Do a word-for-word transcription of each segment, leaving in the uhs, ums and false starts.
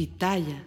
Pitaya.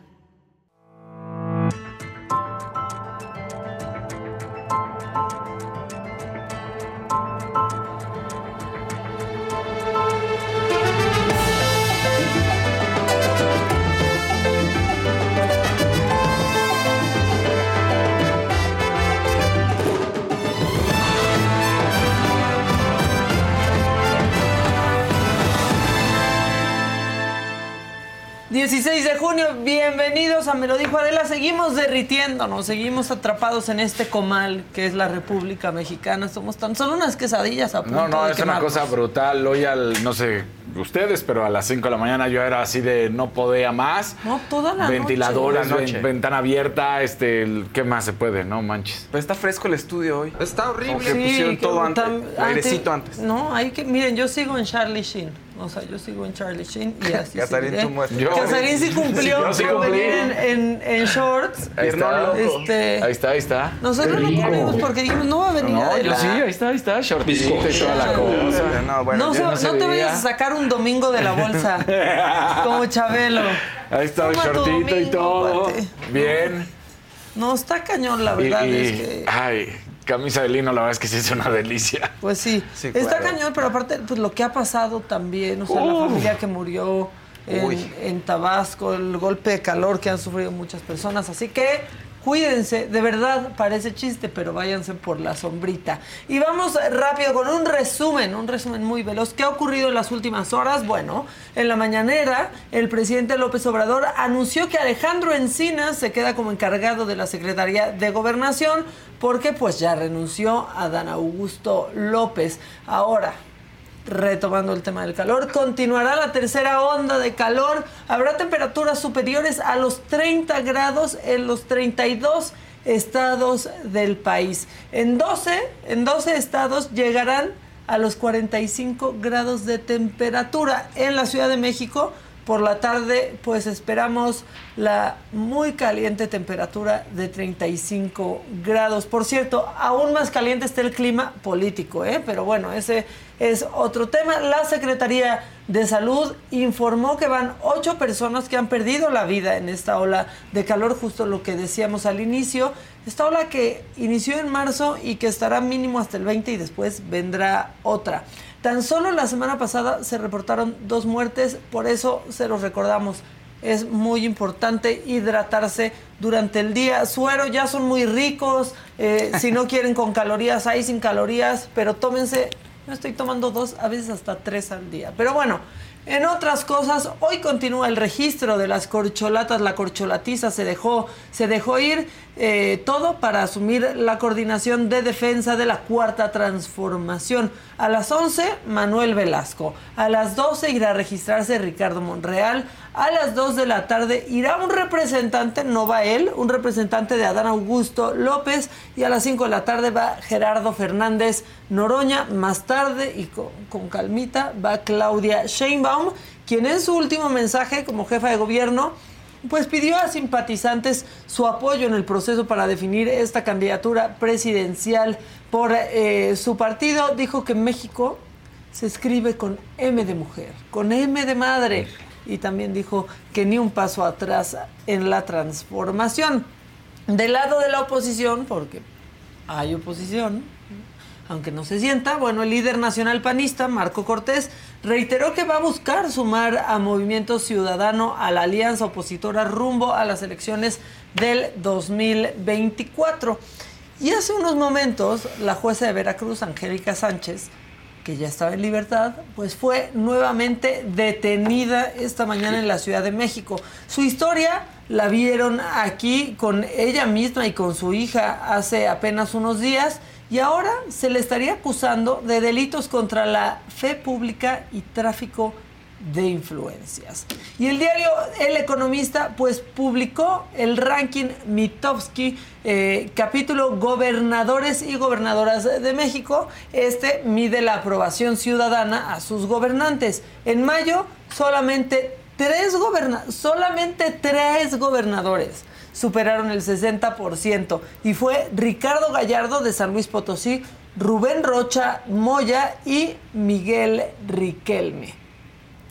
dieciséis de junio, bienvenidos a Me lo dijo Adela. Seguimos derritiéndonos, seguimos atrapados en este comal que es la República Mexicana. Somos tan solo unas quesadillas a punto No, no, de es quemarnos. una cosa brutal. Hoy, al, no sé ustedes, pero a las cinco de la mañana yo era así de no podía más. No, toda la Ventiladores, noche. ven- ventana abierta, este, el- ¿qué más se puede? No manches. Pero está fresco el estudio hoy. Está horrible. Como que pusieron todo antes, tam- airecito antes. No, hay que, miren, yo sigo en Charlie Sheen. O sea, yo sigo en Charlie Sheen y así Casarín, seguiré. tú muestras. Yo- Casarín sí cumplió Yo sí con cumplí. venir en, en, en shorts. Ahí está. Este, Ahí está, ahí está. Nosotros no cumplimos porque dijimos, no va a venir No, Adela. yo sí, ahí está, ahí está. Shortito y toda la cosa. No, bueno, no ya se- no no se te veía. vayas a sacar un domingo de la bolsa como Chabelo. Ahí está el Toma tu shortito y domingo, todo. cuate. Bien. No, está cañón, la Y, verdad y- es que... ay, camisa de lino, la verdad es que sí es una delicia. Pues sí, Sí, está claro. cañón, pero aparte, pues lo que ha pasado también, o sea, la Uf. familia que murió en, Uy. en Tabasco, el golpe de calor que han sufrido muchas personas, así que cuídense, de verdad, parece chiste, pero váyanse por la sombrita. Y vamos rápido con un resumen, un resumen muy veloz. ¿Qué ha ocurrido en las últimas horas? Bueno, en la mañanera, el presidente López Obrador anunció que Alejandro Encinas se queda como encargado de la Secretaría de Gobernación porque pues ya renunció a Dan Augusto López. Ahora, retomando el tema del calor, continuará la tercera onda de calor. Habrá temperaturas superiores a los treinta grados en los treinta y dos estados del país. En doce, en doce estados llegarán a los cuarenta y cinco grados de temperatura. En la Ciudad de México, por la tarde, pues esperamos la muy caliente temperatura de treinta y cinco grados. Por cierto, aún más caliente está el clima político, ¿eh? Pero bueno, ese es otro tema. La Secretaría de Salud informó que van ocho personas que han perdido la vida en esta ola de calor, justo lo que decíamos al inicio. Esta ola que inició en marzo y que estará mínimo hasta el veinte y después vendrá otra. Tan solo la semana pasada se reportaron dos muertes, por eso se los recordamos. Es muy importante hidratarse durante el día. Suero ya son muy ricos, eh, si no quieren con calorías, hay sin calorías, pero tómense, yo estoy tomando dos, a veces hasta tres al día. Pero bueno, en otras cosas, hoy continúa el registro de las corcholatas, la corcholatiza se dejó, se dejó ir eh, todo para asumir la coordinación de defensa de la Cuarta Transformación. A las once, Manuel Velasco. A las doce irá a registrarse Ricardo Monreal. A las dos de la tarde irá un representante, no va él, un representante de Adán Augusto López. Y a las cinco de la tarde va Gerardo Fernández Noroña. Más tarde y con, con calmita va Claudia Sheinbaum, quien en su último mensaje como jefa de gobierno pues pidió a simpatizantes su apoyo en el proceso para definir esta candidatura presidencial por eh, su partido. Dijo que México se escribe con M de mujer, con M de madre. Y también dijo que ni un paso atrás en la transformación. Del lado de la oposición, porque hay oposición, aunque no se sienta, bueno, el líder nacional panista, Marco Cortés, reiteró que va a buscar sumar a Movimiento Ciudadano a la alianza opositora rumbo a las elecciones del dos mil veinticuatro. Y hace unos momentos, la jueza de Veracruz, Angélica Sánchez, que ya estaba en libertad, pues fue nuevamente detenida esta mañana en la Ciudad de México. Su historia la vieron aquí con ella misma y con su hija hace apenas unos días, y ahora se le estaría acusando de delitos contra la fe pública y tráfico de influencias. Y el diario El Economista pues publicó el ranking Mitofsky, eh, capítulo Gobernadores y Gobernadoras de México. Este mide la aprobación ciudadana a sus gobernantes. En mayo solamente tres goberna- solamente tres gobernadores superaron el sesenta por ciento, y fue Ricardo Gallardo de San Luis Potosí, Rubén Rocha Moya y Miguel Riquelme.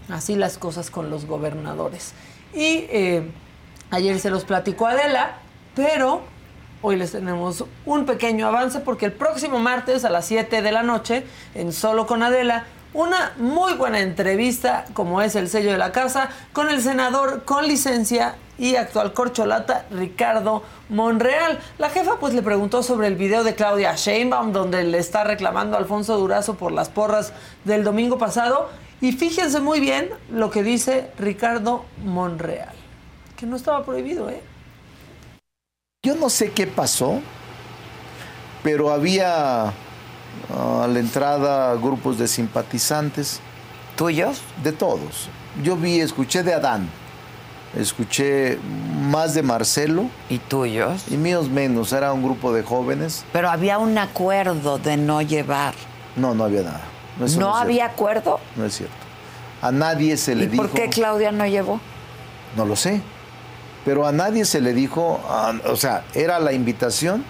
Así las cosas con los gobernadores. Y eh, ayer se los platicó Adela, pero hoy les tenemos un pequeño avance porque el próximo martes a las siete de la noche, en Solo con Adela, una muy buena entrevista, como es el sello de la casa, con el senador con licencia y actual corcholata Ricardo Monreal. La jefa pues le preguntó sobre el video de Claudia Sheinbaum, donde le está reclamando a Alfonso Durazo por las porras del domingo pasado. Y fíjense muy bien lo que dice Ricardo Monreal, que no estaba prohibido, ¿eh? Yo no sé qué pasó, pero había uh, a la entrada grupos de simpatizantes. ¿Tuyos? De todos. Yo vi, escuché de Adán, escuché más de Marcelo. ¿Y tuyos? Y míos menos, era un grupo de jóvenes. Pero había un acuerdo de no llevar. No, no había nada. ¿No, no no había cierto. acuerdo? No es cierto. A nadie se le ¿Y dijo... por qué Claudia no llevó? No lo sé. Pero a nadie se le dijo... Ah, o sea, era la invitación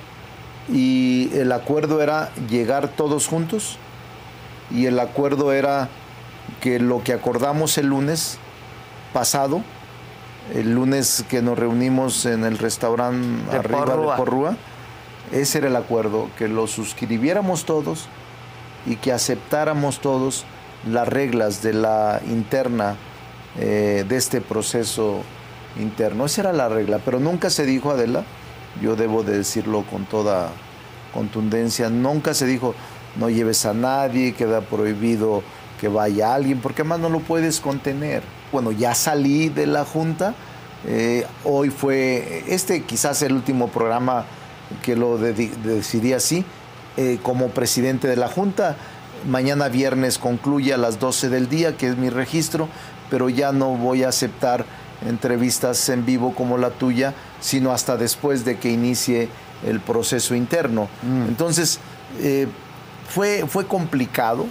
y el acuerdo era llegar todos juntos y el acuerdo era que lo que acordamos el lunes pasado, el lunes que nos reunimos en el restaurante de arriba Porrúa. de Porrúa, ese era el acuerdo, que lo suscribiéramos todos y que aceptáramos todos las reglas de la interna, eh, de este proceso interno. Esa era la regla, pero nunca se dijo, Adela, yo debo de decirlo con toda contundencia, nunca se dijo, no lleves a nadie, queda prohibido que vaya alguien, porque además no lo puedes contener. Bueno, ya salí de la Junta, eh, hoy fue, este quizás el último programa que lo de, de, decidí así, eh, como presidente de la Junta. Mañana viernes concluye a las doce del día, que es mi registro, pero ya no voy a aceptar entrevistas en vivo como la tuya, sino hasta después de que inicie el proceso interno. Mm. Entonces, eh, fue, fue complicado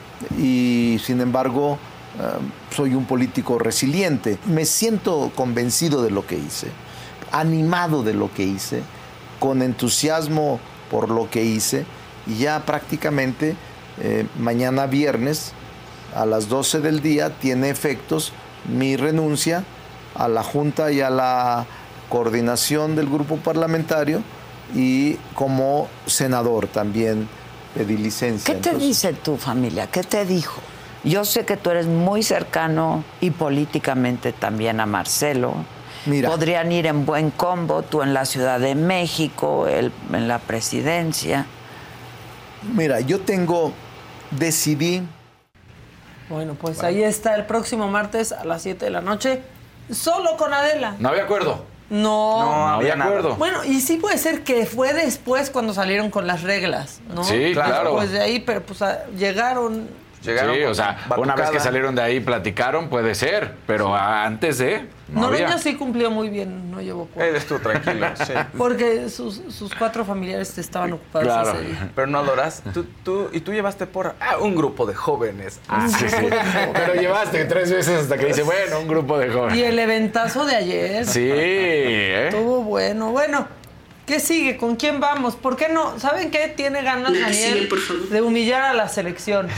y, sin embargo, uh, soy un político resiliente. Me siento convencido de lo que hice, animado de lo que hice, con entusiasmo por lo que hice, y ya prácticamente eh, mañana viernes a las doce del día tiene efectos mi renuncia a la Junta y a la coordinación del grupo parlamentario, y como senador también pedí licencia. ¿Qué te Entonces, dice tu familia? ¿Qué te dijo? Yo sé que tú eres muy cercano y políticamente también a Marcelo. Mira, podrían ir en buen combo, tú en la Ciudad de México, él en la presidencia. Mira, yo tengo, decidí... Bueno, pues bueno. Ahí está el próximo martes a las siete de la noche, Solo con Adela. No había acuerdo. No, no había acuerdo. Bueno, y sí puede ser que fue después cuando salieron con las reglas, ¿no? Sí, claro. Pues de ahí, pero pues a, llegaron... Llegaron sí, o sea, batucada. Una vez que salieron de ahí platicaron, puede ser, pero sí. Antes de... No Noroña sí cumplió muy bien, no llevó por... Él estuvo tranquilo, sí. Porque sus, sus cuatro familiares estaban ocupados claro. ese día. Pero no adoras. ¿Tú, tú, ¿Y tú llevaste porra? Ah, un grupo de jóvenes. Ah, sí, sí. Pero llevaste tres veces hasta que dice, bueno, un grupo de jóvenes. Y el eventazo de ayer. Sí, ¿eh? Estuvo bueno. Bueno, ¿qué sigue? ¿Con quién vamos? ¿Por qué no? ¿Saben qué? Tiene ganas, Daniel, de humillar a la selección.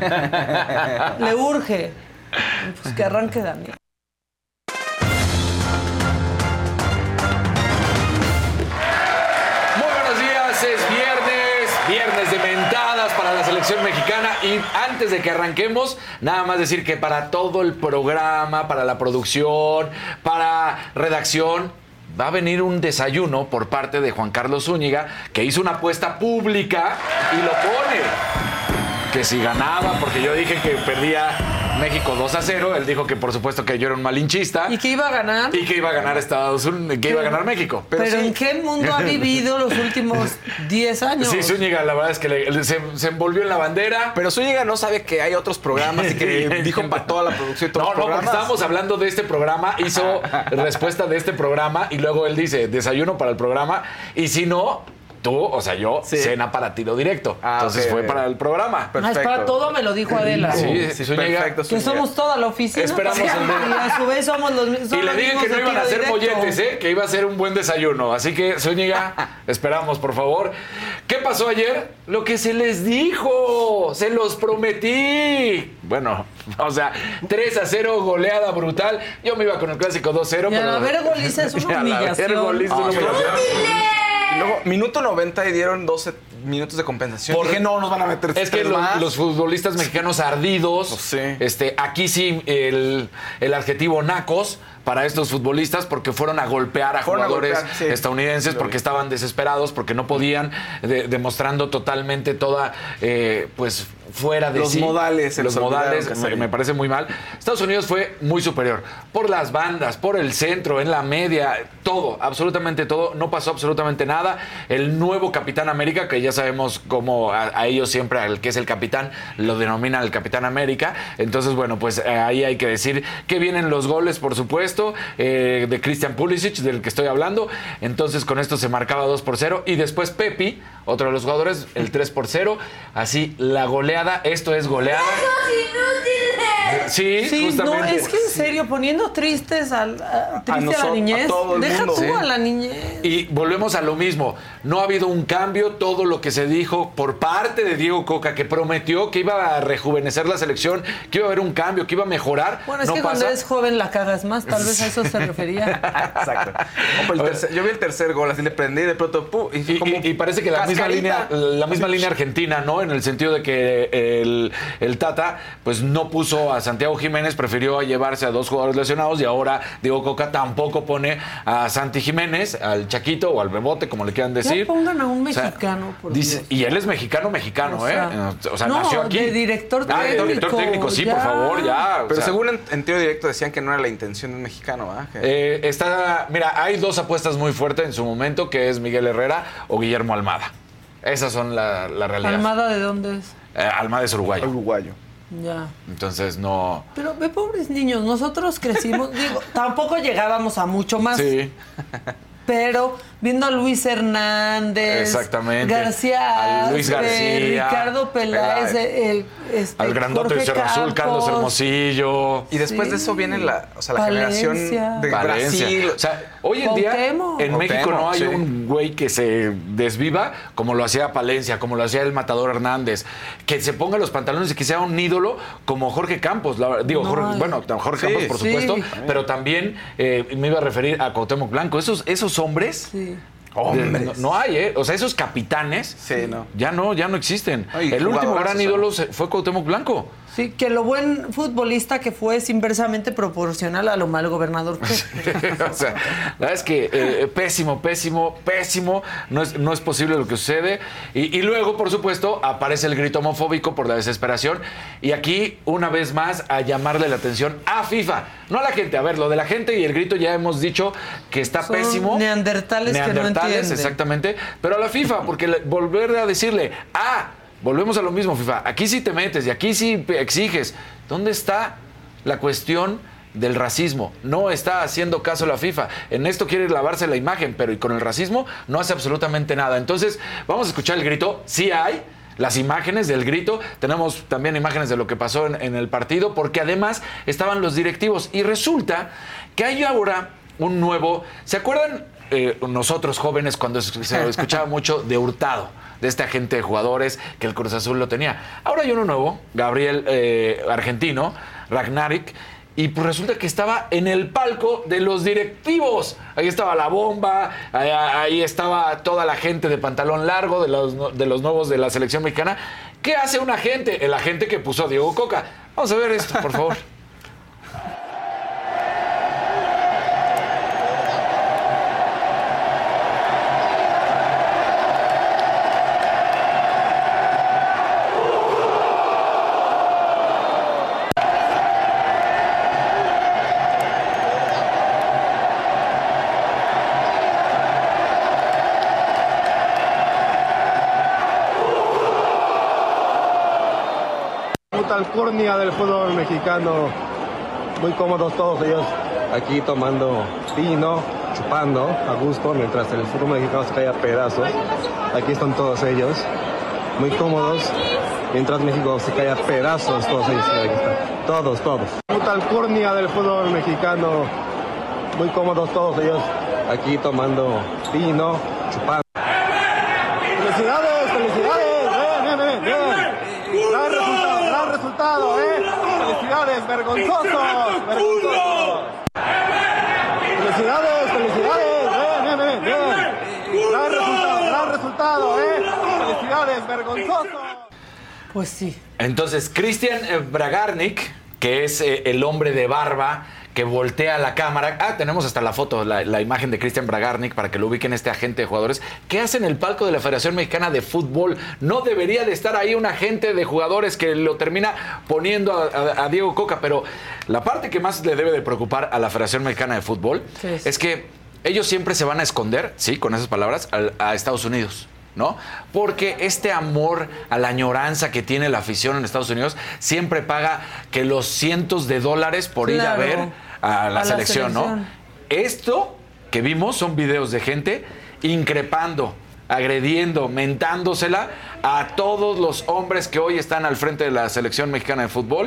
Le urge. Pues que arranque Daniel. Viernes de mentadas para la selección mexicana, y antes de que arranquemos, nada más decir que para todo el programa, para la producción, para redacción, va a venir un desayuno por parte de Juan Carlos Zúñiga, que hizo una apuesta pública y lo pone. Que si ganaba, porque yo dije que perdía México dos a cero, él dijo que por supuesto que yo era un malinchista. ¿Y que iba a ganar? Y que iba a ganar Estados Unidos, que iba a ganar México. Pero, Pero sí. ¿en qué mundo ha vivido los últimos diez años? Sí, Zúñiga, la verdad es que le, se, se envolvió en la bandera. Pero Zúñiga no sabe que hay otros programas y que dijo para toda la producción y todos no, los programas. No, porque estábamos hablando de este programa, hizo respuesta de este programa y luego él dice, desayuno para el programa, y si no... tú, o sea, yo, Sí. cena para tiro directo. Ah, Entonces ok, fue ok. para el programa. Ah, es para todo, me lo dijo Adela. Sí, Sí, Zúñiga. perfecto. Que Zúñiga. somos toda la oficina. Esperamos el de- Y a su vez somos los mismos. Y le dije que no iban a hacer molletes, ¿eh? Que iba a ser un buen desayuno. Así que, Zúñiga, esperamos, por favor. ¿Qué pasó ayer? Lo que se les dijo. Se los prometí. Bueno, o sea, tres a cero, goleada brutal. Yo me iba con el clásico dos cero. Y a pero... la ver, goliza es una Y a la humillación. ver, goliza es una humillación. Y luego, minuto noventa y dieron doce minutos de compensación. Por- Dije, no, nos van a meter Es que tres los, más. los futbolistas mexicanos ardidos, Pues sí. este, aquí sí el, el adjetivo nacos para estos futbolistas porque fueron a golpear a Fueron a jugadores golpear, sí. estadounidenses Lo porque vi. estaban desesperados, porque no podían, de- demostrando totalmente toda, eh, pues, fuera de Los sí. modales, se Los les olvidaron modales, que me, salían. me parece muy mal. Estados Unidos fue muy superior. Por las bandas, por el centro, en la media, todo, absolutamente todo. No pasó absolutamente nada. El nuevo Capitán América, que ya sabemos cómo a, a ellos siempre, al que es el capitán, lo denominan el Capitán América. Entonces, bueno, pues eh, ahí hay que decir que vienen los goles, por supuesto, eh, de Christian Pulisic, del que estoy hablando. Entonces, con esto se marcaba dos por cero. Y después Pepi, otro de los jugadores, el tres por cero. Así, la goleada. Esto es goleada. Sí, Sí, justamente. no, es que en serio, poniendo tristes al, a, triste a, la nosotros, niñez. a todo el Deja mundo. tú Sí. a la niñez. Y volvemos a lo mismo. No ha habido un cambio. Todo lo que se dijo por parte de Diego Coca, que prometió que iba a rejuvenecer la selección, que iba a haber un cambio, que iba a mejorar. Bueno, es no que pasa. cuando eres joven la cagas más. Tal vez a eso se refería. Exacto. No, pero el tercer- yo vi el tercer gol, así le prendí de pronto, ¡pum! Y, fue Y, como y- y parece que la misma cascarita. línea, la misma línea argentina, ¿no? En el sentido de que el, el Tata, pues no puso a Santiago Jiménez, prefirió llevarse a dos jugadores lesionados y ahora Diego Coca tampoco pone a Santi Jiménez, al Chaquito o al Bebote, como le quieran decir. Ya pongan a un O sea, mexicano, por dice- Dios. y él es mexicano, mexicano, O sea, ¿eh? O sea, no, nació aquí. de director Ah, de técnico, director técnico, sí, por ya. favor, ya. o Pero sea, según en, en tiro directo decían que no era la intención de un mexicano, ¿ah? Que- Eh, está, mira, hay dos apuestas muy fuertes en su momento, que es Miguel Herrera o Guillermo Almada. Esas son la, la realidad. ¿Almada de dónde es? Eh, Almada es uruguayo. uruguayo. Ya. Entonces no. Pero ve, pobres niños, nosotros crecimos, digo, tampoco llegábamos a mucho más. Sí. Pero viendo a Luis Hernández, Exactamente. García, A Luis Aspe, García, Ricardo Peláez, Peláez. eh, este, Al grandote de Jorge Cerro Azul, Carlos Campos. Hermosillo. Y después de Sí. eso viene la, o sea, la Valencia. generación de Valencia. Brasil. O sea, hoy en día Cuauhtémoc. en México no Cuauhtémoc, hay sí. un güey que se desviva como lo hacía Palencia, como lo hacía el Matador Hernández, que se ponga los pantalones y que sea un ídolo como Jorge Campos. La- digo, No Jorge- hay. bueno, Jorge Sí, Campos, por sí. supuesto, pero también eh, me iba a referir a Cuauhtémoc Blanco. Esos, esos hombres, Sí. Hombres. no, no hay, ¿eh? O sea, esos capitanes Sí, no. ya no, ya no existen. Ay, el último jugadorazos, gran ¿no? ídolo se- fue Cuauhtémoc Blanco. Sí, que lo buen futbolista que fue es inversamente proporcional a lo mal gobernador que O sea, la verdad es que eh, pésimo, pésimo, pésimo. No es, no es posible lo que sucede. Y, y luego, por supuesto, aparece el grito homofóbico por la desesperación. Y aquí, una vez más, a llamarle la atención a FIFA. No a la gente. A ver, lo de la gente y el grito ya hemos dicho que está Son pésimo. neandertales que no Neandertales, entienden. exactamente. Pero a la FIFA, porque le- volver a decirle, ah, volvemos a lo mismo, FIFA. Aquí sí te metes y aquí sí pe- exiges. ¿Dónde está la cuestión del racismo? No está haciendo caso la FIFA. En esto quiere lavarse la imagen, pero y con el racismo no hace absolutamente nada. Entonces, vamos a escuchar el grito. Sí hay las imágenes del grito. Tenemos también imágenes de lo que pasó en, en el partido, porque además estaban los directivos. Y resulta que hay ahora un nuevo... ¿Se acuerdan eh, nosotros jóvenes cuando es- se escuchaba mucho de Hurtado? De este agente de jugadores que el Cruz Azul lo tenía. Ahora hay uno nuevo, Gabriel eh, argentino, Ragnarik, y pues resulta que estaba en el palco de los directivos. Ahí estaba la bomba, ahí, ahí estaba toda la gente de pantalón largo, de los, de los nuevos de la selección mexicana. ¿Qué hace un agente? El agente que puso a Diego Coca. Vamos a ver esto, por favor. Puta alcurnia del fútbol mexicano, muy cómodos todos ellos aquí tomando vino, chupando a gusto mientras el fútbol mexicano se cae a pedazos. Aquí están todos ellos, muy cómodos, mientras México se cae a pedazos, todos ellos, aquí están, todos, todos. Puta alcurnia del fútbol mexicano, muy cómodos todos ellos, aquí tomando vino, chupando. ¡Felicidades, felicidades! ¡Bien, bien, bien, bien! ¡Gran resultado, gran resultado, eh! ¡Felicidades, vergonzosos, vergonzosos! ¡Felicidades, felicidades! ¡Bien, bien, bien, bien! ¡Gran resultado, gran resultado, eh! ¡Felicidades, vergonzosos! Pues sí. Entonces, Christian Bragarnik, que es eh, el hombre de barba que voltea la cámara. Ah, tenemos hasta la foto, la, la imagen de Christian Bragarnik para que lo ubiquen, este agente de jugadores. ¿Qué hace en el palco de la Federación Mexicana de Fútbol? No debería de estar ahí un agente de jugadores que lo termina poniendo a, a, a Diego Coca, pero la parte que más le debe de preocupar a la Federación Mexicana de Fútbol sí, sí. es que ellos siempre se van a esconder, sí, con esas palabras, a, a Estados Unidos, ¿no? Porque este amor a la añoranza que tiene la afición en Estados Unidos siempre paga que los cientos de dólares por claro. ir a ver a la, a selección, la selección, ¿no? Esto que vimos son videos de gente increpando, agrediendo, mentándosela a todos los hombres que hoy están al frente de la selección mexicana de fútbol.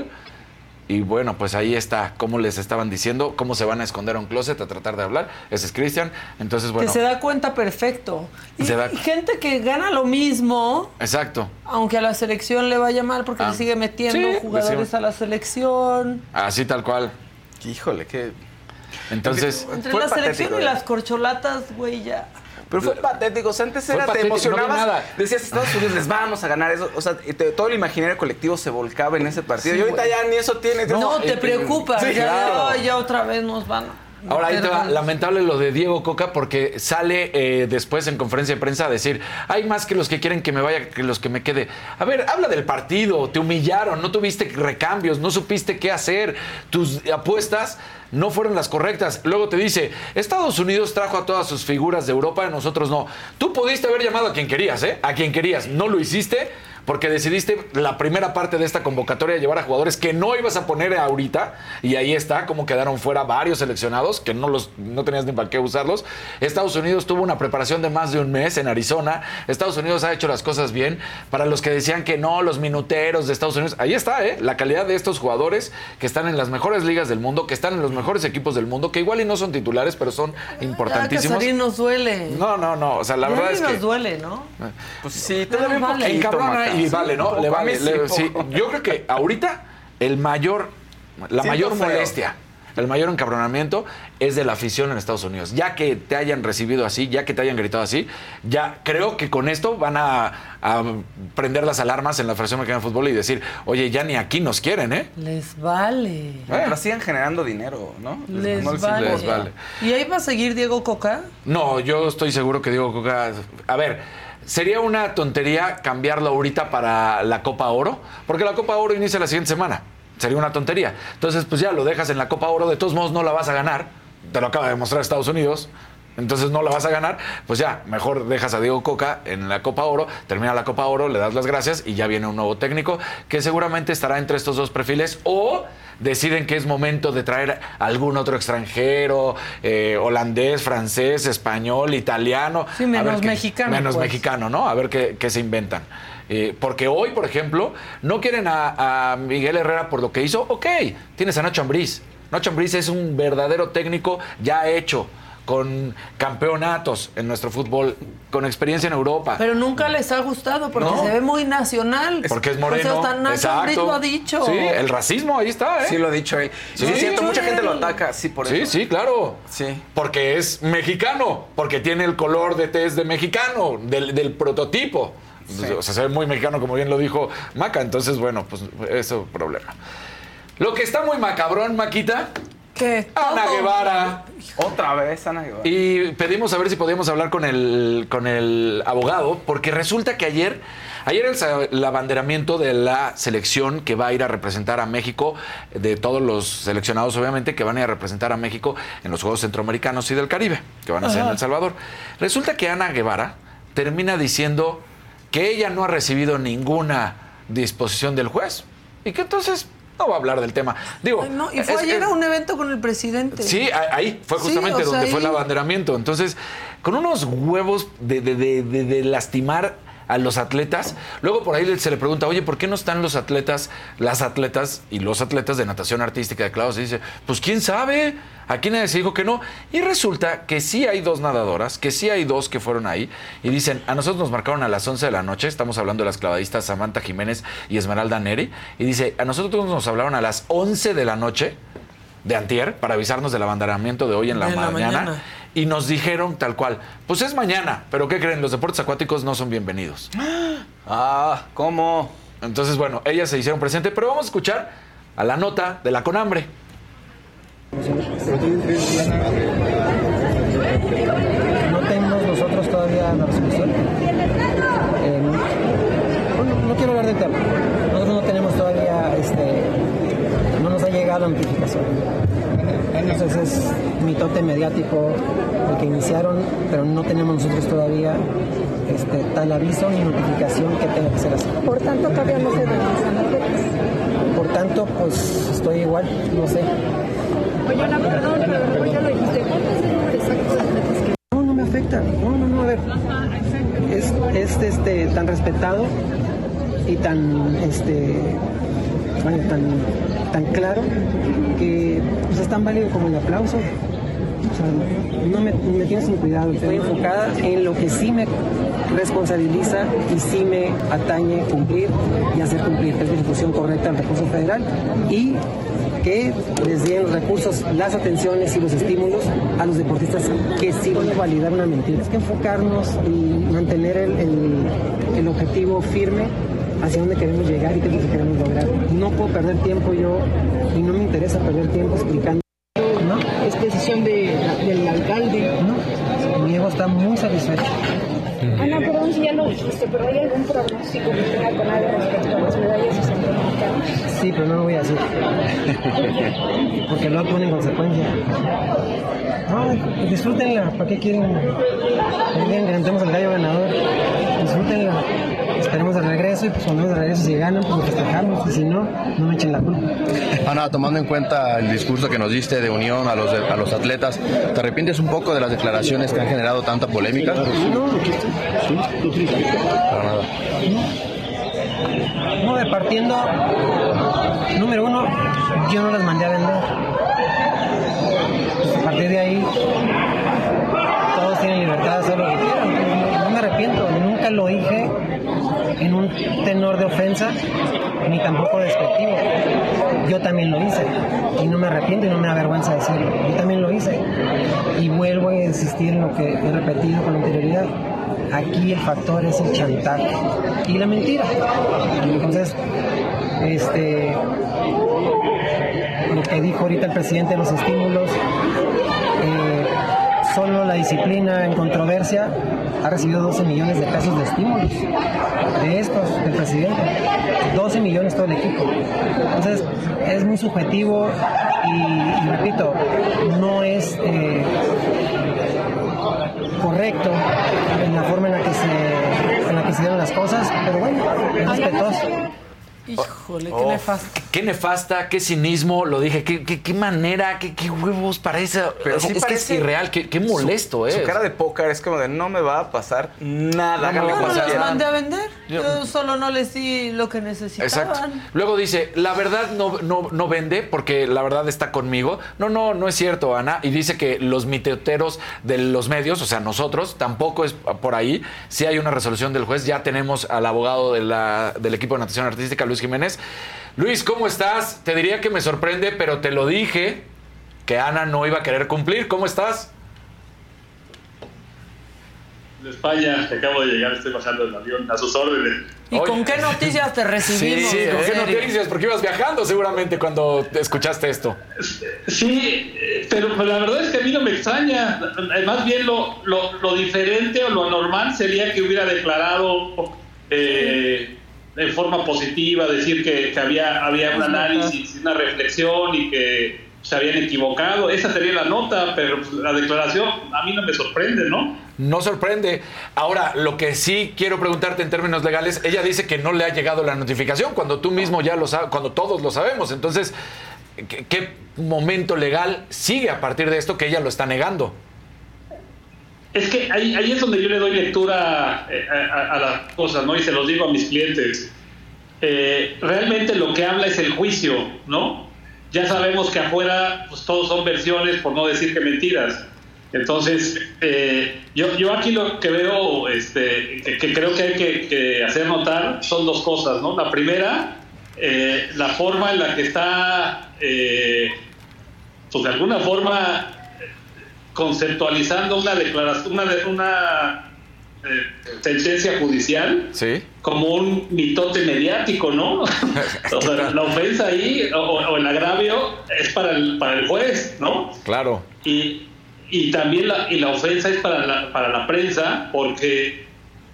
Y bueno, pues ahí está, como les estaban diciendo, cómo se van a esconder a un closet a tratar de hablar. Ese es Cristian. Entonces, bueno. Que se da cuenta perfecto. Y, da... y gente que gana lo mismo. Exacto. Aunque a la selección le vaya mal porque ah. le sigue metiendo sí, jugadores decimos. a la selección. Así tal cual. Híjole, qué... Entonces... Entre la selección y las corcholatas, güey, ya... Pero fue patético, o sea, antes era, te emocionabas, no nada. Decías, Estados Unidos les vamos a ganar eso, o sea, te, todo el imaginario colectivo se volcaba en ese partido, sí, y ahorita ya ni eso tiene. No, no te preocupas, sí, ya, claro. ya, ya otra vez nos van a... Ahora, ahí te va, lamentable lo de Diego Coca porque sale eh, después en conferencia de prensa a decir, hay más que los que quieren que me vaya que los que me quede. A ver, habla del partido, te humillaron, no tuviste recambios, no supiste qué hacer, tus apuestas no fueron las correctas. Luego te dice, Estados Unidos trajo a todas sus figuras de Europa, nosotros no. Tú pudiste haber llamado a quien querías, ¿eh? A quien querías, no lo hiciste porque decidiste la primera parte de esta convocatoria llevar a jugadores que no ibas a poner ahorita, y ahí está como quedaron fuera varios seleccionados que no los no tenías ni para qué usarlos. Estados Unidos tuvo una preparación de más de un mes en Arizona. Estados Unidos ha hecho las cosas bien. Para los que decían que no, los minuteros de Estados Unidos, ahí está, ¿eh? La calidad de estos jugadores que están en las mejores ligas del mundo, que están en los mejores equipos del mundo, que igual y no son titulares, pero son importantísimos. Ya, nos duele. No, no, no, o sea, la ya verdad es que... nos duele, ¿no? Pues sí, todavía no, un poquito, encabrona y vale, ¿no? Le vale. Le, sí. Yo creo que ahorita el mayor, la Siento mayor feo. molestia, el mayor encabronamiento es de la afición en Estados Unidos. Ya que te hayan recibido así, ya que te hayan gritado así, ya creo que con esto van a, a prender las alarmas en la Federación Mexicana de Fútbol y decir, oye, ya ni aquí nos quieren, ¿eh? Les vale. Eh. Pero sigan generando dinero, ¿no? Les, no vale. les vale. ¿Y ahí va a seguir Diego Coca? No, yo estoy seguro que Diego Coca... A ver... Sería una tontería cambiarlo ahorita para la Copa Oro, porque la Copa Oro inicia la siguiente semana. Sería una tontería. Entonces, pues ya lo dejas en la Copa Oro, de todos modos no la vas a ganar. Te lo acaba de demostrar Estados Unidos. Entonces no la vas a ganar, pues ya, mejor dejas a Diego Coca en la Copa Oro, termina la Copa Oro, le das las gracias y ya viene un nuevo técnico que seguramente estará entre estos dos perfiles, o deciden que es momento de traer algún otro extranjero, eh, holandés, francés, español, italiano. Sí, menos qué, mexicano. Menos pues. mexicano, ¿no? A ver qué, qué se inventan. Eh, porque hoy, por ejemplo, no quieren a, a Miguel Herrera por lo que hizo. Ok, tienes a Nacho Ambriz. Nacho Ambriz es un verdadero técnico ya hecho, con campeonatos en nuestro fútbol, con experiencia en Europa. Pero nunca les ha gustado porque no. se ve muy nacional. Porque es moreno. O sea, hasta Nacho Ambriz lo ha dicho. Sí, el racismo ahí está, ¿eh? Sí, lo ha dicho él. Sí, sí, siento, mucha gente lo ataca, sí, por sí, eso. Sí, sí, claro. Sí. Porque es mexicano, porque tiene el color de tez de mexicano, del, del prototipo. Sí. O sea, se ve muy mexicano, como bien lo dijo Maca. Entonces, bueno, pues eso es problema. Lo que está muy macabrón, Maquita... ¿Qué? Ana ¿Todo? Guevara. Otra vez Ana Guevara. Y pedimos a ver si podíamos hablar con el, con el abogado, porque resulta que ayer, ayer el, el abanderamiento de la selección que va a ir a representar a México, de todos los seleccionados obviamente, que van a ir a representar a México en los Juegos Centroamericanos y del Caribe, que van a ser en El Salvador. Resulta que Ana Guevara termina diciendo que ella no ha recibido ninguna disposición del juez y que entonces no va a hablar del tema. Digo, Ay, no, y fue es, ayer es, a un evento con el presidente. Sí, ahí fue justamente sí, o sea, donde fue el ahí... abanderamiento. Entonces, con unos huevos de, de, de, de, de lastimar a los atletas. Luego por ahí se le pregunta, oye, ¿por qué no están los atletas, las atletas y los atletas de natación artística de clavos? Y dice, pues quién sabe, aquí nadie se dijo que no. Y resulta que sí hay dos nadadoras, que sí hay dos que fueron ahí. Y dicen, a nosotros nos marcaron a las once de la noche, estamos hablando de las clavadistas Samantha Jiménez y Esmeralda Neri. Y dice, a nosotros nos hablaron a las once de la noche de antier para avisarnos del abanderamiento de hoy en la, de la mañana, mañana. Y nos dijeron tal cual, pues es mañana, pero ¿qué creen? Los deportes acuáticos no son bienvenidos. Ah, ¿cómo? Entonces, bueno, ellas se hicieron presente, pero vamos a escuchar a la nota de la CONAMBRE. No tenemos nosotros todavía la resolución. Eh, no, no quiero hablar del tema. Nosotros no tenemos todavía, este, no nos ha llegado la notificación. Entonces es mitote mediático el que iniciaron, pero no tenemos nosotros todavía este, tal aviso ni notificación que tenga que ser así. Por tanto, todavía no se realizan atletas. Por tanto, pues estoy igual, no sé. Oye, Ana, perdón, pero ya lo dijiste. ¿Cuántos eran exactos atletas que...? No, no me afecta. No, no, no, a ver. Es, es este, tan respetado y tan, este, bueno, tan, tan claro que pues, es tan válido como el aplauso. O sea, no me, me tienes sin cuidado. Estoy enfocada en lo que sí me responsabiliza y sí me atañe cumplir y hacer cumplir, que es la ejecución correcta del recurso federal y que les den los recursos, las atenciones y los estímulos a los deportistas que sí van a validar una mentira. Es que enfocarnos y mantener el, el, el objetivo firme hacia dónde queremos llegar y qué es lo que queremos lograr. No puedo perder tiempo yo y no me interesa perder tiempo explicando. ¿No? Es decisión de, del alcalde. No, mi ego está muy satisfecho. Ana, perdón si ya lo dijiste, pero ¿hay algún pronóstico que tenga con algo respecto a las medallas y centroamericanas? Sí, pero no lo voy a decir. Porque luego ponen consecuencia. No, disfrútenla. ¿Para qué quieren? ¿Para qué quieren que cantemos al gallo ganador? Disfrútenla. Esperemos el regreso y pues cuando vemos el regreso si ganan pues festejamos y si no, no me echen la culpa. Ana, tomando en cuenta el discurso que nos diste de unión a los, a los atletas, ¿te arrepientes un poco de las declaraciones que han generado tanta polémica? No, para nada. No, de partiendo, número uno, yo no las mandé a vender. Pues a partir de ahí, todos tienen libertad de hacer lo que quieran. No, no me arrepiento, nunca lo dije en un tenor de ofensa, ni tampoco despectivo. Yo también lo hice, y no me arrepiento y no me da vergüenza decirlo. Yo también lo hice, y vuelvo a insistir en lo que he repetido con anterioridad. Aquí el factor es el chantaje y la mentira. Entonces, este, lo que dijo ahorita el presidente de los estímulos, eh, solo la disciplina en controversia ha recibido doce millones de pesos de estímulos de estos, del presidente. doce millones todo el equipo. Entonces, es muy subjetivo y, y repito, no es eh, correcto en la forma en la que se, en la que se dieron las cosas, pero bueno, es respetuoso. Híjole, qué Oh, nefasta. Qué nefasta, qué cinismo, lo dije, qué, qué, qué manera, qué, qué huevos parece. Pero es, sí es que es irreal, qué, qué molesto su, es. Su cara de póker es como de no me va a pasar nada. No, No, no las quieran. mandé a vender. Yo- Yo solo no les di lo que necesitaban. Exacto. Luego dice, la verdad no, no, no vende porque la verdad está conmigo. No, no, no es cierto, Ana. Y dice que los mitoteros de los medios, o sea, nosotros, tampoco es por ahí. Si hay una resolución del juez, ya tenemos al abogado de la, del equipo de natación artística, Luis Jiménez. Luis, ¿cómo estás? Te diría que me sorprende, pero te lo dije que Ana no iba a querer cumplir. ¿Cómo estás? De España, que acabo de llegar, estoy bajando del avión, a sus órdenes. ¿Y Oye. con qué noticias te recibimos? Sí, ¿con en qué serio? noticias? Porque ibas viajando seguramente cuando escuchaste esto. Sí, eh, pero la verdad es que a mí no me extraña. Más bien lo, lo, lo diferente o lo normal sería que hubiera declarado eh, de forma positiva, decir que, que había, había un análisis, una reflexión y que se habían equivocado. Esa sería la nota, pero la declaración a mí no me sorprende, ¿no? no sorprende. Ahora, lo que sí quiero preguntarte en términos legales, ella dice que no le ha llegado la notificación, cuando tú mismo ya lo sabes, cuando todos lo sabemos. Entonces, ¿qué, qué momento legal sigue a partir de esto que ella lo está negando? Es que ahí, ahí es donde yo le doy lectura a, a, a las cosas, ¿no? Y se los digo a mis clientes. Eh, realmente lo que habla es el juicio, ¿no? Ya sabemos que afuera pues todos son versiones, por no decir que mentiras. Entonces, eh, yo, yo aquí lo que veo, este, que, que creo que hay que, que hacer notar son dos cosas, ¿no? La primera, eh, la forma en la que está, eh, pues de alguna forma conceptualizando una declaración, una, una eh, sentencia judicial, ¿sí?, como un mitote mediático, ¿no? O sea, la ofensa ahí o, o el agravio es para el, para el juez, ¿no? Claro. Y, y también la, y la ofensa es para la, para la prensa, porque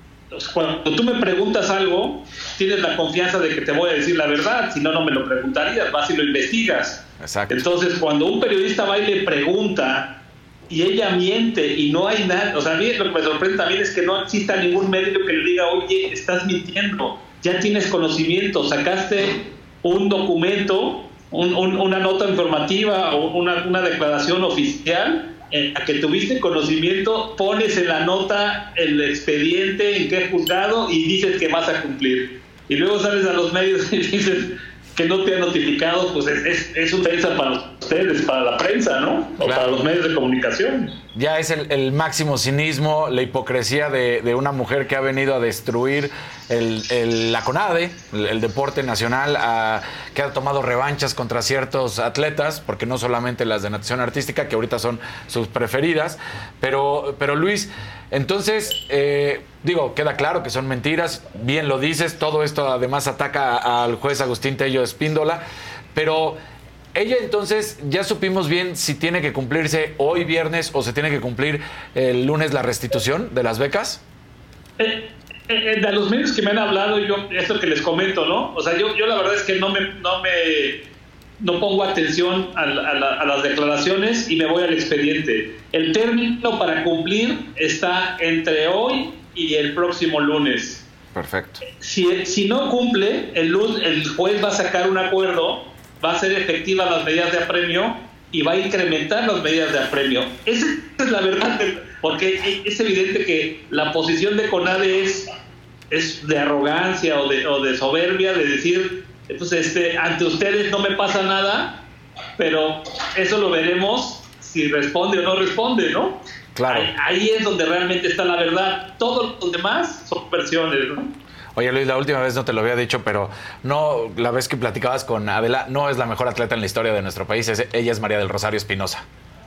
cuando tú me preguntas algo, tienes la confianza de que te voy a decir la verdad, si no, no me lo preguntarías, vas y lo investigas. Exacto. Entonces, cuando un periodista va y le pregunta y ella miente y no hay nada, o sea, a mí lo que me sorprende también es que no exista ningún medio que le diga, oye, estás mintiendo, ya tienes conocimiento, sacaste un documento, un, un, una nota informativa o una, una declaración oficial en la que tuviste conocimiento, pones en la nota el expediente, en qué juzgado y dices que vas a cumplir. Y luego sales a los medios y dices que no te han notificado, pues es, es, es una ofensa para ustedes, para la prensa, ¿no? O claro, para los medios de comunicación. Ya es el, el máximo cinismo, la hipocresía de, de una mujer que ha venido a destruir el, el, la CONADE, el, el deporte nacional, a, que ha tomado revanchas contra ciertos atletas, porque no solamente las de natación artística, que ahorita son sus preferidas, pero, pero Luis, entonces, eh, digo, queda claro que son mentiras, bien lo dices, todo esto además ataca al juez Agustín Tello Espíndola, pero ella entonces, ya supimos bien si tiene que cumplirse hoy viernes o se tiene que cumplir el lunes la restitución de las becas. Eh, eh, de los medios que me han hablado, yo esto que les comento, ¿no? O sea, yo, yo la verdad es que no me, no me, no pongo atención a, la, a, la, a las declaraciones y me voy al expediente. El término para cumplir está entre hoy y el próximo lunes. Perfecto. Si, si no cumple, el, el juez va a sacar un acuerdo, va a ser efectiva las medidas de apremio y va a incrementar las medidas de apremio. Esa es la verdad, porque es evidente que la posición de CONADE es, es de arrogancia o de, o de soberbia, de decir, pues este, ante ustedes no me pasa nada, pero eso lo veremos si responde o no responde, ¿no? Claro. Ahí, ahí es donde realmente está la verdad. Todos los demás son versiones, ¿no? Oye, Luis, la última vez no te lo había dicho, pero no, la vez que platicabas con Adela, no es la mejor atleta en la historia de nuestro país, es, ella es María del Rosario Espinosa.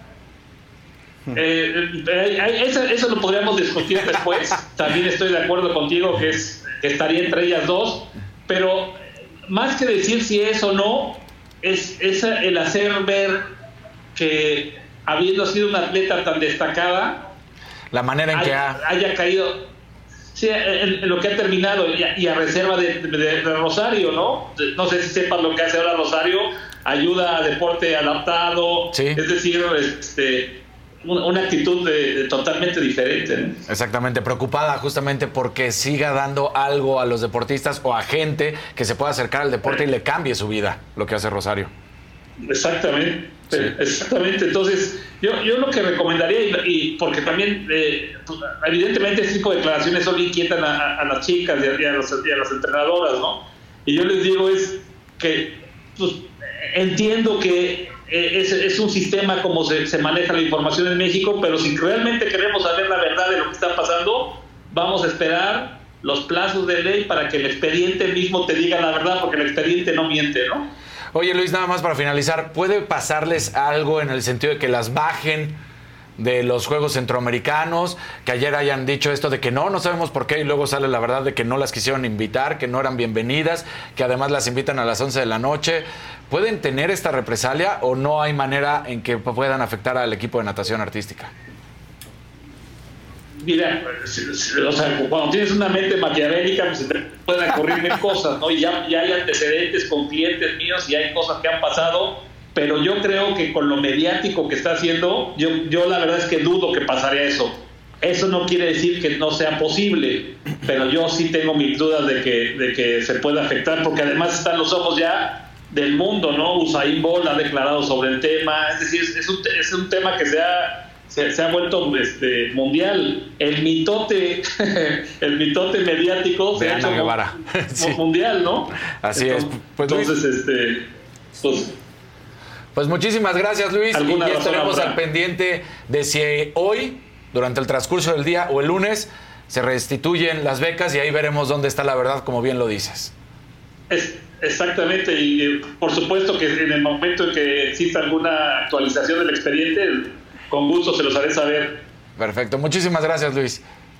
Eh, eh, eso, eso lo podríamos discutir después. También estoy de acuerdo contigo que, es, que estaría entre ellas dos, pero más que decir si es o no, es, es el hacer ver que habiendo sido una atleta tan destacada, la manera en hay, que ha... haya caído... Sí, en, en lo que ha terminado y a, y a reserva de, de, de Rosario, ¿no? No sé si sepan lo que hace ahora Rosario, ayuda a deporte adaptado, sí, es decir, este, una, una actitud de, de totalmente diferente, ¿no? Exactamente, preocupada justamente porque siga dando algo a los deportistas o a gente que se pueda acercar al deporte y le cambie su vida, lo que hace Rosario. Exactamente, sí. exactamente. Entonces, yo, yo lo que recomendaría, y, y porque también, eh, evidentemente, este tipo de declaraciones solo inquietan a, a, a las chicas y a, y, a los, y a las entrenadoras, ¿no? Y yo les digo es que pues, entiendo que es, es un sistema como se, se maneja la información en México, pero si realmente queremos saber la verdad de lo que está pasando, vamos a esperar los plazos de ley para que el expediente mismo te diga la verdad, porque el expediente no miente, ¿no? Oye, Luis, nada más para finalizar, ¿puede pasarles algo en el sentido de que las bajen de los Juegos Centroamericanos, que ayer hayan dicho esto de que no, no sabemos por qué, y luego sale la verdad de que no las quisieron invitar, que no eran bienvenidas, que además las invitan a las once de la noche? ¿Pueden tener esta represalia o no hay manera en que puedan afectar al equipo de natación artística? Mira, o sea, cuando tienes una mente maquiavélica, pues te pueden ocurrir mil cosas, ¿no? Y ya, ya hay antecedentes con clientes míos y hay cosas que han pasado, pero yo creo que con lo mediático que está haciendo, yo, yo la verdad es que dudo que pasaría eso. Eso no quiere decir que no sea posible, pero yo sí tengo mis dudas de que, de que se pueda afectar, porque además están los ojos ya del mundo, ¿no? Usain Bolt ha declarado sobre el tema, es decir, es un, es un tema que se ha, se, se ha vuelto este, mundial. El mitote, el mitote mediático se ha hecho sí. mundial, ¿no? Así entonces, es. Pues, entonces, este, pues... Pues muchísimas gracias, Luis, y ya estaremos al pendiente de si hoy, durante el transcurso del día o el lunes, se restituyen las becas y ahí veremos dónde está la verdad, como bien lo dices. Es, exactamente, y eh, por supuesto que en el momento en que exista alguna actualización del expediente, con gusto se los haré saber. Perfecto, muchísimas gracias, Luis.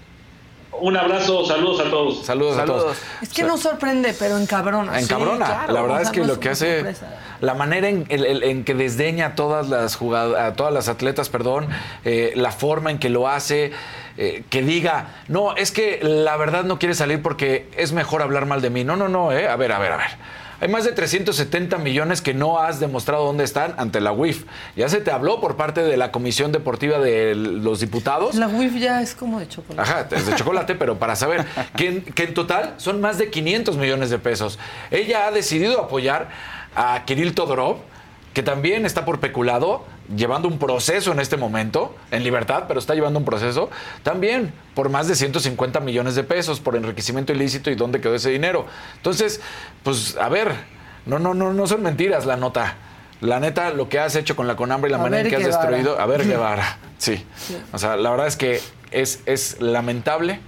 Un abrazo, saludos a todos. Saludos, saludos. a todos. Es que no sorprende, pero encabrona. Encabrona. Sí, claro, la verdad o sea, es que no lo es que una hace, sorpresa. la manera en, en, en que desdeña a todas las jugadoras, a todas las atletas, perdón, eh, la forma en que lo hace, eh, que diga, no, es que la verdad no quiere salir porque es mejor hablar mal de mí. No, no, no, eh. A ver, a ver, a ver. Hay más de trescientos setenta millones que no has demostrado dónde están ante la U I F. Ya se te habló por parte de la Comisión Deportiva de los Diputados. La U I F ya es como de chocolate. Ajá, es de chocolate, pero para saber que en, que en total son más de quinientos millones de pesos. Ella ha decidido apoyar a Kirill Todorov, que también está por peculado, llevando un proceso en este momento, en libertad, pero está llevando un proceso, también por más de ciento cincuenta millones de pesos, por enriquecimiento ilícito y dónde quedó ese dinero. Entonces, pues, a ver, no, no, no, no son mentiras la nota. La neta, lo que has hecho con la CONAMBRE y la A manera en que has Guevara. destruido... A ver, Guevara, sí. Sí. O sea, la verdad es que es, es lamentable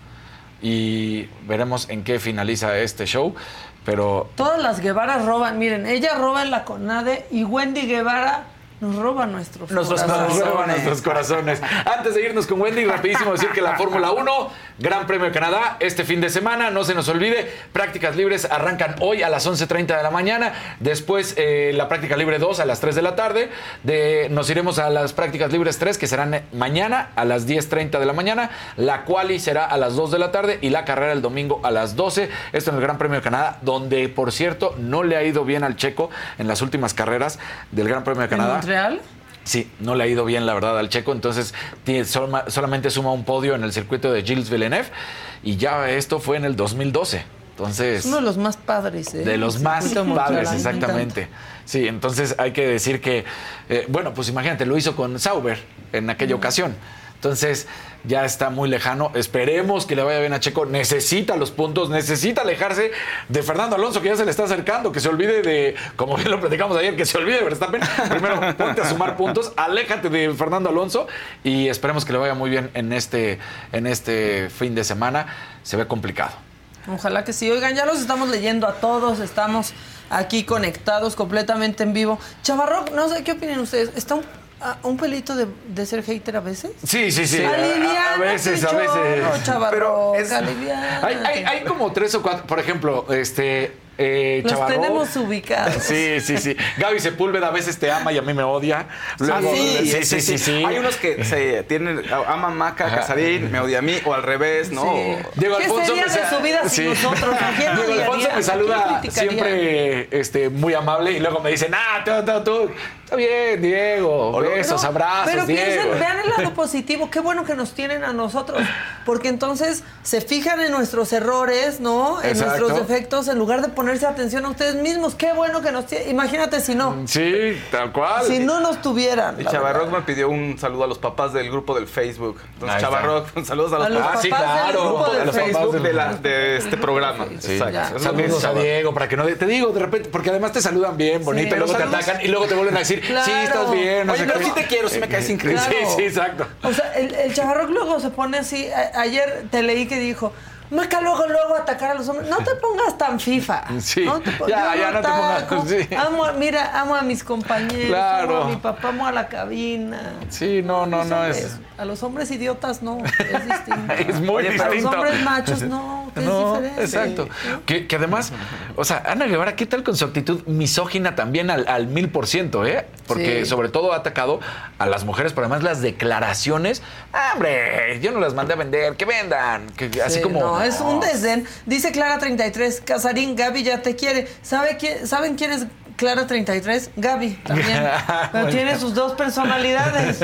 y veremos en qué finaliza este show. Pero todas las Guevaras roban. Miren, ella roba en la CONADE y Wendy Guevara nos roba nuestros Nuestros corazones. Nos roba nuestros corazones. Antes de irnos con Wendy, rapidísimo decir que la Fórmula uno, Gran Premio de Canadá, este fin de semana, no se nos olvide, prácticas libres arrancan hoy a las once treinta de la mañana, después eh, la práctica libre dos a las tres de la tarde, de, nos iremos a las prácticas libres tres, que serán mañana a las diez treinta de la mañana, la quali será a las dos de la tarde y la carrera el domingo a las doce, esto en el Gran Premio de Canadá, donde, por cierto, no le ha ido bien al Checo en las últimas carreras del Gran Premio de Canadá. ¿Real? Sí, no le ha ido bien, la verdad, al Checo. Entonces, tiene, sol, solamente suma un podio en el circuito de Gilles Villeneuve. Y ya esto fue en el dos mil doce. Entonces, es uno de los más padres, ¿eh? De los más padres, exactamente. Sí, entonces hay que decir que, eh, bueno, pues imagínate, lo hizo con Sauber en aquella mm. ocasión. Entonces, ya está muy lejano. Esperemos que le vaya bien a Checo. Necesita los puntos, necesita alejarse de Fernando Alonso, que ya se le está acercando, que se olvide de, como bien lo platicamos ayer, que se olvide de Verstappen. Primero, ponte a sumar puntos, aléjate de Fernando Alonso y esperemos que le vaya muy bien en este, en este fin de semana. Se ve complicado. Ojalá que sí. Oigan, ya los estamos leyendo a todos, estamos aquí conectados completamente en vivo. Chavarroc, no sé, ¿qué opinan ustedes? ¿Está un un pelito de, de ser hater a veces? Sí, sí, sí. Aliviana, a, a veces, a veces. No, Chavarro, es, aliviana. Hay, hay, hay como tres o cuatro, por ejemplo, este... Eh, Los Chavarro. tenemos ubicados. Sí, sí, sí. Gaby Sepúlveda a veces te ama y a mí me odia. Luego, sí, sí, sí, sí, sí, sí. Hay unos que se tienen, ama a Maca, a Casarín, me odia a mí, o al revés, ¿no? Sí. Diego ¿Qué Alfonso sería me de su vida sin sí. nosotros? Diego Alfonso me saluda siempre este, muy amable y luego me dicen, ah, tú, tú, tú. Está bien, Diego. Besos, no, abrazos, pero Diego. Piensen, vean el lado positivo. Qué bueno que nos tienen a nosotros. Porque entonces se fijan en nuestros errores, ¿no? En Exacto. nuestros defectos, en lugar de ponerse atención a ustedes mismos. Qué bueno que nos tienen. Imagínate si no. Sí, tal cual. Si no nos tuvieran. Y Chavarroc me pidió un saludo a los papás del grupo del Facebook. Entonces, Chavarroc, saludos a los, a los papás. papás sí, claro. Del grupo de del los Facebook. Facebook de, la, de este programa. Sí. Exacto. Saludos a Diego, para que no... Te digo, de repente, porque además te saludan bien, bonito, sí, y luego te atacan y luego te vuelven a decir, claro. sí, estás bien. No Oye, sé pero qué. sí te quiero, sí me caes increíble. Claro. Sí, sí, exacto. O sea, el, el Chavarroc luego se pone así. A, ayer te leí que dijo, Maca, luego, luego atacar a los hombres. No te pongas tan FIFA. Sí, no te ya, ya no te pongas... Sí. Amo, a, mira, amo a mis compañeros, claro. amo a mi papá, amo a la cabina. Sí, no, no, no hombres, es... A los hombres idiotas no, es distinto. Es muy Oye, distinto. A los hombres machos no, que no, es diferente. Exacto. Que, que además, o sea, Ana Guevara, ¿qué tal con su actitud misógina también al, al mil por ciento, eh? Porque sí. sobre todo ha atacado a las mujeres, pero además las declaraciones, hombre, yo no las mandé a vender, que vendan. Que, sí, así como... No, es un desdén. Dice Clara treinta y tres, Casarín, Gaby ya te quiere. ¿Sabe quién, ¿Saben quién es Clara treinta y tres, Gaby también. Pero bueno, tiene sus dos personalidades.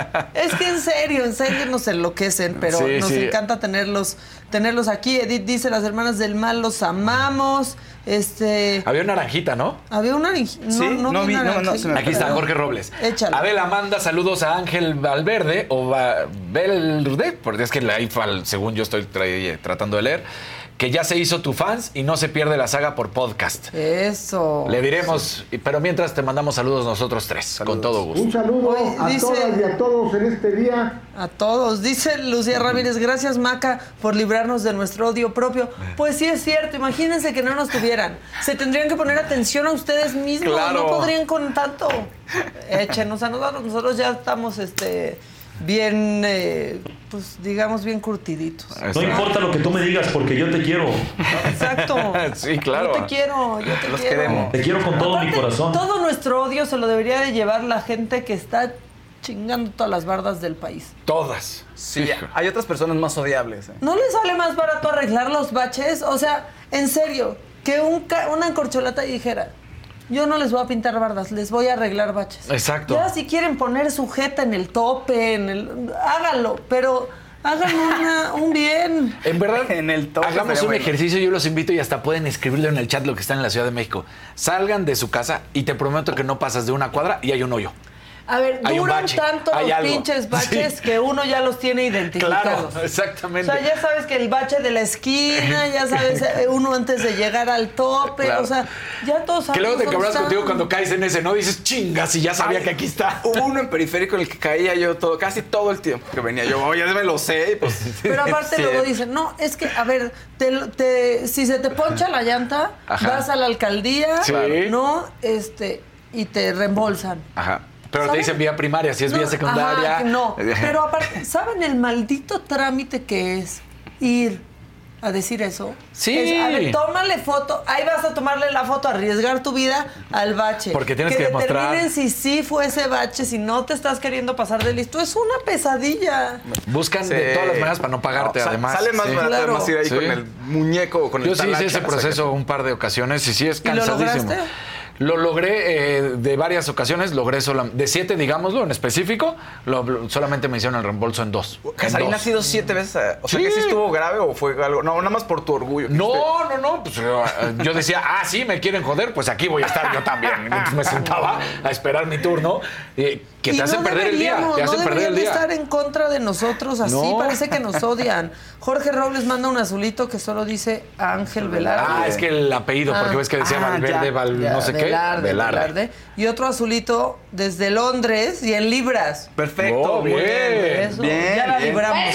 Es que en serio, en serio nos enloquecen, pero sí, nos sí. encanta tenerlos, tenerlos aquí. Edith dice, las hermanas del mal los amamos. Este... Había una naranjita, ¿no? Había una naranjita. No, ¿Sí? no, no, vi, no, no se me Aquí está Jorge Robles. Échalo. Adela manda saludos a Ángel Valverde o Valverde, porque es que ahí, según yo estoy tra- tratando de leer, que ya se hizo tu fans y no se pierde la saga por podcast. Eso. Le diremos, sí. Pero mientras te mandamos saludos nosotros tres, saludos. Con todo gusto. Un saludo Oye, a dice, todas y a todos en este día. A todos. Dice Lucía Ramírez, gracias Maca por librarnos de nuestro odio propio. Pues sí es cierto, imagínense que no nos tuvieran. Se tendrían que poner atención a ustedes mismos, claro. No podrían con tanto. Échenos a nosotros, nosotros ya estamos este... bien, eh, pues digamos, bien curtiditos. No importa lo que tú me digas, porque yo te quiero. Exacto. Sí, claro. Yo te quiero, yo te Los quiero. queremos. Te quiero con todo Aparte, mi corazón. Todo nuestro odio se lo debería de llevar la gente que está chingando todas las bardas del país. Todas. Sí, sí. Hay otras personas más odiables. ¿eh? ¿No les sale más barato arreglar los baches? O sea, en serio, que un ca- una corcholata dijera... Yo no les voy a pintar bardas, les voy a arreglar baches. Exacto. Ya si quieren poner sujeta en el tope, en el, háganlo, pero hagan una, un bien. En verdad, en el tope hagamos un bueno. ejercicio, yo los invito y hasta pueden escribirlo en el chat lo que están en la Ciudad de México. Salgan de su casa y te prometo que no pasas de una cuadra y hay un hoyo. A ver, Hay duran bache, tanto los algo. pinches baches Sí. que uno ya los tiene identificados. Claro, exactamente. O sea, ya sabes que el bache de la esquina, ya sabes uno antes de llegar al tope, Claro. o sea, ya todos sabemos. Que luego te dónde cabras están. contigo cuando caes en ese, ¿no? Dices, chingas, y ya sabía Ay, que aquí está. Hubo uno en periférico en el que caía yo todo, casi todo el tiempo que venía yo. Oh, ya me lo sé. Pues, Pero aparte sí. luego dicen, no, es que, a ver, te, te, si se te poncha la llanta, Ajá. vas a la alcaldía, Sí. ¿no? Este, y te reembolsan. Ajá. Pero ¿Saben? te dicen vía primaria, si es No, vía secundaria. ajá, no, pero aparte, ¿saben el maldito trámite que es ir a decir eso? Sí. Es, a ver, tómale foto, ahí vas a tomarle la foto, arriesgar tu vida al bache. Porque tienes que, que demostrar. determinen si sí fue ese bache, si no te estás queriendo pasar de listo. Es una pesadilla. Buscan Sí. de todas las maneras para no pagarte, No, además. Sale más Sí. barato Claro. además ir ahí Sí. con el muñeco o con Yo el sí hice talacha, ese o sea, proceso un par de ocasiones y sí es ¿Y lo cansadísimo. lograste? Lo logré eh, de varias ocasiones, logré sola, de siete, digámoslo, en específico, lo, solamente me hicieron el reembolso en dos. Casarín ha sido siete veces. A, o sea, Sí. que sí estuvo grave o fue algo. No, nada más por tu orgullo. No, no, no, pues yo, yo decía, ah, sí, me quieren joder, pues aquí voy a estar yo también. Entonces me sentaba a esperar mi turno, eh, que te Y hacen no perder el día, te hacen no perder el deberían de día. estar en contra de nosotros, así No. parece que nos odian. Jorge Robles manda un azulito que solo dice Ángel Velarde. Ah, es que el apellido, porque Ah. ves que decía Ah, Valverde, ya, Val, ya, no sé Velarde, qué. Velarde. Velarde. Y otro azulito desde Londres y en libras. Perfecto, Oh, muy bien. bien. Eso, Bien, ya la bien. libramos.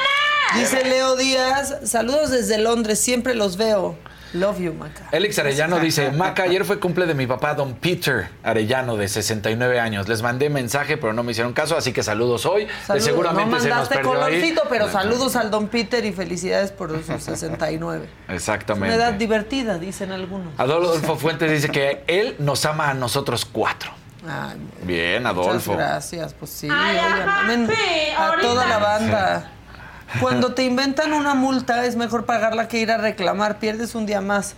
Dice Leo Díaz, saludos desde Londres, siempre los veo. Love you, Maca. Elix Arellano dice, Maca, ayer fue cumple de mi papá, don Peter Arellano, de sesenta y nueve años. Les mandé mensaje, pero no me hicieron caso, así que saludos hoy. Saludos. Seguramente no se nos mandaste perdió colorcito, ahí. pero saludos al don Peter y felicidades por sus sesenta y nueve. Exactamente. Una edad divertida, dicen algunos. Adolfo Fuentes dice que él nos ama a nosotros cuatro. Ay, Bien, muchas Adolfo. gracias, pues sí, oigan, amén a toda la banda. Cuando te inventan una multa es mejor pagarla que ir a reclamar, pierdes un día más.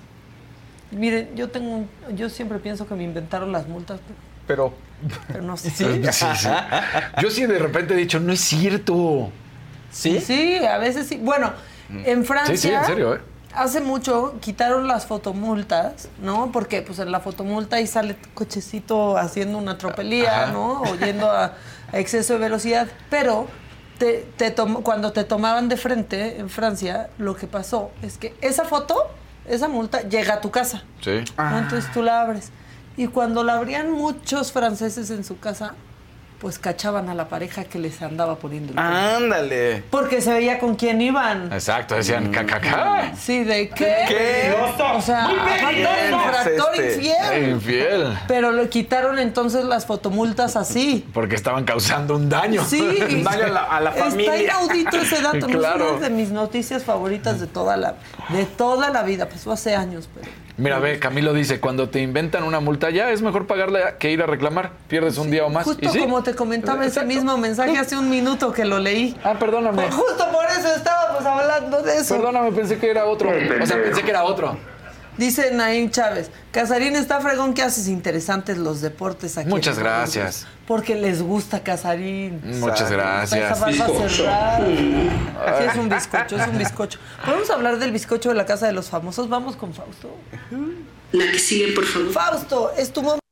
Miren, yo tengo un, yo siempre pienso que me inventaron las multas, pero, Pero. pero no sé. Sí, sí, sí. Yo sí de repente he dicho, no es cierto. ¿Sí? Sí, a veces sí. Bueno, en Francia, Sí, sí, en serio, ¿eh? hace mucho quitaron las fotomultas, ¿no? Porque pues en la fotomulta ahí sale tu cochecito haciendo una tropelía, Ajá. ¿no? O yendo a, a exceso de velocidad. Pero te, te tom- cuando te tomaban de frente en Francia, lo que pasó es que esa foto, esa multa, llega a tu casa. Sí. ¿no? Entonces tú la abres. Y cuando la abrían muchos franceses en su casa, pues cachaban a la pareja que les andaba poniendo el cuerno. Ándale. Porque se veía con quién iban. Exacto, decían cacaca. Sí, ¿de qué? ¿Qué? O sea, aparte era infractor Este. infiel. Infiel. Pero le quitaron entonces las fotomultas así. Porque estaban causando un daño. Sí. Un daño a la, a la familia. Está inaudito ese dato. No Claro. es una de mis noticias favoritas de toda la, de toda la vida. Pasó hace años, pero... Mira, ve, Camilo dice, cuando te inventan una multa ya es mejor pagarla que ir a reclamar. Pierdes un día o más. Justo ¿Y sí? como te comentaba ese Exacto. mismo mensaje hace un minuto que lo leí. Ah, perdóname. Justo por eso estábamos hablando de eso. Perdóname, pensé que era otro. O sea, pensé que era otro. Dice Naim Chávez, Casarín está fregón, que haces interesantes los deportes aquí. Muchas gracias. Porque les gusta Casarín. Muchas gracias. Esa barba cerrada. Aquí es un bizcocho, es un bizcocho. ¿Podemos hablar del bizcocho de la Casa de los Famosos? Vamos con Fausto. La que sigue, por favor. Fausto, es tu momento.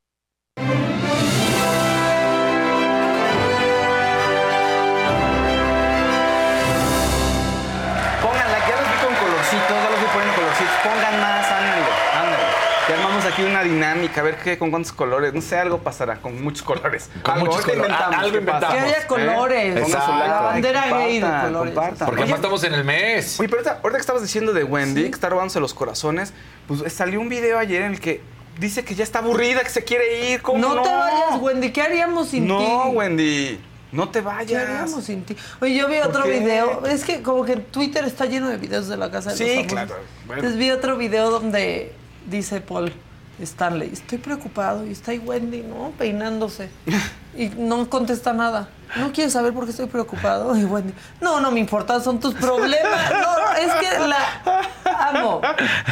Pongan más, ándale, ándale. Y armamos aquí una dinámica, a ver qué, con cuántos colores. No sé, algo pasará con muchos colores. Con algo muchos colores. inventamos. Algo inventamos. Que haya colores. ¿Eh? La bandera gay de colores. Compartan. Porque además estamos en el mes. Oye, pero ahorita, ahorita que estabas diciendo de Wendy, ¿sí? Que está robándose los corazones, pues salió un video ayer en el que dice que ya está aburrida, que se quiere ir. ¿Cómo no? No te vayas, Wendy. ¿Qué haríamos sin no, ti? No, Wendy. No te vayas. ¿Qué haríamos sin ti? Oye, yo vi otro video. Es que como que Twitter está lleno de videos de la Casa de sí, los Famosos. Sí, claro. Bueno. Entonces vi otro video donde dice Paul Stanley, estoy preocupado, y está ahí Wendy, ¿no? Peinándose. Y no contesta nada. ¿No quieres saber por qué estoy preocupado? Y Wendy, no, no me importa, son tus problemas. No, no, es que la amo.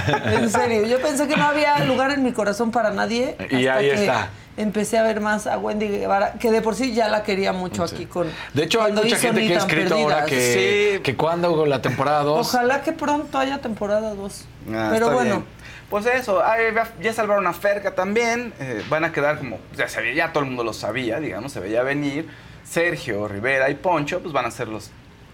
En serio, yo pensé que no había lugar en mi corazón para nadie. Y ahí que está. Empecé a ver más a Wendy Guevara, que de por sí ya la quería mucho sí. aquí con. De hecho, hay mucha gente que ha escrito ahora que, sí. que cuando la temporada dos. Ojalá que pronto haya temporada dos. Ah, pero bueno. Bien. Pues eso, ya salvaron a Ferca también. Eh, van a quedar como. Ya sabía, ya todo el mundo lo sabía, digamos, se veía venir. Sergio, Rivera y Poncho, pues van a ser los.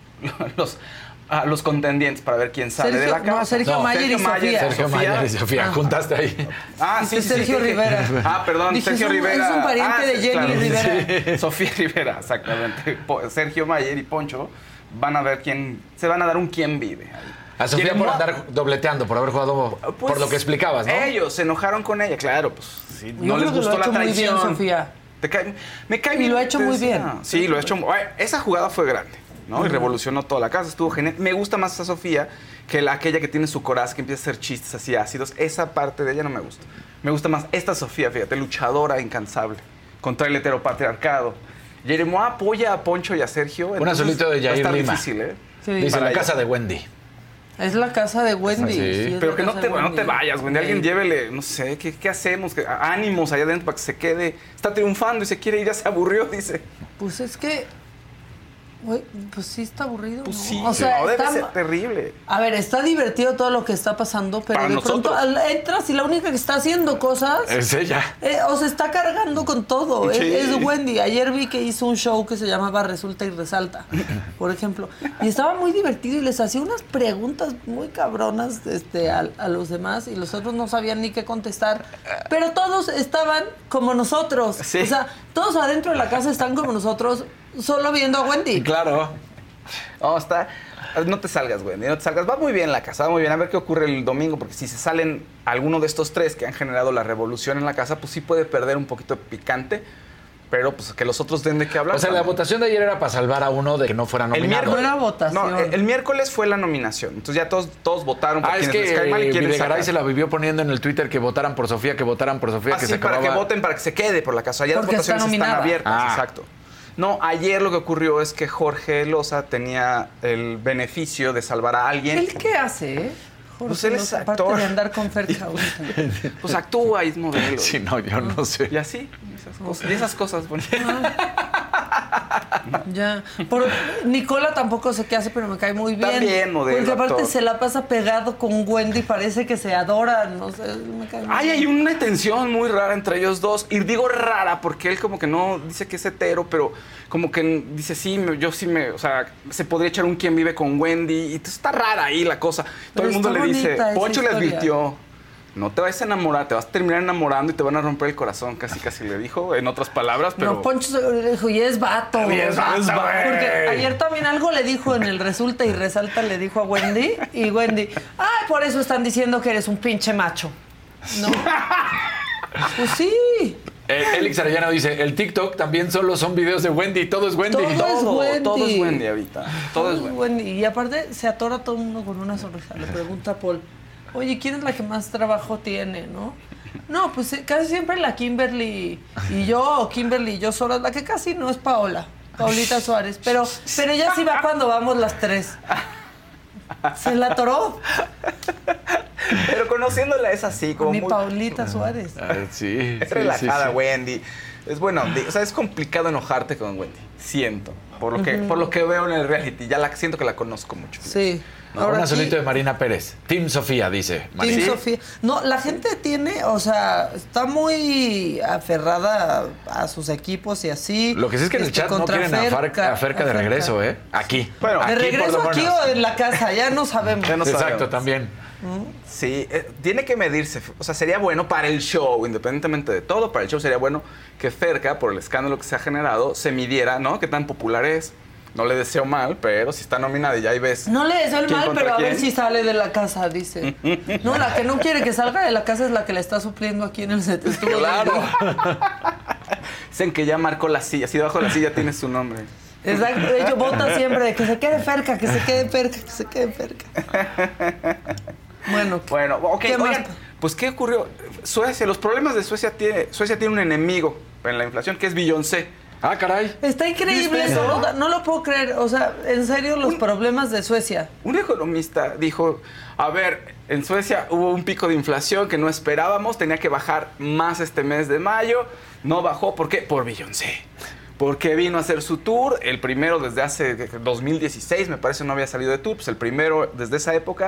los Ah, los contendientes para ver quién sale Sergio, de la casa. No, Sergio no, Mayer Sergio y Sofía. Mayer, Sergio Sofía. Mayer y Sofía, ah. juntaste ahí. Ah, sí, sí, Sergio sí, Rivera. Ah, perdón, Dije, Sergio es un, Rivera. Es un pariente ah, de Jenny claro, Rivera. Sí. Sofía Rivera, exactamente. Sergio Mayer y Poncho van a ver quién, se van a dar un quién vive ahí. A Sofía por andar dobleteando, por haber jugado, pues, por lo que explicabas, ¿no? Ellos se enojaron con ella, claro, pues sí, Yo no les gustó la traición. Muy bien, Sofía. Te cae, me cae y bien. lo ha hecho muy bien. Sí, lo ha hecho. Esa jugada fue grande. ¿no? Uh-huh. Y revolucionó toda la casa, estuvo genial. Me gusta más a Sofía que la, aquella que tiene su coraje, que empieza a hacer chistes así ácidos. Esa parte de ella no me gusta. Me gusta más esta Sofía, fíjate, luchadora incansable contra el heteropatriarcado. Jerimoa apoya a Poncho y a Sergio. Un azulito de Yair Lima. Difícil, ¿eh? Sí. Dice la casa de Wendy. Es la casa de Wendy. Sí. Sí, pero que no te, no te vayas, Wendy. Alguien llévele, no sé, ¿qué, qué hacemos? ¿Qué, ánimos allá adentro para que se quede. Está triunfando y se quiere ir, ya se aburrió, dice. Pues es que... Güey, pues sí está aburrido, pues ¿no? sí, o sea, no, debe está, ser terrible. A ver, está divertido todo lo que está pasando, pero Para de nosotros. pronto entras y la única que está haciendo cosas... Es ella. Eh, o se está cargando con todo. Sí. Es, es Wendy. Ayer vi que hizo un show que se llamaba Resulta y Resalta, por ejemplo. Y estaba muy divertido y les hacía unas preguntas muy cabronas este, a, a los demás y los otros no sabían ni qué contestar. Pero todos estaban como nosotros. Sí. O sea, todos adentro de la casa están como nosotros, solo viendo a Wendy. Claro. No, está... No te salgas, Wendy, no te salgas. Va muy bien la casa, va muy bien. A ver qué ocurre el domingo, porque si se salen alguno de estos tres que han generado la revolución en la casa, pues sí puede perder un poquito de picante, pero pues que los otros den de qué hablar. O sea, también. la votación de ayer era para salvar a uno de que no fuera nominado. El miércoles, no era votación. No, el, el miércoles fue la nominación. Entonces ya todos, todos votaron por ah, es quienes que les cae mal y quieren Videgaray sacar. se la vivió poniendo en el Twitter que votaran por Sofía, que votaran por Sofía, ah, que sí, se para acababa... que voten, para que se quede por la casa. Ya las Porque votaciones está están abiertas, ah. exacto. No, ayer lo que ocurrió es que Jorge Loza tenía el beneficio de salvar a alguien. ¿Él qué hace, eh? Jorge pues él es Loza, actor. aparte de andar con Ferca ahorita. Pues actúa y es modelo. Sí, no, yo no sé. Y así, esas cosas, y esas cosas bonitas. Ya. Por, Nicola tampoco sé qué hace, pero me cae muy bien. También modelo, porque aparte actor. se la pasa pegado con Wendy, parece que se adoran, no sé, me cae muy Ay, bien. hay una tensión muy rara entre ellos dos. Y digo rara porque él como que no dice que es hetero, pero como que dice sí, yo sí me, o sea, se podría echar un quien vive con Wendy. Y entonces está rara ahí la cosa. Pero todo el mundo le dice, Poncho le historia. advirtió, no te vas a enamorar, te vas a terminar enamorando y te van a romper el corazón, casi casi le dijo, en otras palabras, pero... No, Poncho le dijo, y es vato. Y es vato, güey. Porque ayer también algo le dijo en el Resulta y Resalta, le dijo a Wendy, y Wendy, ay, por eso están diciendo que eres un pinche macho. No. Pues sí. El, Elix Arellano dice, el TikTok también solo son videos de Wendy, todo es Wendy. Todo es Wendy. Todo es Wendy ahorita. Todo, todo es Wendy. Wendy. Y aparte se atora todo el mundo con una sonrisa. Le pregunta a Paul, oye, ¿quién es la que más trabajo tiene, no? No, pues casi siempre la Kimberly y yo, o Kimberly y yo solas, la que casi no es Paola, Paulita Suárez, pero, pero ella sí va cuando vamos las tres. Se la atoró. Pero conociéndola es así, como Mi muy... Paulita Suárez. Ah, sí. Es sí, relajada, sí, sí. Wendy. Es bueno, o sea, es complicado enojarte con Wendy. Siento. Por lo que, Ujú. por lo que veo en el reality. Ya la siento que la conozco mucho. Sí. No, Ahora un aquí- azulito de Marina Pérez. Team Sofía, dice Marina. Team Sofía. No, la gente tiene, o sea, está muy aferrada a, a sus equipos y así. Lo que sí es que en el Este, chat no contra quieren a Ferca, a Ferca de Ferca. regreso, ¿eh? Aquí. Bueno, ¿De aquí por regreso lo aquí menos. o en la casa? Ya no sabemos. Ya no Exacto, sabemos. también. Sí, eh, tiene que medirse. O sea, sería bueno para el show, independientemente de todo, para el show sería bueno que Ferca, por el escándalo que se ha generado, se midiera, ¿no? Qué tan popular es. No le deseo mal, pero si está nominada y ya ahí ves. No le deseo el quién mal, contra pero a ver quién. si sale de la casa, dice. No, la que no quiere que salga de la casa es la que le está supliendo aquí en el set. Estuvo Claro. bien. Dicen que ya marcó la silla. Si debajo de la silla tiene su nombre. Exacto, de hecho vota siempre de que se quede Ferca, que se quede Ferca, que se quede Ferca. Bueno, Bueno, ok, ¿qué más? oigan, pues ¿qué ocurrió? Suecia, los problemas de Suecia tiene, Suecia tiene un enemigo en la inflación que es Beyoncé. Ah, caray. Está increíble ¿Viste eso, eso? no, no lo puedo creer. O sea, en serio, los problemas de Suecia. Un economista dijo, a ver, en Suecia hubo un pico de inflación que no esperábamos, tenía que bajar más este mes de mayo, no bajó, ¿por qué? Por Beyoncé. Porque vino a hacer su tour, el primero desde hace dos mil dieciséis, me parece no había salido de tour, pues el primero desde esa época,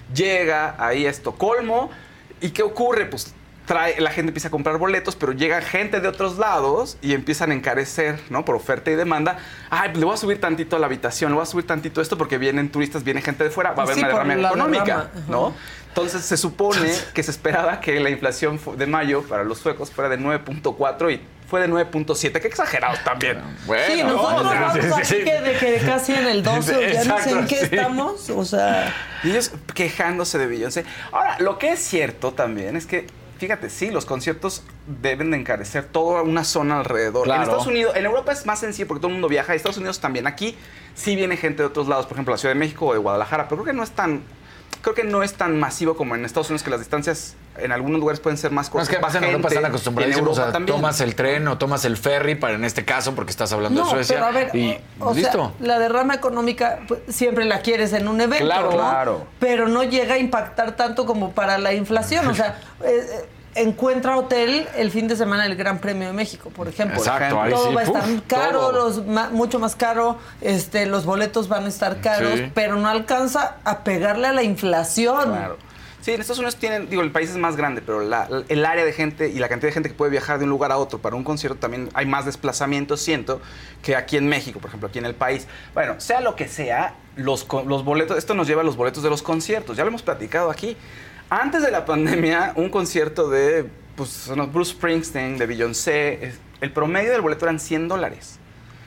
llega ahí a Estocolmo, ¿y qué ocurre? Pues trae, la gente empieza a comprar boletos, pero llega gente de otros lados y empiezan a encarecer, ¿no? Por oferta y demanda. Ay, pues le voy a subir tantito a la habitación, le voy a subir tantito esto porque vienen turistas, viene gente de fuera, va a haber Sí, una por derrama la económica, derrama, ajá. ¿no? Entonces se supone que se esperaba que la inflación fu- de mayo para los suecos fuera de nueve punto cuatro y fue de nueve punto siete. Qué exagerados también. Bueno, Sí, nosotros no, vamos sí, sí, aquí sí. que de que casi en el doce, o ya no sé en Exacto, qué sí. estamos. O sea, Y ellos quejándose de Beyoncé. Ahora, lo que es cierto también es que, fíjate, sí, los conciertos deben de encarecer toda una zona alrededor. Claro. En Estados Unidos, en Europa es más sencillo porque todo el mundo viaja. En Estados Unidos también. Aquí sí viene gente de otros lados, por ejemplo, la Ciudad de México o de Guadalajara, pero creo que no es tan... Creo que no es tan masivo como en Estados Unidos, que las distancias en algunos lugares pueden ser más No, cortas. es que pasa en Va Europa gente, están acostumbradísimos en Europa a también. tomas el tren o tomas el ferry, para en este caso, porque estás hablando no, de Suecia. pero a ver, y o, o listo. sea, la derrama económica pues, siempre la quieres en un evento, Claro, ¿no? claro. Pero no llega a impactar tanto como para la inflación. O sea, eh, eh, encuentra hotel el fin de semana del Gran Premio de México, por ejemplo. Exacto, ahí Todo sí, va a estar puf, caro, todo. los ma- mucho más caro, este, los boletos van a estar caros, Sí. pero no alcanza a pegarle a la inflación. Claro. Sí, en Estados Unidos tienen, digo, el país es más grande, pero la- el área de gente y la cantidad de gente que puede viajar de un lugar a otro para un concierto también hay más desplazamiento, siento, que aquí en México, por ejemplo, aquí en el país. Bueno, sea lo que sea, los, co- los boletos, esto nos lleva a los boletos de los conciertos, ya lo hemos platicado aquí. Antes de la pandemia, un concierto de pues, no, Bruce Springsteen, de Beyoncé, es- el promedio del boleto eran cien dólares.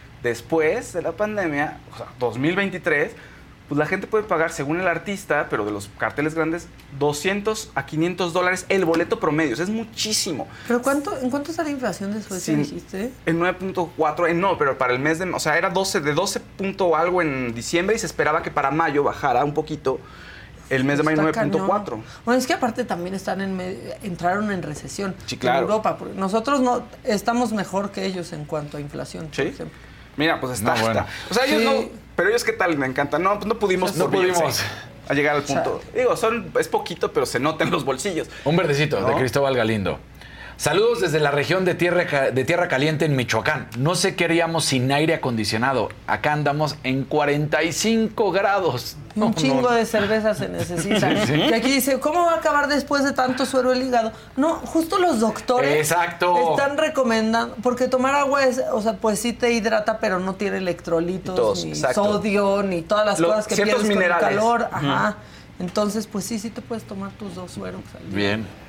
Después de la pandemia, o sea, dos mil veintitrés, pues la gente puede pagar, según el artista, pero de los carteles grandes, doscientos a quinientos dólares el boleto promedio. O sea, es muchísimo. ¿Pero cuánto, en cuánto está la inflación de Suecia, Sí. dijiste? En nueve punto cuatro, en no, pero para el mes de... O sea, era doce, de doce punto algo en diciembre y se esperaba que para mayo bajara un poquito. El mes de mayo Está nueve punto cañón. cuatro. Bueno, es que aparte también están en medio- entraron en recesión Sí, claro. en Europa. Porque nosotros no estamos mejor que ellos en cuanto a inflación, por Sí. ejemplo. Mira, pues está, No, bueno. está. O sea, ellos Sí. no... Pero ellos, ¿qué tal? Me encanta. No, pues no pudimos. No por Beyoncé pudimos. a llegar al punto. Digo, son, es poquito, pero se nota en los bolsillos. Un verdecito ¿No? de Cristóbal Galindo. Saludos desde la región de tierra, Ca- de Tierra Caliente en Michoacán. No sé qué haríamos sin aire acondicionado. Acá andamos en cuarenta y cinco grados. Un No, chingo no. de cerveza se necesita. Sí, sí. Y aquí dice, ¿cómo va a acabar después de tanto suero el hígado? No, justo los doctores Exacto. están recomendando, porque tomar agua es, o sea, pues sí te hidrata, pero no tiene electrolitos, Todos, ni exacto. sodio, ni todas las Lo- cosas que ciertos pierdes con el minerales. calor. Ajá. Entonces, pues sí, sí te puedes tomar tus dos sueros al día. Bien.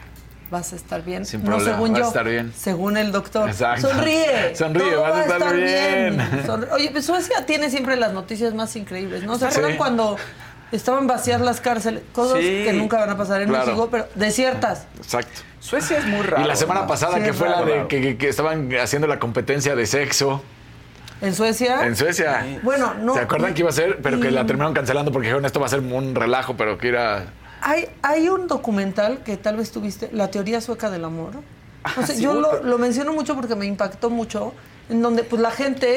Vas a estar bien. Sin no problema, según vas a yo. estar bien. Según el doctor. Exacto. Sonríe. Sonríe, Todo vas a va estar bien. Sonríe. Oye, pues Suecia tiene siempre las noticias más increíbles, ¿no? ¿Se Sí. acuerdan cuando estaban vacías las cárceles? Cosas Sí. que nunca van a pasar en Claro. México, pero desiertas. Exacto. Suecia es muy raro. Y la semana ¿no? pasada Sí, que es fue la raro. de que, que- que estaban haciendo la competencia de sexo En Suecia. en Suecia. Bueno, no. ¿Se acuerdan que iba a ser? Pero que y- la terminaron cancelando porque dijeron esto va a ser un relajo, pero que era... Hay, hay un documental que tal vez tuviste, La teoría sueca del amor. O sea, sí, yo uy, lo, pero- lo menciono mucho porque me impactó mucho, en donde pues la gente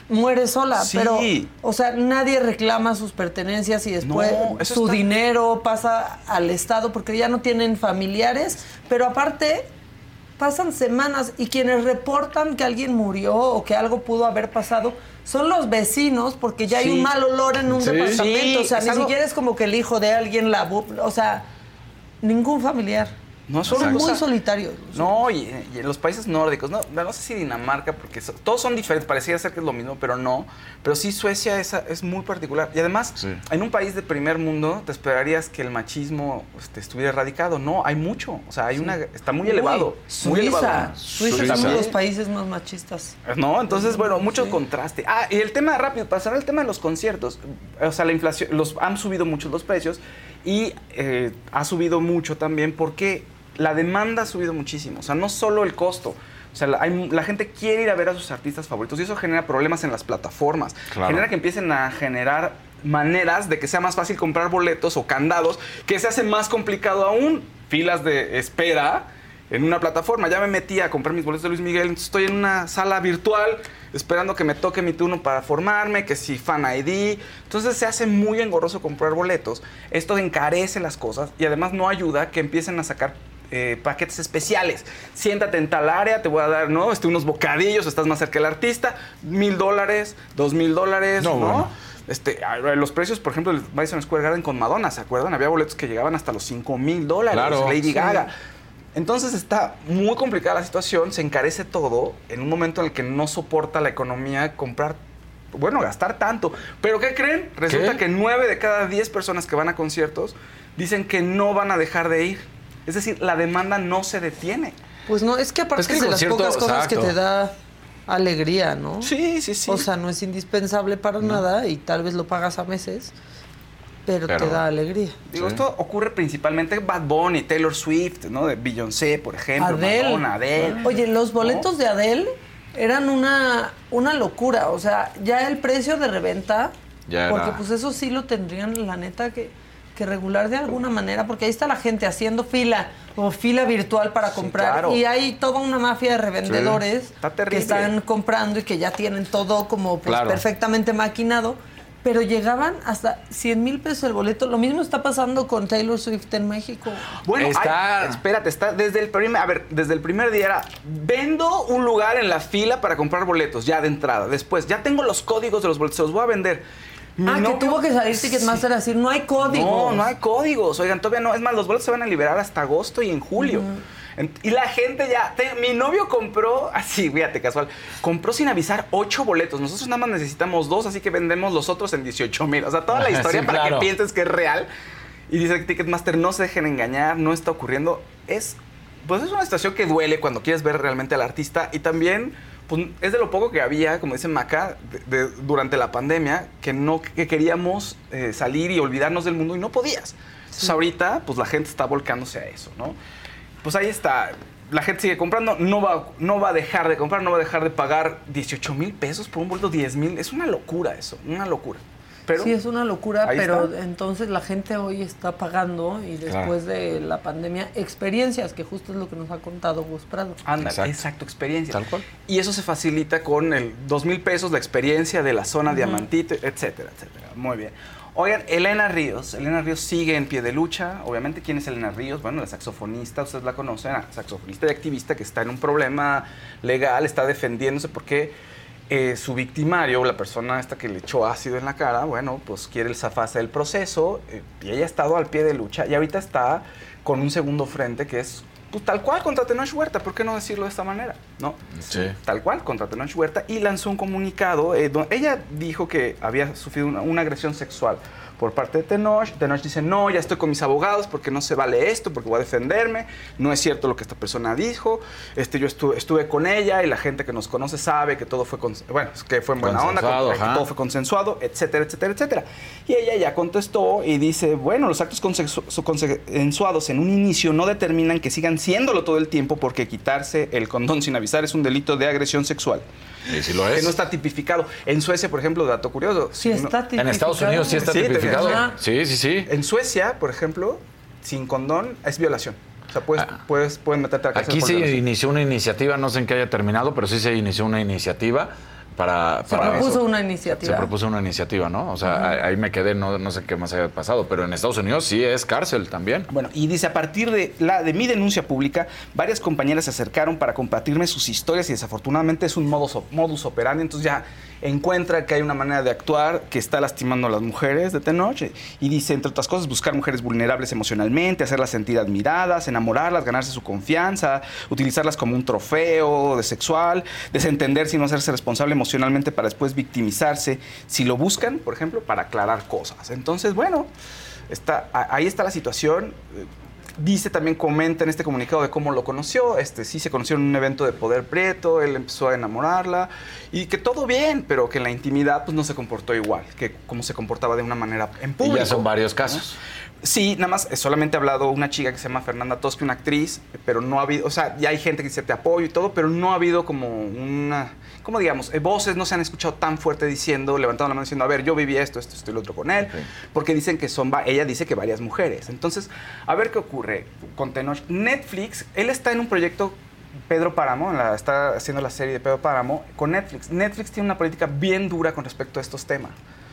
muere sola, Sí. pero, o sea, nadie reclama sus pertenencias y después No, eso su está- dinero pasa al Estado porque ya no tienen familiares, pero aparte pasan semanas y quienes reportan que alguien murió o que algo pudo haber pasado son los vecinos porque ya Sí. hay un mal olor en un Sí. departamento, Sí, o sea, es ni algo- siquiera es como que el hijo de alguien la... bu- O sea, ningún familiar. No, Son una muy cosa- solitarios. No, y, y en los países nórdicos, no, no sé si Dinamarca, porque so- todos son diferentes, pareciera ser que es lo mismo, pero no. Pero sí, Suecia es, es muy particular. Y además, Sí. en un país de primer mundo, te esperarías que el machismo este, estuviera erradicado. No, hay mucho. O sea, hay una, está muy elevado. Uy, muy Suiza. elevado. Suiza es Suiza. uno de los países más machistas. No, entonces, bueno, mucho Sí. contraste. Ah, y el tema rápido, para cerrar el tema de los conciertos. O sea, la inflación, los han subido mucho los precios y eh, ha subido mucho también porque la demanda ha subido muchísimo. O sea, no solo el costo. O sea, la, hay- la gente quiere ir a ver a sus artistas favoritos y eso genera problemas en las plataformas. Claro. Genera que empiecen a generar maneras de que sea más fácil comprar boletos o candados, que se hace más complicado aún. Filas de espera en una plataforma. Ya me metí a comprar mis boletos de Luis Miguel, estoy en una sala virtual esperando que me toque mi turno para formarme, que si Fan I D. Entonces se hace muy engorroso comprar boletos. Esto encarece las cosas y además no ayuda que empiecen a sacar eh, paquetes especiales. Siéntate en tal área, te voy a dar, ¿no? Este, unos bocadillos, estás más cerca del artista, mil dólares, dos mil dólares, No, ¿no? bueno. Este, a- los precios, por ejemplo, el Madison Square Garden con Madonna, ¿se acuerdan? Había boletos que llegaban hasta los cinco mil dólares, Claro. Lady Sí. Gaga. Entonces está muy complicada la situación, se encarece todo en un momento en el que no soporta la economía comprar, bueno, gastar tanto. ¿Pero qué creen? Resulta ¿Qué? que nueve de cada diez personas que van a conciertos dicen que no van a dejar de ir. Es decir, la demanda no se detiene. Pues no, es que aparte Es que el es de las concierto, pocas cosas exacto. que te da alegría, ¿no? Sí, sí, sí. O sea, no es indispensable para nada y tal vez lo pagas a meses, pero, Pero- te da alegría. Digo, Sí. esto ocurre principalmente en Bad Bunny, Taylor Swift, ¿no? De Beyoncé, por ejemplo, Adele. Madonna, Adele. Oye, los boletos de Adele eran una, una locura. O sea, ya el precio de reventa, Ya era- porque pues eso sí lo tendrían, la neta, que, que regular de alguna manera, porque ahí está la gente haciendo fila o fila virtual para comprar. claro. Y hay toda una mafia de revendedores Está que terrible. están comprando y que ya tienen todo como pues, Claro. perfectamente maquinado. Pero llegaban hasta cien mil pesos el boleto. Lo mismo está pasando con Taylor Swift en México. Bueno, Está- ay, espérate, está desde el primer, a ver, desde el primer día era, vendo un lugar en la fila para comprar boletos, ya de entrada. Después, ya tengo los códigos de los boletos, se los voy a vender. Mi Ah, que novio- tuvo que salir Ticketmaster a decir, no hay código. No, no hay códigos. Oigan, todavía no. Es más, los boletos se van a liberar hasta agosto y en julio. En- Y la gente ya... te- mi novio compró, así, fíjate, casual, compró sin avisar ocho boletos. Nosotros nada más necesitamos dos, así que vendemos los otros en dieciocho mil. O sea, toda la historia Sí, para claro. que pienses que es real. Y dice que Ticketmaster, no se dejen engañar, no está ocurriendo. Es, pues es una situación que duele cuando quieres ver realmente al artista. Y también, pues es de lo poco que había, como dice Maca, de- de- durante la pandemia, que no que queríamos eh, salir y olvidarnos del mundo y no podías. Entonces ahorita, pues la gente está volcándose a eso, ¿no? Pues ahí está. La gente sigue comprando, no va, no va a dejar de comprar, no va a dejar de pagar dieciocho mil pesos por un boleto, diez mil. Es una locura eso, una locura. Pero sí, es una locura, ahí pero está. entonces la gente hoy está pagando y después de la pandemia, experiencias, que justo es lo que nos ha contado Gus Prado. Anda, Exacto. exacto. experiencia. Tal cual. Y eso se facilita con el dos mil pesos, la experiencia de la zona diamantito, etcétera, etcétera. Muy bien. Oigan, Elena Ríos. Elena Ríos sigue en pie de lucha. Obviamente, ¿quién es Elena Ríos? Bueno, la saxofonista, ustedes la conocen, la saxofonista y activista que está en un problema legal, está defendiéndose porque eh, su victimario, la persona esta que le echó ácido en la cara, bueno, pues quiere el zafarse del proceso eh, y ella ha estado al pie de lucha y ahorita está con un segundo frente que es pues, tal cual contra Tenoch Huerta, ¿por qué no decirlo de esta manera? ¿No? Sí. Tal cual, contra Tenoch Huerta, y lanzó un comunicado. Eh, donde ella dijo que había sufrido una, una agresión sexual por parte de Tenoch. Tenoch dice, no, ya estoy con mis abogados porque no se vale esto, porque voy a defenderme. No es cierto lo que esta persona dijo. Este, yo estuve, estuve con ella y la gente que nos conoce sabe que todo fue, cons- bueno, que fue en buena onda, Consensuado, que ajá. todo fue consensuado, etcétera, etcétera, etcétera. Y ella ya contestó y dice, bueno, los actos consensu- consensuados en un inicio no determinan que sigan siéndolo todo el tiempo porque quitarse el condón sin avisar es un delito de agresión sexual. Y si lo Que es. no está tipificado. En Suecia, por ejemplo, dato curioso. Sí, está tipificado. En Estados Unidos sí está Sí, tipificado. ajá. Sí, sí, sí. En Suecia, por ejemplo, sin condón es violación. O sea, puedes, puedes, pueden meterte a la cárcel Aquí por se violación. inició una iniciativa, no sé en qué haya terminado, pero sí se inició una iniciativa para, Se para propuso eso. una iniciativa. Se propuso una iniciativa, ¿no? O sea, ahí, ahí me quedé, no, no sé qué más haya pasado, pero en Estados Unidos sí es cárcel también. Bueno, y dice, a partir de, la, de mi denuncia pública, varias compañeras se acercaron para compartirme sus historias y desafortunadamente es un modus, modus operandi, entonces ya encuentra que hay una manera de actuar que está lastimando a las mujeres de Tenoch y dice, entre otras cosas, buscar mujeres vulnerables emocionalmente, hacerlas sentir admiradas, enamorarlas, ganarse su confianza, utilizarlas como un trofeo de sexual, desentender sin no hacerse responsable emocionalmente para después victimizarse, si lo buscan, por ejemplo, para aclarar cosas. Entonces, bueno, está, ahí está la situación. Dice también, comenta en este comunicado de cómo lo conoció. Este, sí se conoció en un evento de Poder Prieto, él empezó a enamorarla y que todo bien, pero que en la intimidad pues no se comportó igual, que como se comportaba de una manera en público. Y ya son varios casos. ¿No? Sí, nada más, solamente ha hablado una chica que se llama Fernanda Toschi, una actriz, pero no ha habido, o sea, ya hay gente que dice te apoyo y todo, pero no ha habido como una, ¿cómo digamos? Eh, voces no se han escuchado tan fuerte diciendo, levantando la mano diciendo, a ver, yo viví esto, esto, esto y lo otro con él, okay. Porque dicen que son, ella dice que varias mujeres. Entonces, a ver qué ocurre con Tenoch. Netflix, él está en un proyecto, Pedro Páramo, la, está haciendo la serie de Pedro Páramo con Netflix. Netflix tiene una política bien dura con respecto a estos temas.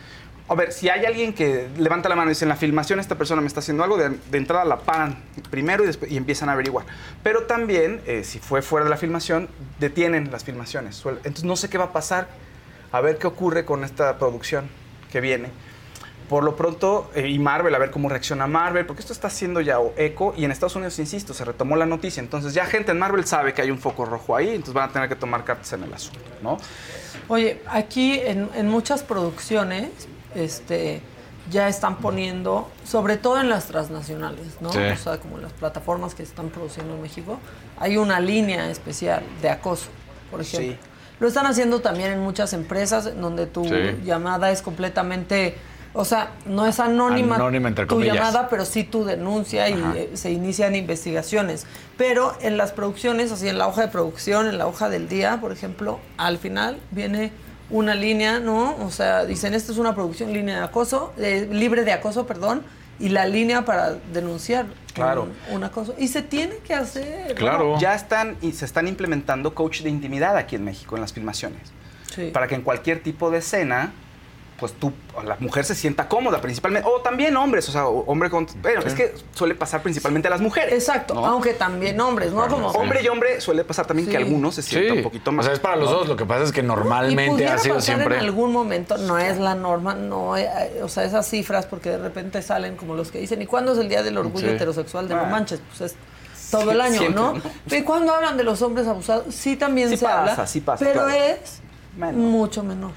A ver, si hay alguien que levanta la mano y dice, en la filmación esta persona me está haciendo algo, de, de entrada la paran primero y, después, y empiezan a averiguar. Pero también, eh, si fue fuera de la filmación, detienen las filmaciones. Entonces no sé qué va a pasar, a ver qué ocurre con esta producción que viene. Por lo pronto, eh, y Marvel, a ver cómo reacciona Marvel, porque esto está haciendo ya eco, y en Estados Unidos, insisto, se retomó la noticia. Entonces ya gente en Marvel sabe que hay un foco rojo ahí, entonces van a tener que tomar cartas en el asunto, ¿no? Oye, aquí en, en muchas producciones... Este, ya están poniendo, sobre todo en las transnacionales, ¿no? Sí. O sea, como las plataformas que se están produciendo en México, hay una línea especial de acoso, por ejemplo. Sí. Lo están haciendo también en muchas empresas donde tu sí. llamada es completamente, o sea, no es anónima, anónima entre tu comillas. llamada, pero sí tu denuncia. Ajá. Y eh, se inician investigaciones. Pero en las producciones, así en la hoja de producción, en la hoja del día, por ejemplo, al final viene una línea, ¿no? O sea, dicen, esta es una producción línea de acoso, eh, libre de acoso, perdón, y la línea para denunciar claro. un, un acoso. Y se tiene que hacer. Claro. ¿No? Ya están y se están implementando coach de intimidad aquí en México, en las filmaciones. Sí. Para que en cualquier tipo de escena, pues tú, la mujer se sienta cómoda principalmente, o también hombres, o sea, hombre con... Bueno, sí. Es que suele pasar principalmente a las mujeres. Exacto, ¿no? Aunque también hombres, ¿no? Como hombre y hombre suele pasar también sí. que algunos se sientan sí. un poquito más. O sea, es para los ¿no? dos, lo que pasa es que normalmente ha sido siempre... en algún momento, no es la norma, no, eh, o sea, esas cifras, porque de repente salen como los que dicen, ¿y cuándo es el Día del Orgullo sí. Heterosexual de ah. no manches? Pues es todo sí, el año, siempre, ¿no? ¿no? ¿Y cuando hablan de los hombres abusados? Sí también sí se pasa, habla, sí pasa, pero claro. es menor. Mucho menor.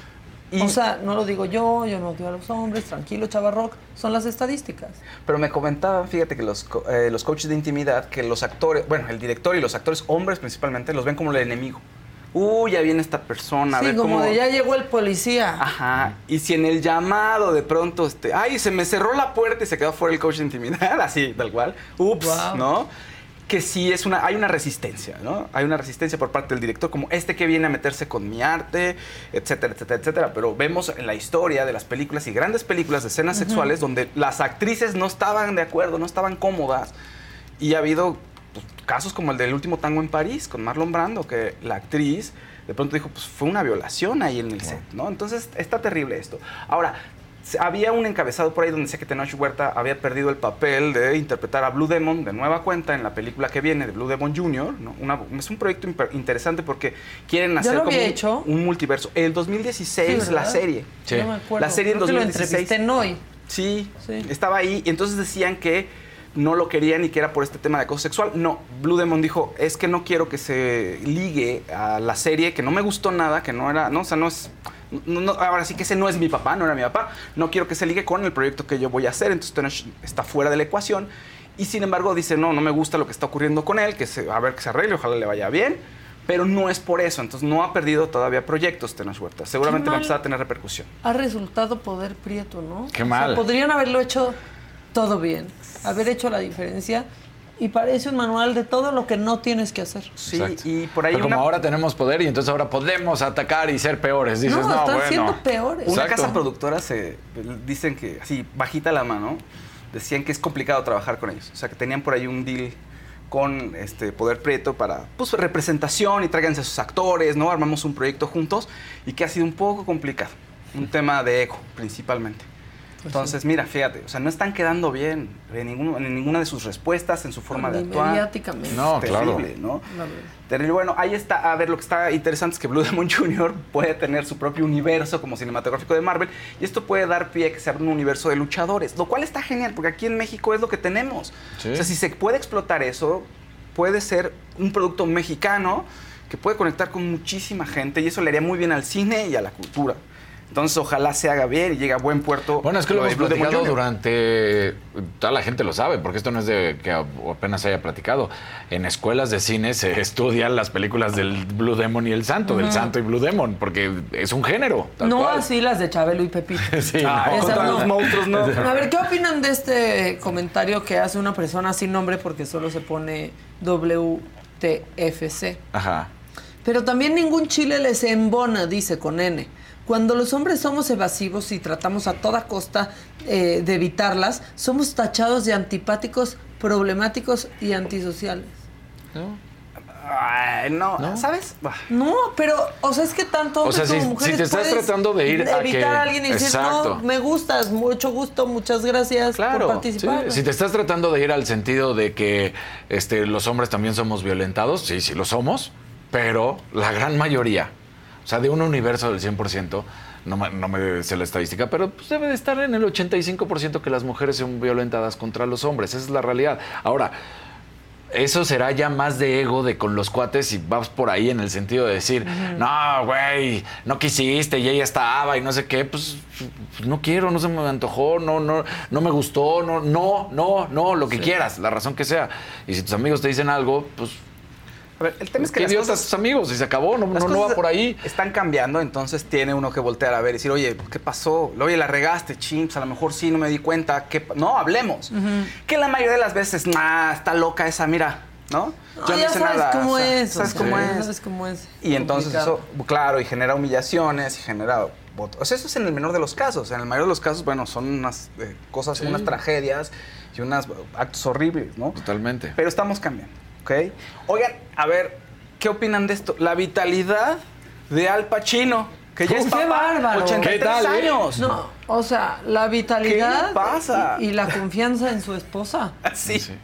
Y, o sea, no lo digo yo, yo no odio a los hombres, tranquilo, Chavarroc, son las estadísticas. Pero me comentaban, fíjate que los, eh, los coaches de intimidad, que los actores, bueno, el director y los actores, hombres principalmente, los ven como el enemigo. Uy, ya viene esta persona. Sí, a ver como cómo... de ya llegó el policía. Ajá. Y si en el llamado de pronto, este, ay, se me cerró la puerta y se quedó fuera el coach de intimidad, así, tal cual. Ups, wow. ¿no? Que sí es una, hay una resistencia, ¿no? Hay una resistencia por parte del director, como este que viene a meterse con mi arte, etcétera, etcétera, etcétera. Pero vemos en la historia de las películas y grandes películas de escenas uh-huh. sexuales donde las actrices no estaban de acuerdo, no estaban cómodas. Y ha habido pues, casos como el del último tango en París con Marlon Brando, que la actriz de pronto dijo, pues fue una violación ahí en el set, ¿no? Entonces está terrible esto. Ahora, había un encabezado por ahí donde decía que Tenoch Huerta había perdido el papel de interpretar a Blue Demon de nueva cuenta en la película que viene de Blue Demon junior, ¿no? Una, es un proyecto interesante porque quieren hacer como un, un multiverso. El dos mil dieciséis sí, la serie. Sí. No me acuerdo. La serie en dos mil dieciséis. Lo entrevisté en Hoy. Sí, sí, estaba ahí. Y entonces decían que no lo querían y que era por este tema de acoso sexual. No, Blue Demon dijo, es que no quiero que se ligue a la serie, que no me gustó nada, que no era, no, o sea, no es... No, no, ahora sí que ese no es mi papá, no era mi papá. No quiero que se ligue con el proyecto que yo voy a hacer. Entonces Tenoch está fuera de la ecuación. Y sin embargo dice, no, no me gusta lo que está ocurriendo con él, que se, a ver que se arregle, ojalá le vaya bien. Pero no es por eso. Entonces no ha perdido todavía proyectos Tenoch Huerta. Seguramente va a empezar a tener repercusión. Ha resultado Poder Prieto, ¿no? Qué mal. O sea, podrían haberlo hecho todo bien. Haber hecho la diferencia. Y parece un manual de todo lo que no tienes que hacer. Sí, exacto. Y por ahí pero una... como ahora tenemos poder y entonces ahora podemos atacar y ser peores. Dices, no, no están bueno. siendo peores. Una exacto. casa productora se dicen que, así, bajita la mano, decían que es complicado trabajar con ellos. O sea, que tenían por ahí un deal con este Poder Prieto para pues, representación y tráiganse a sus actores, ¿no? Armamos un proyecto juntos y que ha sido un poco complicado. Un tema de ego, principalmente. Entonces, mira, fíjate, o sea, no están quedando bien en, ningún, en ninguna de sus respuestas, en su forma de actuar. Mediáticamente. No, terrible, claro. ¿no? Terrible. Bueno, ahí está. A ver, lo que está interesante es que Blue Demon junior puede tener su propio universo como cinematográfico de Marvel y esto puede dar pie a que se abra un universo de luchadores, lo cual está genial porque aquí en México es lo que tenemos. ¿Sí? O sea, si se puede explotar eso, puede ser un producto mexicano que puede conectar con muchísima gente y eso le haría muy bien al cine y a la cultura. Entonces, ojalá se haga bien y llegue a buen puerto. Bueno, es que lo, lo hemos platicado durante... Toda la gente lo sabe, porque esto no es de que apenas se haya platicado. En escuelas de cine se estudian las películas del Blue Demon y el Santo, uh-huh. del Santo y Blue Demon, porque es un género. Tal no cual. Así las de Chabelo y Pepito. Sí, ah, no. Contra los monstruos, no. A ver, ¿qué opinan de este comentario que hace una persona sin nombre porque solo se pone W T F C? Ajá. Pero también ningún chile les embona, dice con N. Cuando los hombres somos evasivos y tratamos a toda costa eh, de evitarlas, somos tachados de antipáticos, problemáticos y antisociales. ¿No? Ay, no. ¿No? ¿Sabes? No, pero, o sea, es que tanto o sea, hombres si, como mujeres si te estás puedes tratando de ir a evitar que... a alguien y decir, Exacto. no, me gustas, mucho gusto, muchas gracias claro, por participar. Sí, si te estás tratando de ir al sentido de que este, los hombres también somos violentados, sí, sí lo somos, pero la gran mayoría... O sea, de un universo del cien por ciento, no me, no me sé la estadística, pero pues debe de estar en el ochenta y cinco por ciento que las mujeres son violentadas contra los hombres. Esa es la realidad. Ahora, eso será ya más de ego de con los cuates y vas por ahí en el sentido de decir, uh-huh. no, güey, no quisiste y ella estaba y no sé qué. Pues, pues no quiero, no se me antojó, no, no, no me gustó, no, no, no, no, lo que sí. quieras, la razón que sea. Y si tus amigos te dicen algo, pues... A ver, el tema es que las cosas, tus amigos y se acabó, no, no, no va por ahí. Están cambiando, entonces tiene uno que voltear a ver y decir, oye, ¿qué pasó? Oye, la regaste, chimps, a lo mejor sí, no me di cuenta. ¿Qué no, hablemos. Uh-huh. Que la mayoría de las veces, nah, está loca esa, mira, ¿no? no Yo no ya sé sabes nada. Cómo o sea, es, ¿Sabes o sea, cómo es? ¿Sabes cómo es? Y entonces complicado. Eso, claro, y genera humillaciones y genera votos. O sea, eso es en el menor de los casos. En el mayor de los casos, bueno, son unas eh, cosas, sí. unas tragedias y unos actos horribles, ¿no? Totalmente. Pero estamos cambiando, ¿ok? Oigan, a ver... ¿Qué opinan de esto? La vitalidad de Al Pacino, que ya es papá, ¡qué bárbaro! ochenta y tres ¿Qué tal, años. No, o sea, la vitalidad ¿Qué le pasa? Y, y la confianza en su esposa. Sí. sí.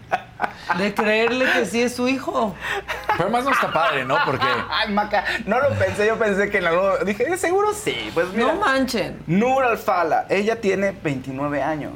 De creerle que sí es su hijo. Pero además no está padre, ¿no? Porque... Ay, Maca, no lo pensé, yo pensé que en algún... Dije, seguro sí, pues mira. No manchen. Nur Al-Fala, ella tiene veintinueve años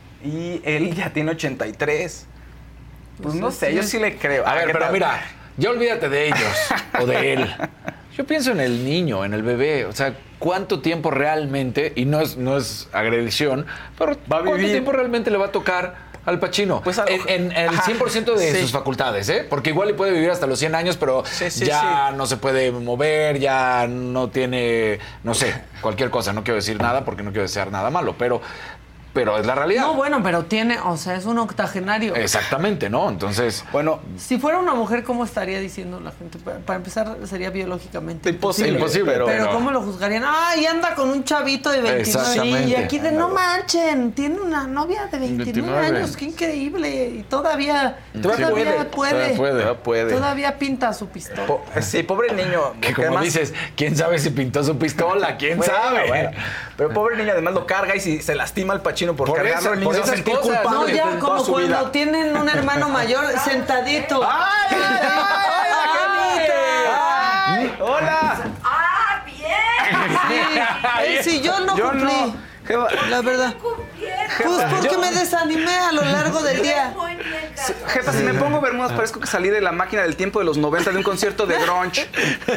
y él ya tiene ochenta y tres. Pues, pues no sé, sí. yo sí le creo. A, A ver, pero tal? mira... Ya olvídate de ellos o de él. Yo pienso en el niño, en el bebé. O sea, ¿cuánto tiempo realmente, y no es, no es agresión, pero va a ¿cuánto vivir? tiempo realmente le va a tocar Al Pacino? Pues a, en, en el cien por ciento de sí. sus facultades, ¿eh? Porque igual le puede vivir hasta los cien años, pero sí, sí, ya sí. no se puede mover, ya no tiene, no sé, cualquier cosa. No quiero decir nada porque no quiero desear nada malo, pero... Pero es la realidad. No, bueno, pero tiene, o sea, es un octogenario. Exactamente, ¿no? Entonces, bueno... Si fuera una mujer, ¿cómo estaría diciendo la gente? Para, para empezar, sería biológicamente imposible. Imposible, pero... Pero, pero... ¿cómo lo juzgarían? ¡Ay, anda con un chavito de veintinueve! Y aquí de, no manchen, tiene una novia de veintinueve, veintinueve años. ¡Qué increíble! Y todavía, sí. todavía puede. Puede. Todavía puede. puede. Todavía pinta su pistola. Po sí, pobre niño. Que como además... dices, ¿quién sabe si pintó su pistola? ¿Quién bueno, sabe? Bueno. Pero pobre niño, además lo carga y si se lastima al Pacino por, por cargarlo, el niño se va a sentir culpable. No, ya, como cuando vida. Tienen un hermano mayor sentadito. ¡Ay, ay, ay! ay, ay, ay ¡Hola! ¡Ah, bien! Sí, el sillón no yo cumplí. No. La verdad. Pues porque yo... me desanimé a lo largo del día. Jefa, si me pongo bermudas parezco que salí de la máquina del tiempo de los noventa de un concierto de grunge.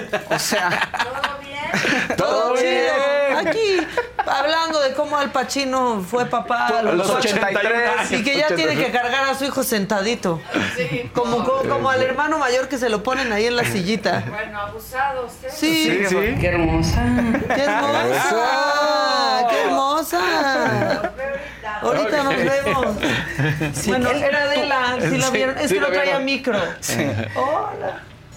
O sea... ¿Todo bien? Todo bien. Aquí, hablando de cómo Al Pacino fue papá a los, los ochenta y tres. Y que ya tiene que cargar a su hijo sentadito. Sí. Como, como, como al hermano mayor que se lo ponen ahí en la sillita. Bueno, abusados, ¿eh? Sí. Sí, sí. Qué hermosa. Qué hermosa. Qué hermosa. Ahorita nos vemos. Sí, bueno, era de la... ¿Sí lo vieron? Es sí, que no traía vieron. micro. Sí. Hola.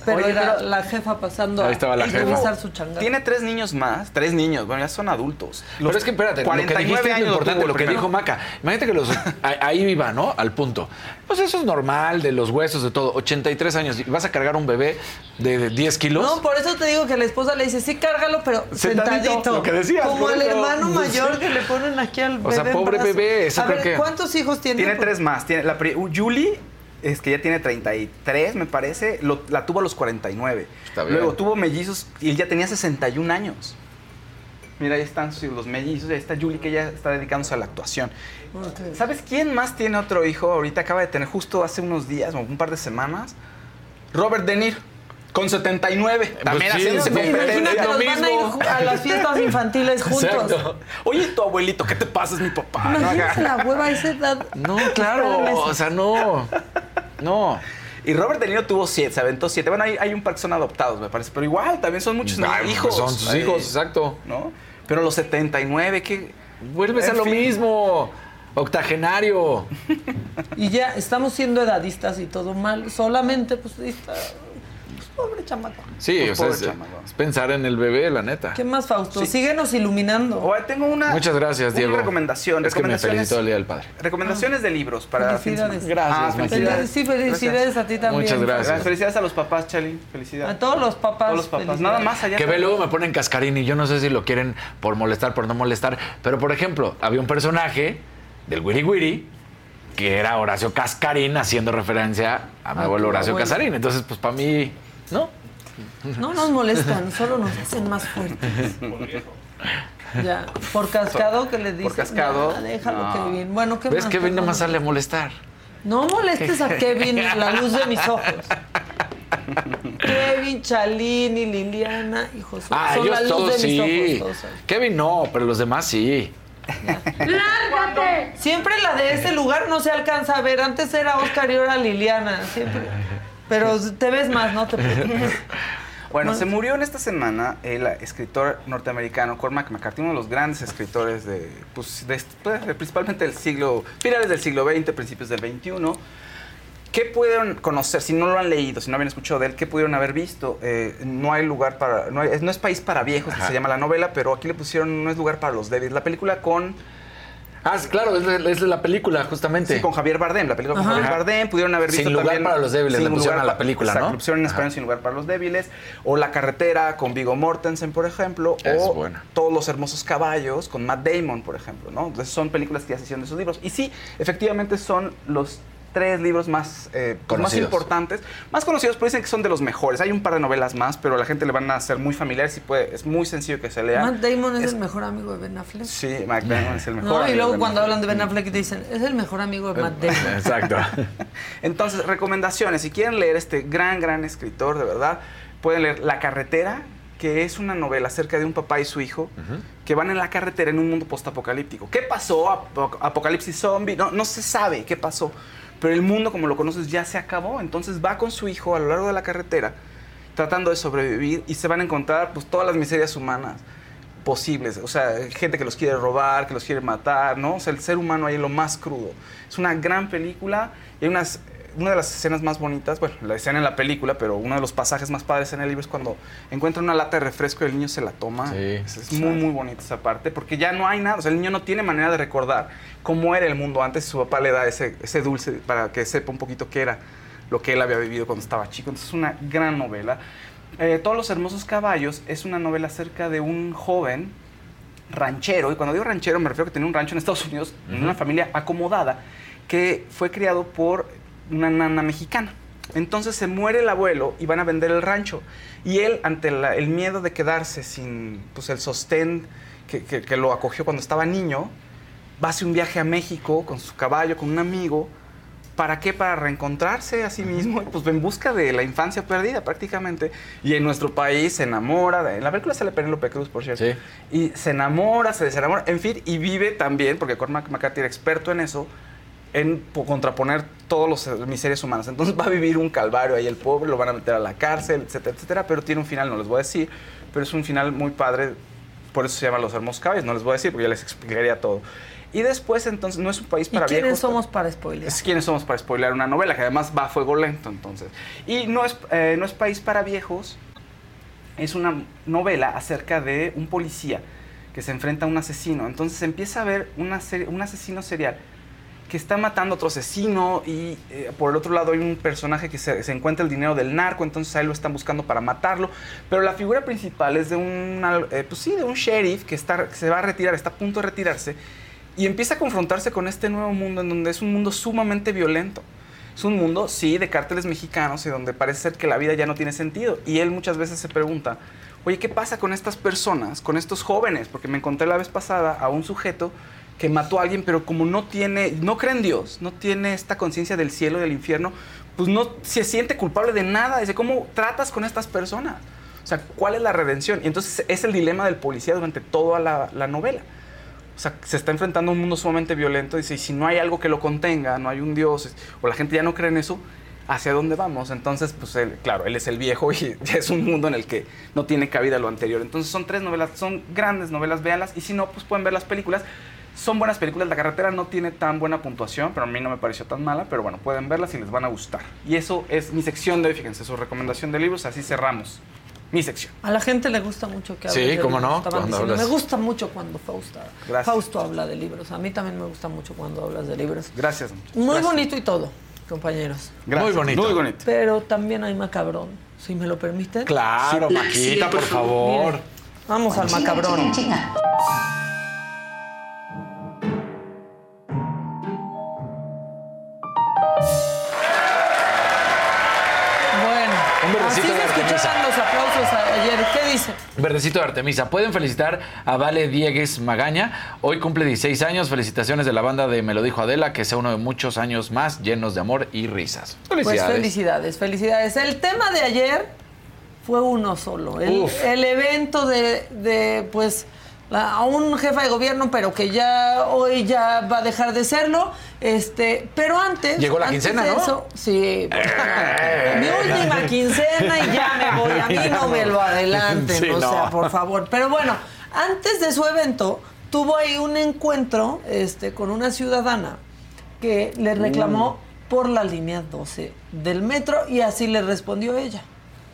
Pero Oye, era pero- la jefa pasando Ahí estaba la a jefa. revisar su changarro. Tiene tres niños más, tres niños, bueno, ya son adultos. Pero Los es que espérate, lo que cuarenta y nueve dijiste es lo años importante, tuvo el lo que primero. dijo Maca. Imagínate que los. ahí- Ahí iba, ¿no? Al punto. Pues eso es normal, de los huesos, de todo. ochenta y tres años. ¿Y vas a cargar un bebé de de diez kilos? No, por eso te digo que la esposa le dice, sí, cárgalo, pero Sentadito, sentadito. lo que decías, Como por el eso. hermano Sí. mayor que le ponen aquí al bebé. O sea, en pobre brazos. bebé, eso A creo ver, que- ¿cuántos hijos tiene? Tiene Por- tres más. Tiene la pri- Julie es que ya tiene treinta y tres, me parece. Lo- la tuvo a los cuarenta y nueve. Está bien. Luego tuvo mellizos y él ya tenía sesenta y un años. Mira, ahí están sus- los mellizos. Ahí está Julie, que ya está dedicándose a la actuación. Ok. ¿Sabes quién más tiene otro hijo? Ahorita acaba de tener justo hace unos días, o un par de semanas. Robert De Niro, con setenta y nueve. También Pues sí, haciendo sí, competencia. Imagínate, lo los van a ir mismo. ju- a las fiestas infantiles juntos. Exacto. Oye, tu abuelito, ¿qué te pasa? Es mi papá. ¿no? Imagínate la hueva a esa edad. No, claro. O sea, no. No. Y Robert De Niro tuvo siete, se aventó siete. Bueno, hay, hay un par que son adoptados, me parece. Pero igual, también son muchos Ay, pues hijos. son sus Ay, hijos, exacto. ¿no? Pero los setenta y nueve, ¿qué? Vuelves En a lo fin. mismo. Octogenario. Y ya estamos siendo edadistas y todo mal. Solamente, pues, está, pues, pobre chamaco. Sí, Pues o sea, pobre es, chamaco. es pensar en el bebé, la neta. ¿Qué más, Fausto? Sí. Síguenos iluminando. Oye, tengo una. Muchas gracias, una Diego. recomendación. Es que me recomendaciones, felicitó el Día del Padre. recomendaciones de libros para. Felicidades. Gracias, Ah, Maquita. felicidades. Sí, felicidades a ti también. Muchas gracias. Felicidades. Felicidades a los papás, Chali. Felicidades. A todos los papás. A todos los papás. felicidades. Nada más allá. Que ve, luego me ponen Cascarini. Yo no sé si lo quieren por molestar, por no molestar. Pero, por ejemplo, había un personaje del Wiri Wiri que era Horacio Cascarín haciendo referencia a mi Ah, abuelo tu Horacio abuelo. Casarín. Entonces, pues para mí, ¿no? No nos molestan, solo nos hacen más fuertes. Ya, por cascado que le dicen. Por cascado. "No, déjalo, No. Kevin. Bueno, ¿qué ¿Ves más? que Kevin nada Perdón. más sale a molestar? No molestes a Kevin, la luz de mis ojos. Kevin, Chalini, Liliana y Josué. Ah, son la ellos luz todos de mis sí. ojos. todos. Kevin no, pero los demás sí. ¡Lárgate! Siempre la de ese lugar no se alcanza a ver. Antes era Oscar y ahora Liliana. Siempre. Pero te ves más, no te preocupes. Bueno, se murió en esta semana el escritor norteamericano Cormac McCarthy, uno de los grandes escritores de, pues, de, pues, principalmente del siglo, finales del siglo veinte, principios del veintiuno. ¿Qué pudieron conocer? Si no lo han leído, si no habían escuchado de él, ¿qué pudieron haber visto? Eh, no hay lugar para... No, hay- no es país para viejos, que Ajá. se llama la novela, pero aquí le pusieron No es lugar para los débiles. La película con... Ah, sí, claro, es de, es de la película, justamente. Sí, con Javier Bardem, la película con Ajá. Javier Bardem. Pudieron haber visto Sin lugar también... para los débiles, le Sin pusieron lugar a la pa- película, exacto, ¿no? le pusieron en español Ajá. Sin lugar para los débiles. O La carretera con Viggo Mortensen, por ejemplo. Es o buena. Todos los hermosos caballos con Matt Damon, por ejemplo, ¿no? Entonces son películas que ya se hicieron de esos libros. Y sí, efectivamente son los tres libros más, eh, pues, más Conocidos. importantes, más conocidos, pero dicen que son de los mejores. Hay un par de novelas más, pero a la gente le van a hacer muy familiares y puede, es muy sencillo que se lea. Matt Damon es, Es- el mejor amigo de Ben Affleck. Sí, Matt Damon es el mejor. No, y amigo luego de cuando Ben hablan de Ben Affleck te dicen, es el mejor amigo de Matt Damon. Exacto. Entonces, recomendaciones. Si quieren leer este gran, gran escritor, de verdad, pueden leer La carretera, que es una novela acerca de un papá y su hijo que van en la carretera en un mundo postapocalíptico. ¿Qué pasó? Apo- Apocalipsis zombie. No, no se sabe qué pasó. Pero el mundo, como lo conoces, ya se acabó. Entonces va con su hijo a lo largo de la carretera tratando de sobrevivir y se van a encontrar pues todas las miserias humanas posibles. O sea, gente que los quiere robar, que los quiere matar, ¿no? O sea, el ser humano ahí es lo más crudo. Es una gran película y hay unas, una de las escenas más bonitas, bueno, la escena en la película, pero uno de los pasajes más padres en el libro es cuando encuentra una lata de refresco y el niño se la toma. Sí. Es, es muy, muy bonita esa parte, porque ya no hay nada. O sea, el niño no tiene manera de recordar cómo era el mundo antes y su papá le da ese, ese dulce para que sepa un poquito qué era lo que él había vivido cuando estaba chico. Entonces es una gran novela. Eh, Todos los hermosos caballos es una novela acerca de un joven ranchero, y cuando digo ranchero me refiero a que tenía un rancho en Estados Unidos, en una familia acomodada, que fue criado por una nana mexicana. Entonces se muere el abuelo y van a vender el rancho. Y él, ante la- el miedo de quedarse sin pues, el sostén que, que- que lo acogió cuando estaba niño, va a hacer un viaje a México con su caballo, con un amigo. ¿Para qué? Para reencontrarse a sí mismo, pues en busca de la infancia perdida prácticamente. Y en nuestro país se enamora, de- en la película sale Penélope Cruz, por cierto. Sí. Y se enamora, se desenamora, en fin, y vive también, porque Cormac McCarthy era experto en eso, en po- contraponer todos los eh, miserias humanas. Entonces va a vivir un calvario ahí el pobre, lo van a meter a la cárcel, etcétera, etcétera, pero tiene un final, no les voy a decir, pero es un final muy padre por eso se llaman Los Hermosos Caballos, no les voy a decir porque ya les explicaría todo. Y después, entonces, no es un país para ¿Y quiénes viejos. somos para spoilear? Es quiénes somos para spoilear una novela, que además va a fuego lento, entonces. Y no es, eh, no es país para viejos, es una novela acerca de un policía que se enfrenta a un asesino. Entonces empieza a ver una serie, un asesino serial que está matando a otro asesino y eh, por el otro lado hay un personaje que se, se encuentra el dinero del narco, entonces ahí lo están buscando para matarlo. Pero la figura principal es de, una, eh, pues sí, de un sheriff que, está, que se va a retirar, está a punto de retirarse y empieza a confrontarse con este nuevo mundo en donde es un mundo sumamente violento. Es un mundo, sí, de cárteles mexicanos y donde parece ser que la vida ya no tiene sentido. Y él muchas veces se pregunta, oye, ¿qué pasa con estas personas, con estos jóvenes? Porque me encontré la vez pasada a un sujeto que mató a alguien, pero como no tiene, no cree en Dios, no tiene esta conciencia del cielo y del infierno, pues no se siente culpable de nada. Dice, ¿cómo tratas con estas personas? O sea, ¿cuál es la redención? Y entonces es el dilema del policía durante toda la, la novela. O sea, se está enfrentando a un mundo sumamente violento. Dice, y si no hay algo que lo contenga, no hay un Dios, o la gente ya no cree en eso, ¿hacia dónde vamos? Entonces, pues, él, claro, él es el viejo y es un mundo en el que no tiene cabida lo anterior. Entonces, son tres novelas, son grandes novelas, véanlas. Y si no, pues pueden ver las películas. Son buenas películas. La Carretera no tiene tan buena puntuación, pero a mí no me pareció tan mala. Pero bueno, pueden verlas y les van a gustar. Y eso es mi sección de hoy, fíjense, su recomendación de libros. Así cerramos mi sección. A la gente le gusta mucho que hable sí, de cómo libros. no. Estaban diciendo, hablas... me gusta mucho cuando Fausto, Fausto habla de libros. A mí también me gusta mucho cuando hablas de libros. Gracias. Muy Gracias. bonito y todo, compañeros. Gracias. Muy bonito. Muy bonito. Pero también hay macabrón, si me lo permiten. Claro, sí, Maquita, sí, por favor. Miren, vamos al macabrón. Chinga, chinga. Así se escuchaban los aplausos ayer. ¿Qué dice? Verdecito de Artemisa. Pueden felicitar a Vale Diegues Magaña. Hoy cumple dieciséis años. Felicitaciones de la banda de Me lo dijo Adela. Que sea uno de muchos años más llenos de amor y risas. Felicidades. Pues felicidades, felicidades. El tema de ayer fue uno solo. El, el evento de, de pues... a un jefe de gobierno, pero que ya hoy ya va a dejar de serlo. Este, pero antes... Llegó la antes quincena, de ¿no? Eso, sí. Bueno, mi última quincena y ya me voy. A mí no me lo adelanten, sí, o no. sea, por favor. Pero bueno, antes de su evento, tuvo ahí un encuentro este, con una ciudadana que le reclamó mm. por la línea doce del metro y así le respondió ella.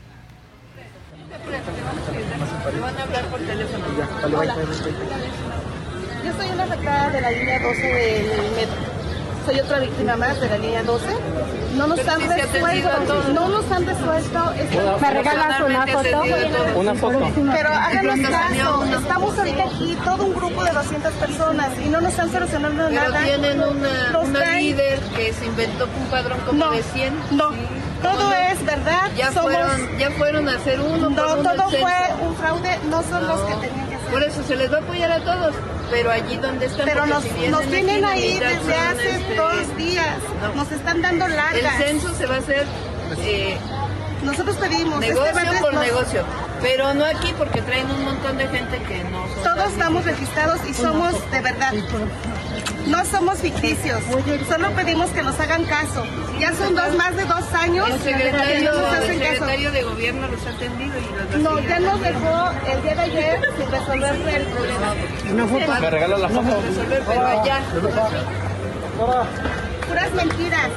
Me van a hablar por teléfono. Hola. Yo soy una afectada de la línea doce del metro. Soy otra víctima más de la línea doce. No nos han resuelto. No nos han resuelto. ¿Me regalas una foto? Una foto. Pero háganos caso. Estamos ahorita aquí, todo un grupo de doscientas personas y no nos están solucionando Pero nada. Pero tienen una, una líder que se inventó un padrón como no, de cien. No. Sí. Todo es verdad. Ya, somos, fueron, ya fueron a hacer uno. No, por todo fue un fraude. No son no. los que tenían que hacer. Por eso se les va a apoyar a todos. Pero allí donde están. Pero nos, si nos tienen ahí desde hace este, dos días. No. Nos están dando largas. El censo se va a hacer. Eh, Nosotros pedimos. Negocio este por nos... negocio. Pero no aquí porque traen un montón de gente que no son. Todos estamos registrados y somos de verdad. No somos ficticios, solo pedimos que nos hagan caso. Ya son dos, más de dos años. El secretario, no nos hacen el secretario caso. de gobierno los ha atendido y los No, ya nos dejó el día de ayer sin resolver el problema. Una foto. ¿Me regalas la foto? Resolver, pero allá. Puras mentiras.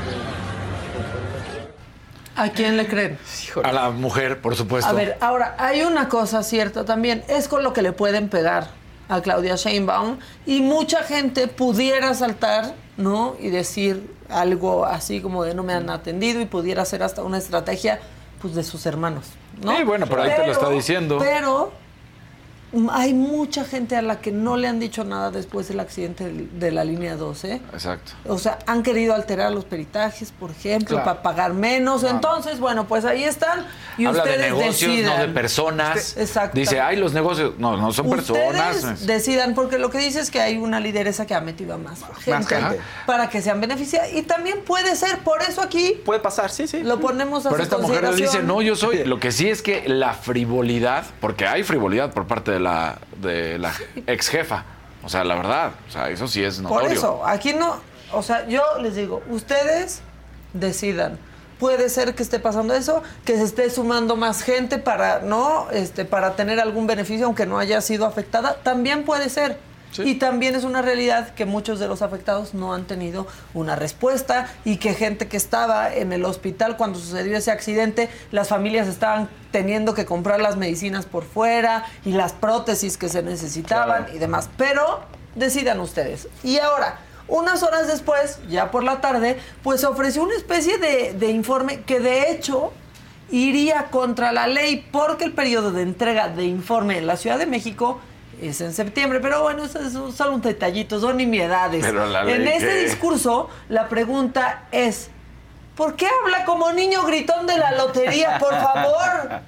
¿A quién le creen? A la mujer, por supuesto. A ver, ahora, hay una cosa cierta también. Es con lo que le pueden pegar a Claudia Sheinbaum y mucha gente pudiera saltar, ¿no? Y decir algo así como de no me han atendido y pudiera ser hasta una estrategia, pues, de sus hermanos, ¿no? Sí, bueno, pero ahí te lo está diciendo. Pero hay mucha gente a la que no le han dicho nada después del accidente de la línea doce. Exacto. O sea, han querido alterar los peritajes, por ejemplo, claro. para pagar menos. No, Entonces, no. bueno, pues ahí están. Y Habla ustedes de negocios, decidan. no de personas. Exacto. Dice, ay, los negocios. No, no son ustedes personas. decidan, porque lo que dice es que hay una lideresa que ha metido a más gente, más gente. para que sean beneficiados. Y también puede ser, por eso aquí. Puede pasar, sí, sí. Lo ponemos a Pero su esta mujer le consideración. dice, no, yo soy. Lo que sí es que la frivolidad, porque hay frivolidad por parte de la. De la ex jefa, o sea, la verdad, o sea, eso sí es notorio. Por eso, aquí no, o sea, yo les digo, ustedes decidan, puede ser que esté pasando eso, que se esté sumando más gente para, ¿no? Este, para tener algún beneficio, aunque no haya sido afectada, también puede ser. Sí. Y también es una realidad que muchos de los afectados no han tenido una respuesta y que gente que estaba en el hospital cuando sucedió ese accidente, las familias estaban teniendo que comprar las medicinas por fuera y las prótesis que se necesitaban, claro, y demás. Pero decidan ustedes. Y ahora, unas horas después, ya por la tarde, pues se ofreció una especie de, de informe que de hecho iría contra la ley, porque el periodo de entrega de informe en la Ciudad de México es en septiembre, pero bueno, eso es solo un detallito, son nimiedades. Pero la ley, en este ¿qué? discurso, la pregunta es, ¿por qué habla como niño gritón de la lotería, por favor?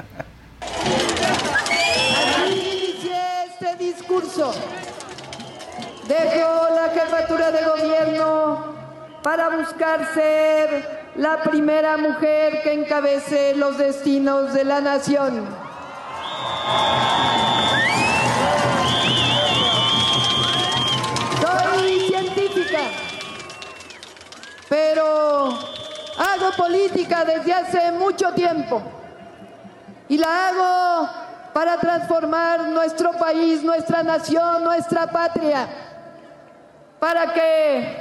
Inicie este discurso. Dejo la jefatura de gobierno para buscar ser la primera mujer que encabece los destinos de la nación. Soy científica, pero hago política desde hace mucho tiempo y la hago para transformar nuestro país, nuestra nación, nuestra patria, para que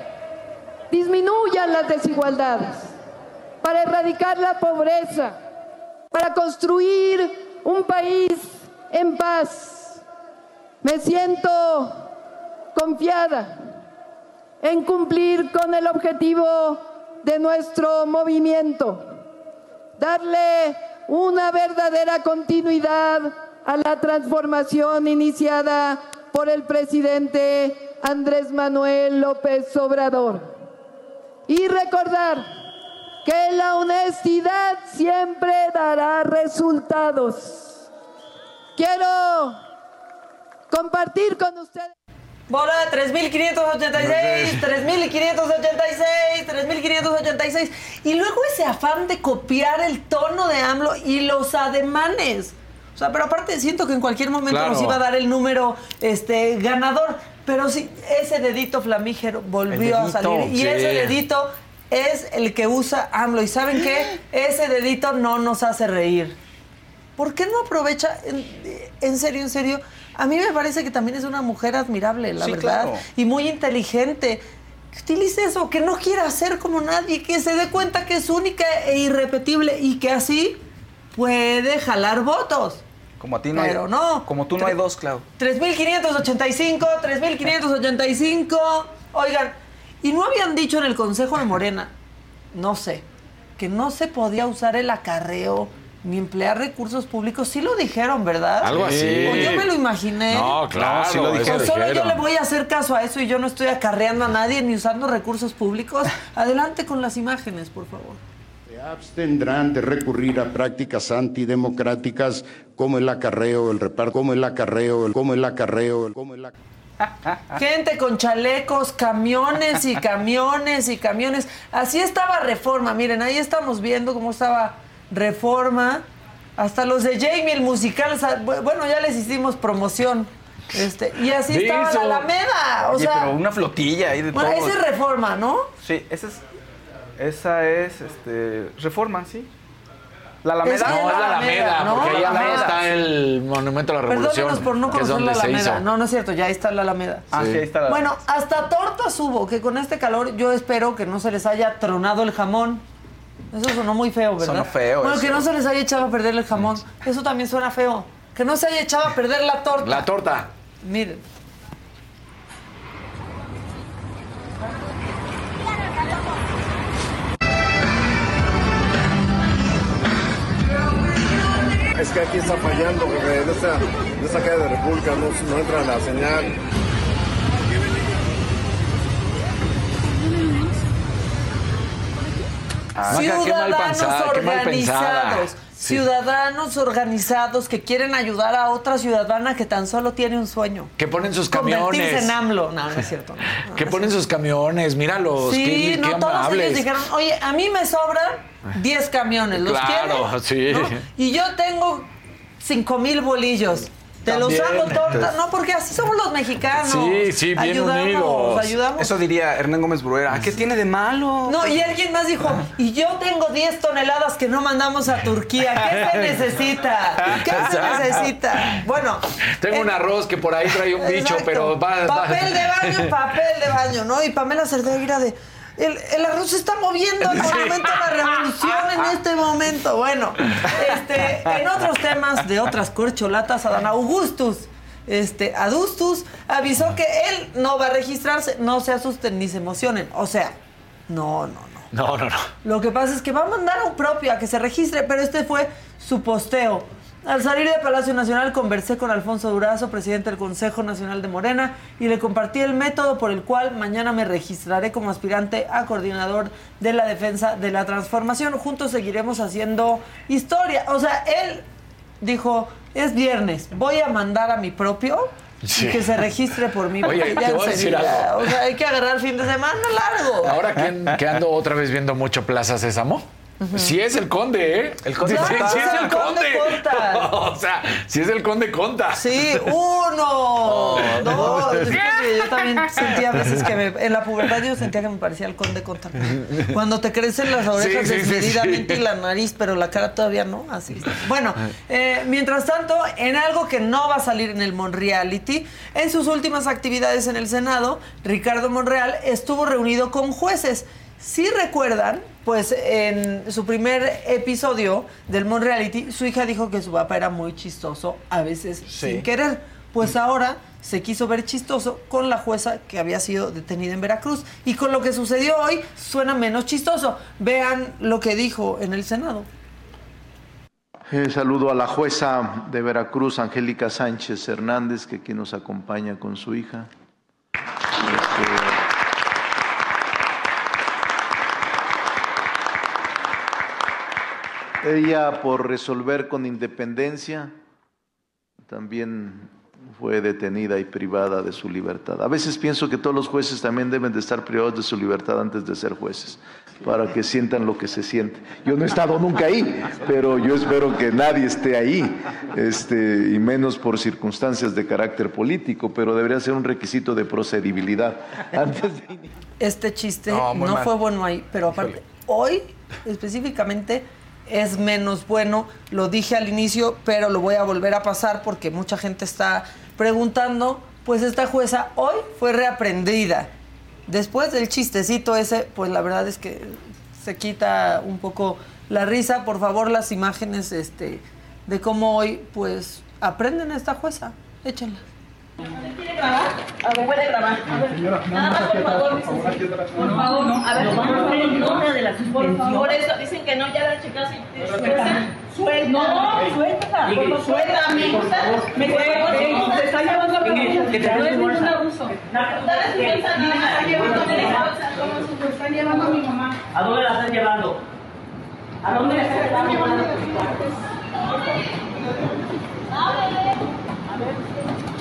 disminuyan las desigualdades, para erradicar la pobreza, para construir un país en paz. Me siento confiada en cumplir con el objetivo de nuestro movimiento, darle una verdadera continuidad a la transformación iniciada por el presidente Andrés Manuel López Obrador y recordar que la honestidad siempre dará resultados. Quiero compartir con ustedes. Bola, tres mil quinientos ochenta y seis, tres mil quinientos ochenta y seis, tres mil quinientos ochenta y seis. Y luego ese afán de copiar el tono de AMLO y los ademanes. O sea, pero aparte siento que en cualquier momento claro. nos iba a dar el número este, ganador. Pero sí, ese dedito flamígero volvió dedito, a salir. Y sí. ese dedito es el que usa AMLO. ¿Y saben qué? Ese dedito no nos hace reír. ¿Por qué no aprovecha? En, en serio, en serio. A mí me parece que también es una mujer admirable, la sí, verdad. Claro. Y muy inteligente. Que utilice eso, que no quiera ser como nadie, que se dé cuenta que es única e irrepetible y que así puede jalar votos. Como a ti no Pero hay, no. Como tú no hay dos, Clau. tres mil quinientos ochenta y cinco, tres mil quinientos ochenta y cinco. Oigan, ¿y no habían dicho en el Consejo de Morena, no sé, que no se podía usar el acarreo ni emplear recursos públicos? Sí lo dijeron, ¿verdad? Algo así. O yo me lo imaginé. No, claro, sí lo dijeron. O solo yo le voy a hacer caso a eso y yo no estoy acarreando a nadie ni usando recursos públicos. Adelante con las imágenes, por favor. Se abstendrán de recurrir a prácticas antidemocráticas como el acarreo, el reparto, como el acarreo, el, como el acarreo, el, como el acarreo. Gente con chalecos, camiones y camiones y camiones. Así estaba Reforma. Miren, ahí estamos viendo cómo estaba Reforma. Hasta los de Jamie, el musical. Bueno, ya les hicimos promoción. Este, y así de estaba eso. La Alameda. O Oye, sea, pero una flotilla ahí de bueno, todo. esa es Reforma, ¿no? Sí, esa es. Esa es este, Reforma, sí. La Alameda. Es no, es la Alameda, ¿no? Porque ahí abajo está el Monumento a la Revolución. Perdónenos por no conocer la Alameda. No, no es cierto, ya ahí está la Alameda. Ah, sí, sí ahí está la Bueno, hasta tortas hubo, que con este calor yo espero que no se les haya tronado el jamón. Eso sonó muy feo, ¿verdad? Sonó feo Bueno, eso. que no se les haya echado a perder el jamón. Eso también suena feo. Que no se haya echado a perder la torta. La torta. Miren. Es que aquí está fallando, porque en esta, en esta calle de República no, no entra la señal. Ah, ciudadanos qué mal pensada, qué mal organizados, pensada. ciudadanos organizados que quieren ayudar a otra ciudadana que tan solo tiene un sueño. Que ponen sus camiones. Convertirse en AMLO. No, no es cierto. No, no, que no ponen sus camiones, míralos. Sí, qué, no, qué todos amables. ellos dijeron, oye, a mí me sobran diez camiones, ¿los claro, quieres? sí. ¿No? Y yo tengo cinco mil bolillos. Te los También. hago torta. No, porque así somos los mexicanos. Sí, sí, bien ayudamos, unidos. Ayudamos. Eso diría Hernán Gómez Bruera. ¿Qué tiene de malo? No, y alguien más dijo, y yo tengo diez toneladas que no mandamos a Turquía. ¿Qué se necesita? ¿Qué se necesita? Bueno. Tengo eh, un arroz que por ahí trae un bicho, exacto. pero va... Papel de baño, papel de baño, ¿no? Y Pamela Cerdeira de... El, el arroz se está moviendo en el momento de la revolución en este momento. Bueno, este, en otros temas de otras corcholatas, Adán Augustus, este, Adustus, avisó que él no va a registrarse. No se asusten ni se emocionen. O sea, no, no, no. No, no, no. Lo que pasa es que va a mandar a un propio a que se registre, pero este fue su posteo. Al salir de Palacio Nacional conversé con Alfonso Durazo, presidente del Consejo Nacional de Morena, y le compartí el método por el cual mañana me registraré como aspirante a coordinador de la defensa de la transformación. Juntos seguiremos haciendo historia. O sea, él dijo, es viernes, voy a mandar a mi propio sí. y que se registre por mí. Oye, te voy a decir algo. O sea, hay que agarrar el fin de semana largo. Ahora que, que ando otra vez viendo mucho Plaza Sésamo. Uh-huh. Sí es el conde, ¿eh? El conde sí, Conta. Sí, sí es el, el conde. conde o sea, sí es el conde Conta. Sí, uno, oh, dos. Yo también sentía a veces que me, en la pubertad yo sentía que me parecía el conde Conta. Cuando te crecen las orejas sí, sí, desmedidamente sí, sí. y la nariz, pero la cara todavía no, así. Bueno, eh, mientras tanto, en algo que no va a salir en el Monreality, en sus últimas actividades en el Senado, Ricardo Monreal estuvo reunido con jueces. Si recuerdan, pues en su primer episodio del Monreality, su hija dijo que su papá era muy chistoso, a veces sí. sin querer. Pues ahora se quiso ver chistoso con la jueza que había sido detenida en Veracruz. Y con lo que sucedió hoy, suena menos chistoso. Vean lo que dijo en el Senado. Eh, saludo a la jueza de Veracruz, Angélica Sánchez Hernández, que aquí nos acompaña con su hija. Este, Ella, por resolver con independencia, también fue detenida y privada de su libertad. A veces pienso que todos los jueces también deben de estar privados de su libertad antes de ser jueces, para que sientan lo que se siente. Yo no he estado nunca ahí, pero yo espero que nadie esté ahí, este, y menos por circunstancias de carácter político, pero debería ser un requisito de procedibilidad. Antes de... Este chiste no, no fue bueno ahí, pero aparte, hoy específicamente... es menos bueno, lo dije al inicio, pero lo voy a volver a pasar porque mucha gente está preguntando. Pues esta jueza hoy fue reaprendida. Después del chistecito ese, pues la verdad es que se quita un poco la risa. Por favor, las imágenes este, de cómo hoy pues aprenden a esta jueza. Échenla. ¿Quiere grabar? A ver, puede grabar. A ver, señora, nada más, por favor, por favor, no. A ver, por favor, en nombre de la suspensión. Por favor, eso, dicen que no, ya la chica suelta. Suelta. No, suelta. Suelta, amigo. Me se está llevando a la bolsa. Que te no es ningún abuso. Dale su bolsa, me está llevando me están llevando a mi mamá. ¿A dónde la están llevando? ¿A dónde la están llevando? A ver.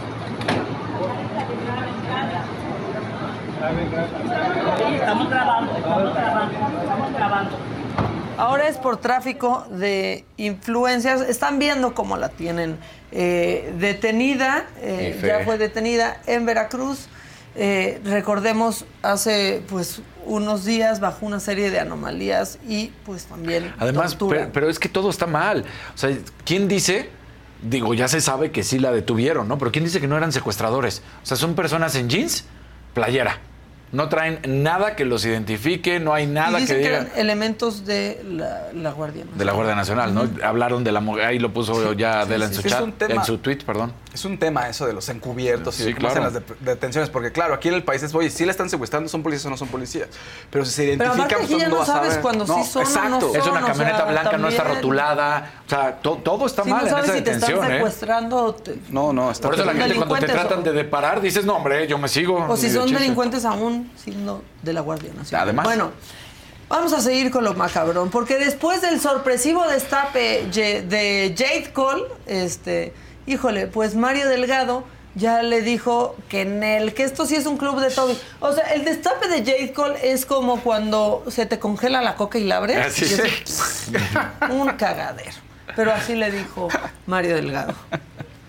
Estamos grabando, estamos grabando, estamos grabando. Ahora es por tráfico de influencias. Están viendo cómo la tienen eh, detenida. Eh, ya fue detenida en Veracruz. Eh, recordemos, hace pues unos días bajo una serie de anomalías y pues también además, pero, pero es que todo está mal. O sea, ¿quién dice? Digo, ya se sabe que sí la detuvieron, ¿no? Pero ¿quién dice que no eran secuestradores? O sea, son personas en jeans, playera. No traen nada que los identifique, no hay nada y dicen que que diga... eran elementos de la, la Guardia Nacional. De la Guardia Nacional, ¿no? Uh-huh. Hablaron de la mujer, ahí lo puso ya Adela sí, sí, en su sí, chat, es tema, en su tweet, perdón. Es un tema eso de los encubiertos sí, y de cómo claro. hacen las de, detenciones, porque claro, aquí en el país es, oye, si la están secuestrando, son policías o no son policías. Pero si se identifican, pero aquí ya no, no sabes cuando no, sí son exacto. o no son. Es una camioneta o sea, blanca, también... no está rotulada, o sea, to, todo está sí, mal no en esa si detención, te están ¿eh? secuestrando. Te... No, no, está por eso la gente cuando te tratan o... de deparar dices, no, hombre, yo me sigo. O si son chiste. delincuentes aún siendo de la Guardia Nacional. Además. Bueno, vamos a seguir con lo macabrón, porque después del sorpresivo destape de Jade Cole, este, híjole, pues Mario Delgado ya le dijo que en el que esto sí es un club de Toby. O sea, el destape de Jade Cole es como cuando se te congela la coca y la abres. Así y es un cagadero. Pero así le dijo Mario Delgado.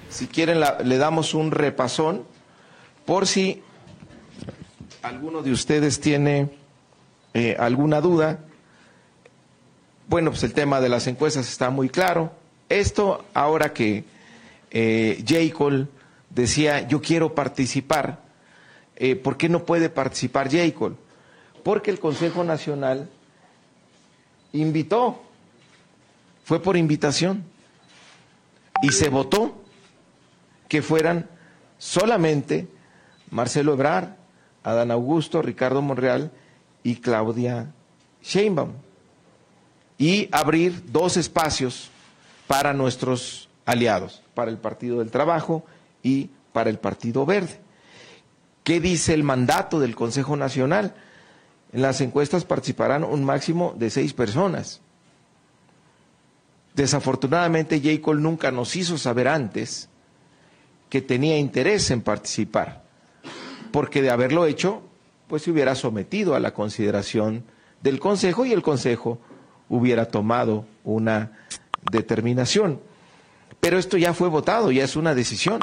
Si quieren, la, le damos un repasón por si alguno de ustedes tiene eh, alguna duda. Bueno, pues el tema de las encuestas está muy claro. Esto, ahora que eh, J. Cole decía, yo quiero participar, eh, ¿por qué no puede participar J. Cole? Porque el Consejo Nacional invitó, fue por invitación, y se votó que fueran solamente Marcelo Ebrard, Adán Augusto, Ricardo Monreal y Claudia Sheinbaum, y abrir dos espacios para nuestros aliados, para el Partido del Trabajo y para el Partido Verde. ¿Qué dice el mandato del Consejo Nacional? En las encuestas participarán un máximo de seis personas. Desafortunadamente, J. Cole nunca nos hizo saber antes que tenía interés en participar, porque de haberlo hecho, pues se hubiera sometido a la consideración del Consejo y el Consejo hubiera tomado una determinación. Pero esto ya fue votado, ya es una decisión.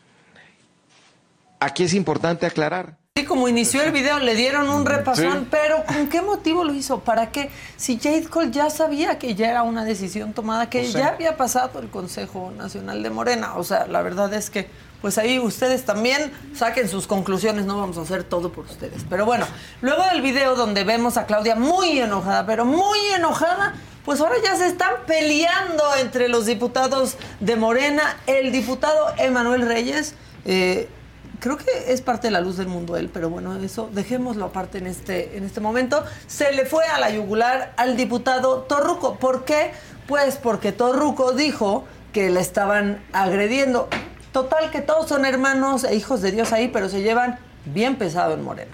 Aquí es importante aclarar. Sí, como inició el video, le dieron un repasón, sí. Pero ¿con qué motivo lo hizo? ¿Para qué? Si J. Cole ya sabía que ya era una decisión tomada, que o sea, ya había pasado el Consejo Nacional de Morena. O sea, la verdad es que, pues ahí ustedes también saquen sus conclusiones, no vamos a hacer todo por ustedes. Pero bueno, luego del video donde vemos a Claudia muy enojada, pero muy enojada, pues ahora ya se están peleando entre los diputados de Morena. El diputado Emanuel Reyes, eh, creo que es parte de la luz del mundo él, pero bueno, eso dejémoslo aparte en este, en este momento. Se le fue a la yugular al diputado Torruco. ¿Por qué? Pues porque Torruco dijo que la estaban agrediendo. Total, que todos son hermanos e hijos de Dios ahí, pero se llevan bien pesado en Morena.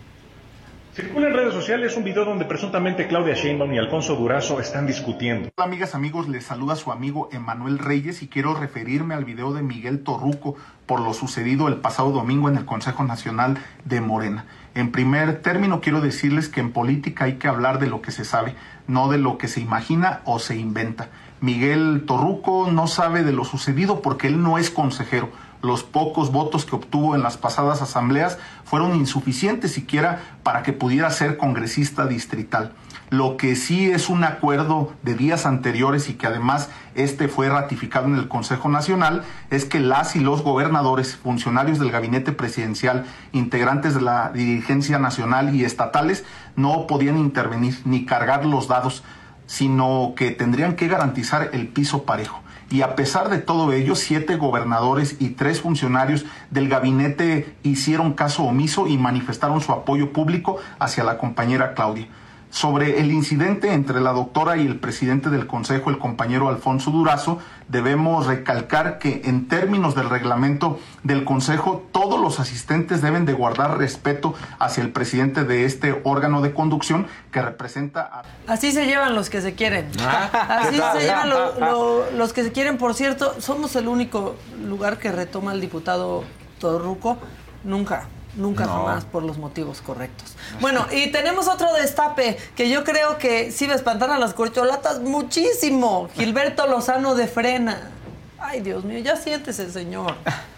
Circula en redes sociales un video donde presuntamente Claudia Sheinbaum y Alfonso Durazo están discutiendo. Hola amigas, amigos, les saluda su amigo Emanuel Reyes y quiero referirme al video de Miguel Torruco por lo sucedido el pasado domingo en el Consejo Nacional de Morena. En primer término, quiero decirles que en política hay que hablar de lo que se sabe, no de lo que se imagina o se inventa. Miguel Torruco no sabe de lo sucedido porque él no es consejero. Los pocos votos que obtuvo en las pasadas asambleas fueron insuficientes siquiera para que pudiera ser congresista distrital. Lo que sí es un acuerdo de días anteriores y que además este fue ratificado en el Consejo Nacional es que las y los gobernadores, funcionarios del gabinete presidencial, integrantes de la dirigencia nacional y estatales no podían intervenir ni cargar los dados, sino que tendrían que garantizar el piso parejo. Y a pesar de todo ello, siete gobernadores y tres funcionarios del gabinete hicieron caso omiso y manifestaron su apoyo público hacia la compañera Claudia. Sobre el incidente entre la doctora y el presidente del Consejo, el compañero Alfonso Durazo, debemos recalcar que en términos del reglamento del Consejo, todos los asistentes deben de guardar respeto hacia el presidente de este órgano de conducción que representa a... Así se llevan los que se quieren. Así se llevan lo, lo, los que se quieren. Por cierto, somos el único lugar que retoma el diputado Torruco. Nunca. Nunca, no. Jamás, por los motivos correctos. Bueno, y tenemos otro destape que yo creo que sí va a espantar a las corcholatas muchísimo. Gilberto Lozano de Frena. Ay, Dios mío, ya siéntese, señor.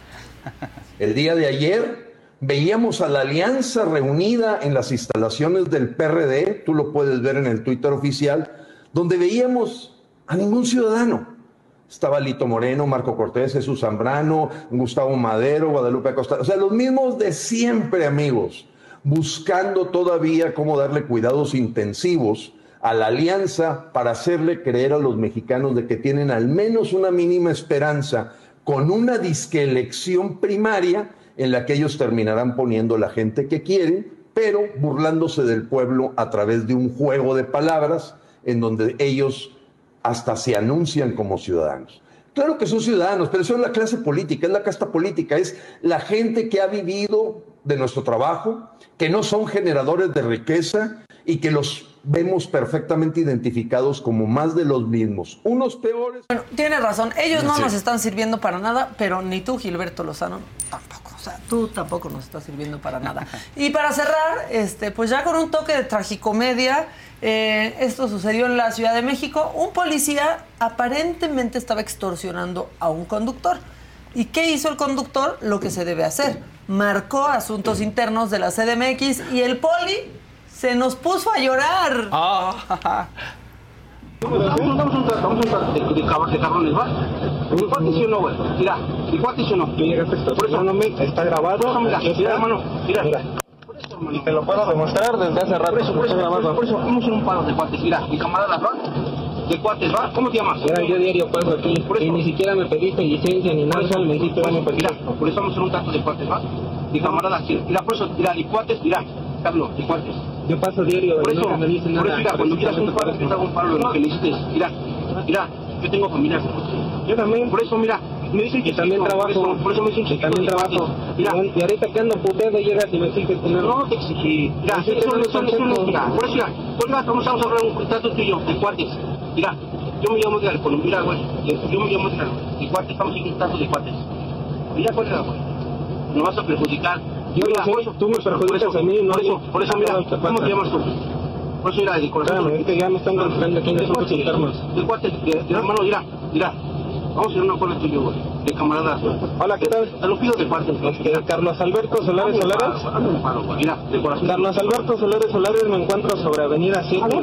El día de ayer veíamos a la alianza reunida en las instalaciones del P R D, tú lo puedes ver en el Twitter oficial, donde veíamos a ningún ciudadano. Estaba Lito Moreno, Marco Cortés, Jesús Zambrano, Gustavo Madero, Guadalupe Acosta. O sea, los mismos de siempre, amigos, buscando todavía cómo darle cuidados intensivos a la alianza para hacerle creer a los mexicanos de que tienen al menos una mínima esperanza con una disque elección primaria en la que ellos terminarán poniendo la gente que quieren, pero burlándose del pueblo a través de un juego de palabras en donde ellos hasta se anuncian como ciudadanos. Claro que son ciudadanos, pero son la clase política, es la casta política, es la gente que ha vivido de nuestro trabajo, que no son generadores de riqueza y que los vemos perfectamente identificados como más de los mismos, unos peores. Bueno, tiene razón, ellos no sí. nos están sirviendo para nada, pero ni tú, Gilberto Lozano, tampoco. O sea, tú tampoco nos estás sirviendo para nada. Y para cerrar, este, pues ya con un toque de tragicomedia, eh, esto sucedió en la Ciudad de México. Un policía aparentemente estaba extorsionando a un conductor. ¿Y qué hizo el conductor? Lo que se debe hacer. Marcó asuntos internos de la C D M X y el poli se nos puso a llorar. Ah, Damos un trato, damos un trato de, de, de cabrones, ¿va? ¿De cuate sí o no, güey? Mira, ¿de cuate sí o no? Por eso no me está grabado. Por eso, mira, mira, hermano, mira. Mira. Por eso, hermano. Y te lo puedo demostrar desde hace rato. Por eso, por eso, por eso, por eso, vamos a un paro de cuates. Mira, mi camarada, ¿va? De cuates, ¿va? ¿Cómo te llamas? Mira, yo diario paso aquí. Por eso. Y ni siquiera me pediste licencia ni nada. Por eso, me dijiste, vamos a pedir. Por eso vamos a hacer un trato de cuates, ¿va? Mi camarada, mira, por eso, mira, de cuates, mira. Pablo, de cuates. Yo paso diario, por eso, no me dicen nada. Por eso, mira, cuando quieras un paro, te hago un paro de lo que necesites. Mira, mira, yo tengo familia. Yo también, por eso, mira, me dicen que también trabajo. Por eso, por eso me dicen que también trabajo. Mira, y ahorita que ando puteando llegas y me exiges tener. No te exigí. Mira, eso no es eso, mira, por eso, mira, oiga, vamos a hablar un contrato tuyo, de cuates. Mira, yo me llamo de Colombia, güey. Yo me llamo de cuates, estamos en un contrato de cuates. Mira, cuál era, güey. No vas a perjudicar. Yo mira, por eso, tú me perjudicas a mí, no por eso, por eso, mira, ¿cómo te llamas tú? Por eso, mira, de corazón. Es que ya me están golpeando aquí en esos internos. De cuate, de hermano, mira, mira, vamos a hacer una acuerdo tuyo, güey, de camaradas. Hola, ¿qué tal? Te lo pido de parte. Este, Carlos Alberto Solares Solares. Mira, de corazón. Carlos Alberto Solares Solares, me encuentro sobre Avenida siete.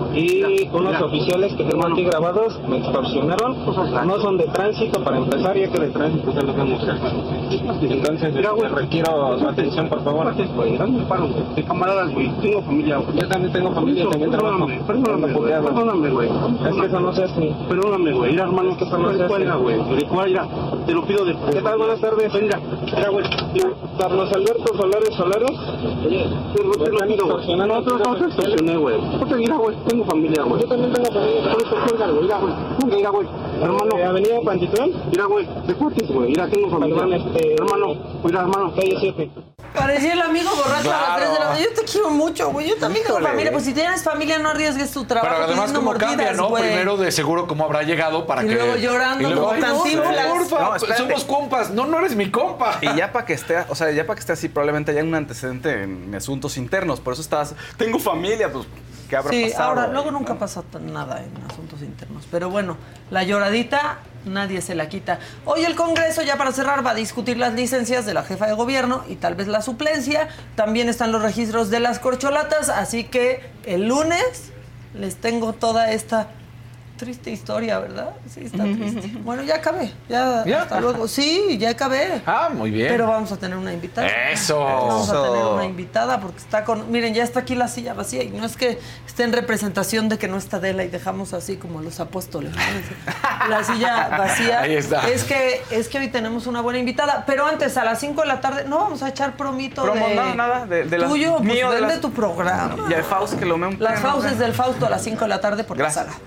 Y unos oficiales que tengo aquí grabados me extorsionaron. No son de tránsito, para empezar, ya que de tránsito es lo que hemos hecho. Entonces, mira, güey, requiero su atención, por favor. Dame un paro, güey. De camaradas, güey. Tengo familia, güey. Yo también tengo familia, también trabajo. Perdóname, güey. Perdóname, güey. Es que eso no se hace. Perdóname, güey. Mira, hermano, que eso no se hace. Güey. Mira, te lo pido de... ¿Qué tal? Buenas tardes. Mira, mira, güey. Carlos Alberto Solares Solares. Oye, te lo pido, güey. No, no, no te extorsioné, güey. Mira, güey. Tengo familia, güey. Yo también tengo familia. Por eso, cuelga, güey. Mira, güey. Mira, güey. Hermano. ¿Avenida Pantitlán? Mira, güey. De Cuates, güey. Mira, tengo familia. Este... Hermano. Mira, hermano. Calle siete. Parecía el amigo borracho claro. a las tres de la mañana. Yo te quiero mucho, güey. Yo también Híjole. tengo familia. Pues si tienes familia, no arriesgues tu trabajo. Pero además, como mordidas, cambia, ¿no? Wey. Primero, de seguro, cómo habrá llegado para y que... Y luego llorando, y luego, como Cantinflas. No, porfa, no, somos compas. No, no eres mi compa. Y ya para que esté, o sea, ya para que esté así, probablemente haya un antecedente en asuntos internos. Por eso estás, tengo familia, pues, ¿qué habrá sí, pasado? ahora, wey? luego nunca ¿no? pasa nada en asuntos internos. Pero bueno, la lloradita... nadie se la quita. Hoy el Congreso, ya para cerrar, va a discutir las licencias de la jefa de gobierno y tal vez la suplencia. También están los registros de las corcholatas, así que el lunes les tengo toda esta triste historia, ¿verdad? Sí, está triste. Bueno, ya acabé. Ya, ¿Ya? Hasta luego. Sí, ya acabé. Ah, muy bien. Pero vamos a tener una invitada. Eso. Vamos a tener una invitada porque está con... Miren, ya está aquí la silla vacía y no es que esté en representación de que no está Adela y dejamos así como los apóstoles, ¿no? La silla vacía. Ahí está. Es que, es que hoy tenemos una buena invitada, pero antes a las cinco de la tarde no vamos a echar promito Promo, de... No, nada, de, de tuyo, las, pues mío, de, las, de tu programa. Y el Faust que lo me un Las Faustes del Fausto a las cinco de la tarde por Gracias. la Saga.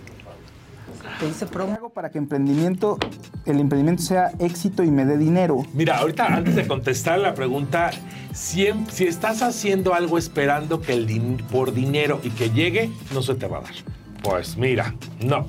Te hice promo. Para que emprendimiento, el emprendimiento sea éxito y me dé dinero. Mira, ahorita antes de contestar la pregunta, si, si estás haciendo algo esperando que el din por dinero y que llegue, no se te va a dar. Pues mira, no.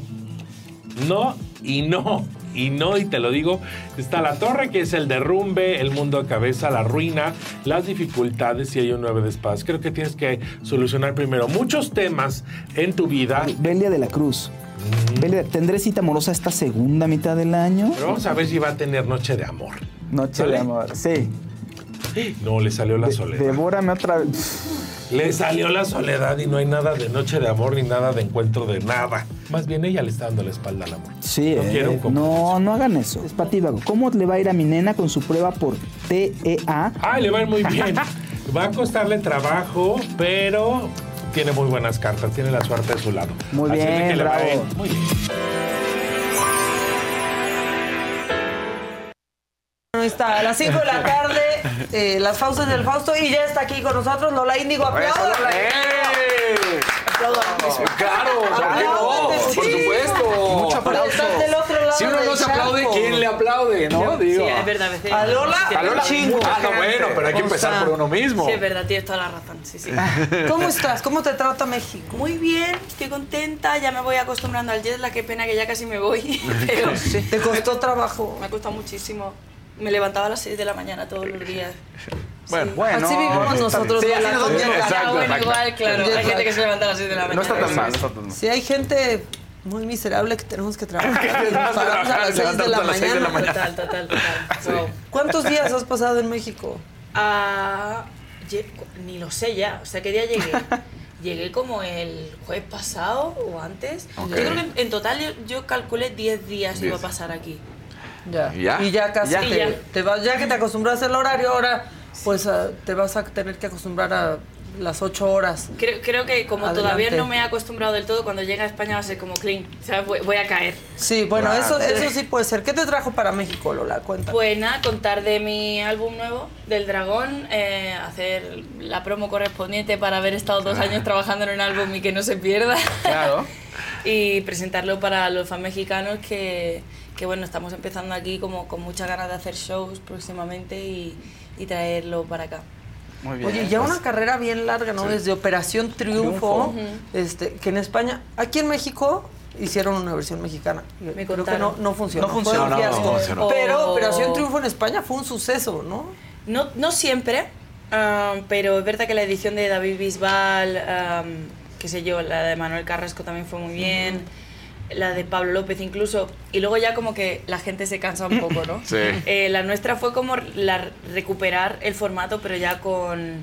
No y no. Y no, y te lo digo, está la torre, que es el derrumbe, el mundo de cabeza, la ruina, las dificultades y hay un nueve de espadas. Creo que tienes que solucionar primero muchos temas en tu vida. Belia de la Cruz. Mm. Belia, ¿tendré cita amorosa esta segunda mitad del año? Pero vamos a ver si va a tener noche de amor. Noche ¿Sale? de amor, sí. No, le salió la de, soledad. Devórame otra vez. Le salió la soledad y no hay nada de noche de amor ni nada de encuentro de nada. Más bien ella le está dando la espalda al amor. Sí, no, eh, quiero un no, no hagan eso. Es patívago. ¿Cómo le va a ir a mi nena con su prueba por T E A? Ah, le va a ir muy bien. Va a costarle trabajo, pero tiene muy buenas cartas. Tiene la suerte de su lado. Muy Así bien, que le bravo. Va a ir muy bien. Está a las cinco de la tarde, eh, las Faustes del Fausto, y ya está aquí con nosotros Lola Índigo. ¡Aplausos! ¡Eh! Claro, no, sí. Por supuesto. Mucho aplauso. Del otro lado si uno no se aplaude, charco. ¿Quién le aplaude? ¿No? Sí, Digo. es verdad. Sí. A Lola, a Lola chingo. Ah, no, bueno, pero hay que empezar o sea, por uno mismo. Sí, es verdad, tienes toda la razón. Sí, sí. ¿Cómo estás? ¿Cómo te trata México? Muy bien, estoy contenta, ya me voy acostumbrando al jet lag, qué pena que ya casi me voy. Pero sí. ¿Te costó trabajo? Me ha costado muchísimo. Me levantaba a las seis de la mañana todos los días. Bueno, sí. bueno. Así vivimos nosotros. Sí, la exacto, exacto. Bueno, igual, claro. Hay gente que se levanta a las seis de la mañana. No está tan mal, no está tan mal. Sí, hay gente muy miserable que tenemos que trabajar. Nos paramos a las seis de la mañana. Total, total, total. Sí. Wow. ¿Cuántos días has pasado en México? Ah, ni lo sé ya. O sea, ¿qué día llegué? Llegué como el jueves pasado o antes. Okay. Yo creo que en, en total yo, yo calculé diez días iba a pasar aquí. Ya. ¿Ya? Y ya casi ya. Te, ya. Te vas, ya que te acostumbraste al horario, ahora pues uh, te vas a tener que acostumbrar a las ocho horas. Creo, creo que como Adelante. Todavía no me he acostumbrado del todo, cuando llegue a España va a ser como clean, ¿sabes? Voy, voy a caer. Sí, bueno, wow. eso, eso sí puede ser. ¿Qué te trajo para México, Lola? Cuéntame. Pues nada, contar de mi álbum nuevo, del Dragón, eh, hacer la promo correspondiente para haber estado dos años trabajando en un álbum y que no se pierda. Claro. Y presentarlo para los fans mexicanos que, que bueno, estamos empezando aquí como con muchas ganas de hacer shows próximamente y, y traerlo para acá. Muy bien. Oye, lleva pues, una carrera bien larga, ¿no? Sí. Desde Operación Triunfo, Triunfo. Este, que en España, aquí en México hicieron una versión mexicana. Me creo que no, no funcionó. No funcionó, no, no, no funcionó. Pero Operación Triunfo en España fue un suceso, ¿no? No, no siempre, um, pero es verdad que la edición de David Bisbal, um, qué sé yo, la de Manuel Carrasco también fue muy bien. Uh-huh. La de Pablo López incluso, y luego ya como que la gente se cansa un poco, ¿no? Sí. Eh, la nuestra fue como la, recuperar el formato, pero ya con,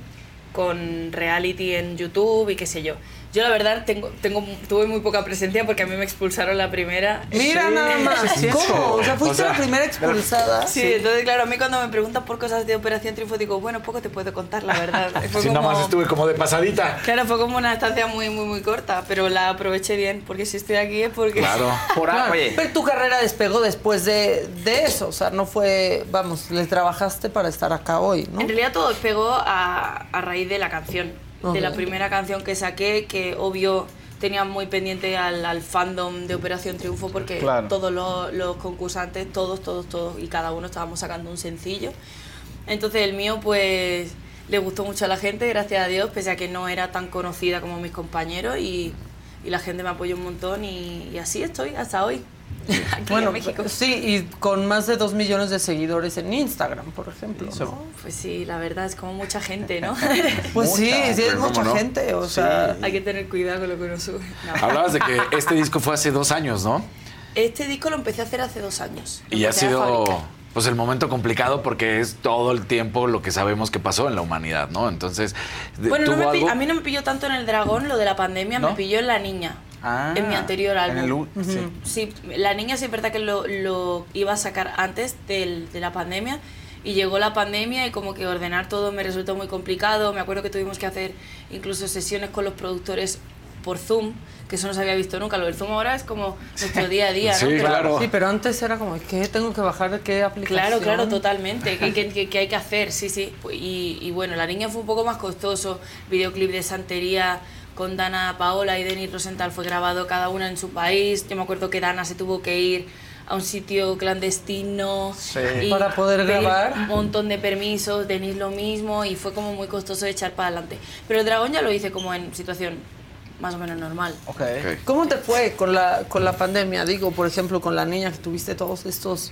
con reality en YouTube y qué sé yo. Yo la verdad tengo, tengo, tuve muy poca presencia porque a mí me expulsaron la primera. Mira sí. nada más, ¿cómo? O sea, fuiste o sea, la primera expulsada. Sí, sí, entonces claro, a mí cuando me preguntan por cosas de Operación Triunfo digo, bueno, poco te puedo contar, la verdad. Fue sí, como, nada más estuve como de pasadita. Claro, fue como una estancia muy, muy, muy corta, pero la aproveché bien, porque si estoy aquí es porque... Claro. Por claro. Oye. Pero tu carrera despegó después de, de eso, o sea, no fue, vamos, le trabajaste para estar acá hoy, ¿no? En realidad todo despegó a, a raíz de la canción, okay. de la primera canción que saqué, que obvio... tenía muy pendiente al, al fandom de Operación Triunfo porque claro. todos los, los concursantes, todos, todos, todos y cada uno estábamos sacando un sencillo. Entonces el mío pues le gustó mucho a la gente, gracias a Dios, pese a que no era tan conocida como mis compañeros y, y la gente me apoyó un montón y, y así estoy hasta hoy. Aquí bueno, en México. Sí, y con más de dos millones de seguidores en Instagram, por ejemplo, ¿no? Pues sí, la verdad es como mucha gente, ¿no? Pues mucha, sí, sí es mucha no? gente, o sí. sea... Hay que tener cuidado con lo que uno sube. No. Hablabas de que este disco fue hace dos años, ¿no? Este disco lo empecé a hacer hace dos años. Y ha sido... pues el momento complicado porque es todo el tiempo lo que sabemos que pasó en la humanidad, ¿no? Entonces, bueno, ¿tuvo no me algo? a mí no me pilló tanto en El Dragón, lo de la pandemia, ¿no? Me pilló en La Niña. Ah, en mi anterior álbum. En el, uh-huh. sí. sí, La Niña sí es verdad que lo, lo iba a sacar antes del, de la pandemia y llegó la pandemia y como que ordenar todo me resultó muy complicado. Me acuerdo que tuvimos que hacer incluso sesiones con los productores por Zoom, que eso no se había visto nunca. Lo del Zoom ahora es como nuestro día a día, ¿no? Sí, pero, claro. Sí, pero antes era como, ¿qué tengo que bajar? ¿Qué aplicación? Claro, claro, totalmente. ¿Qué, qué, qué hay que hacer? Sí, sí. Y, y bueno, La Niña fue un poco más costoso. Videoclip de Santería con Dana Paola y Denis Rosenthal fue grabado cada una en su país. Yo me acuerdo que Dana se tuvo que ir a un sitio clandestino sí. y para poder grabar un montón de permisos, Denis lo mismo y fue como muy costoso de echar para adelante. Pero El Dragón ya lo hice como en situación más o menos normal. Okay. Okay. ¿Cómo te fue con la con la pandemia? Digo, por ejemplo, con La Niña que tuviste todos estos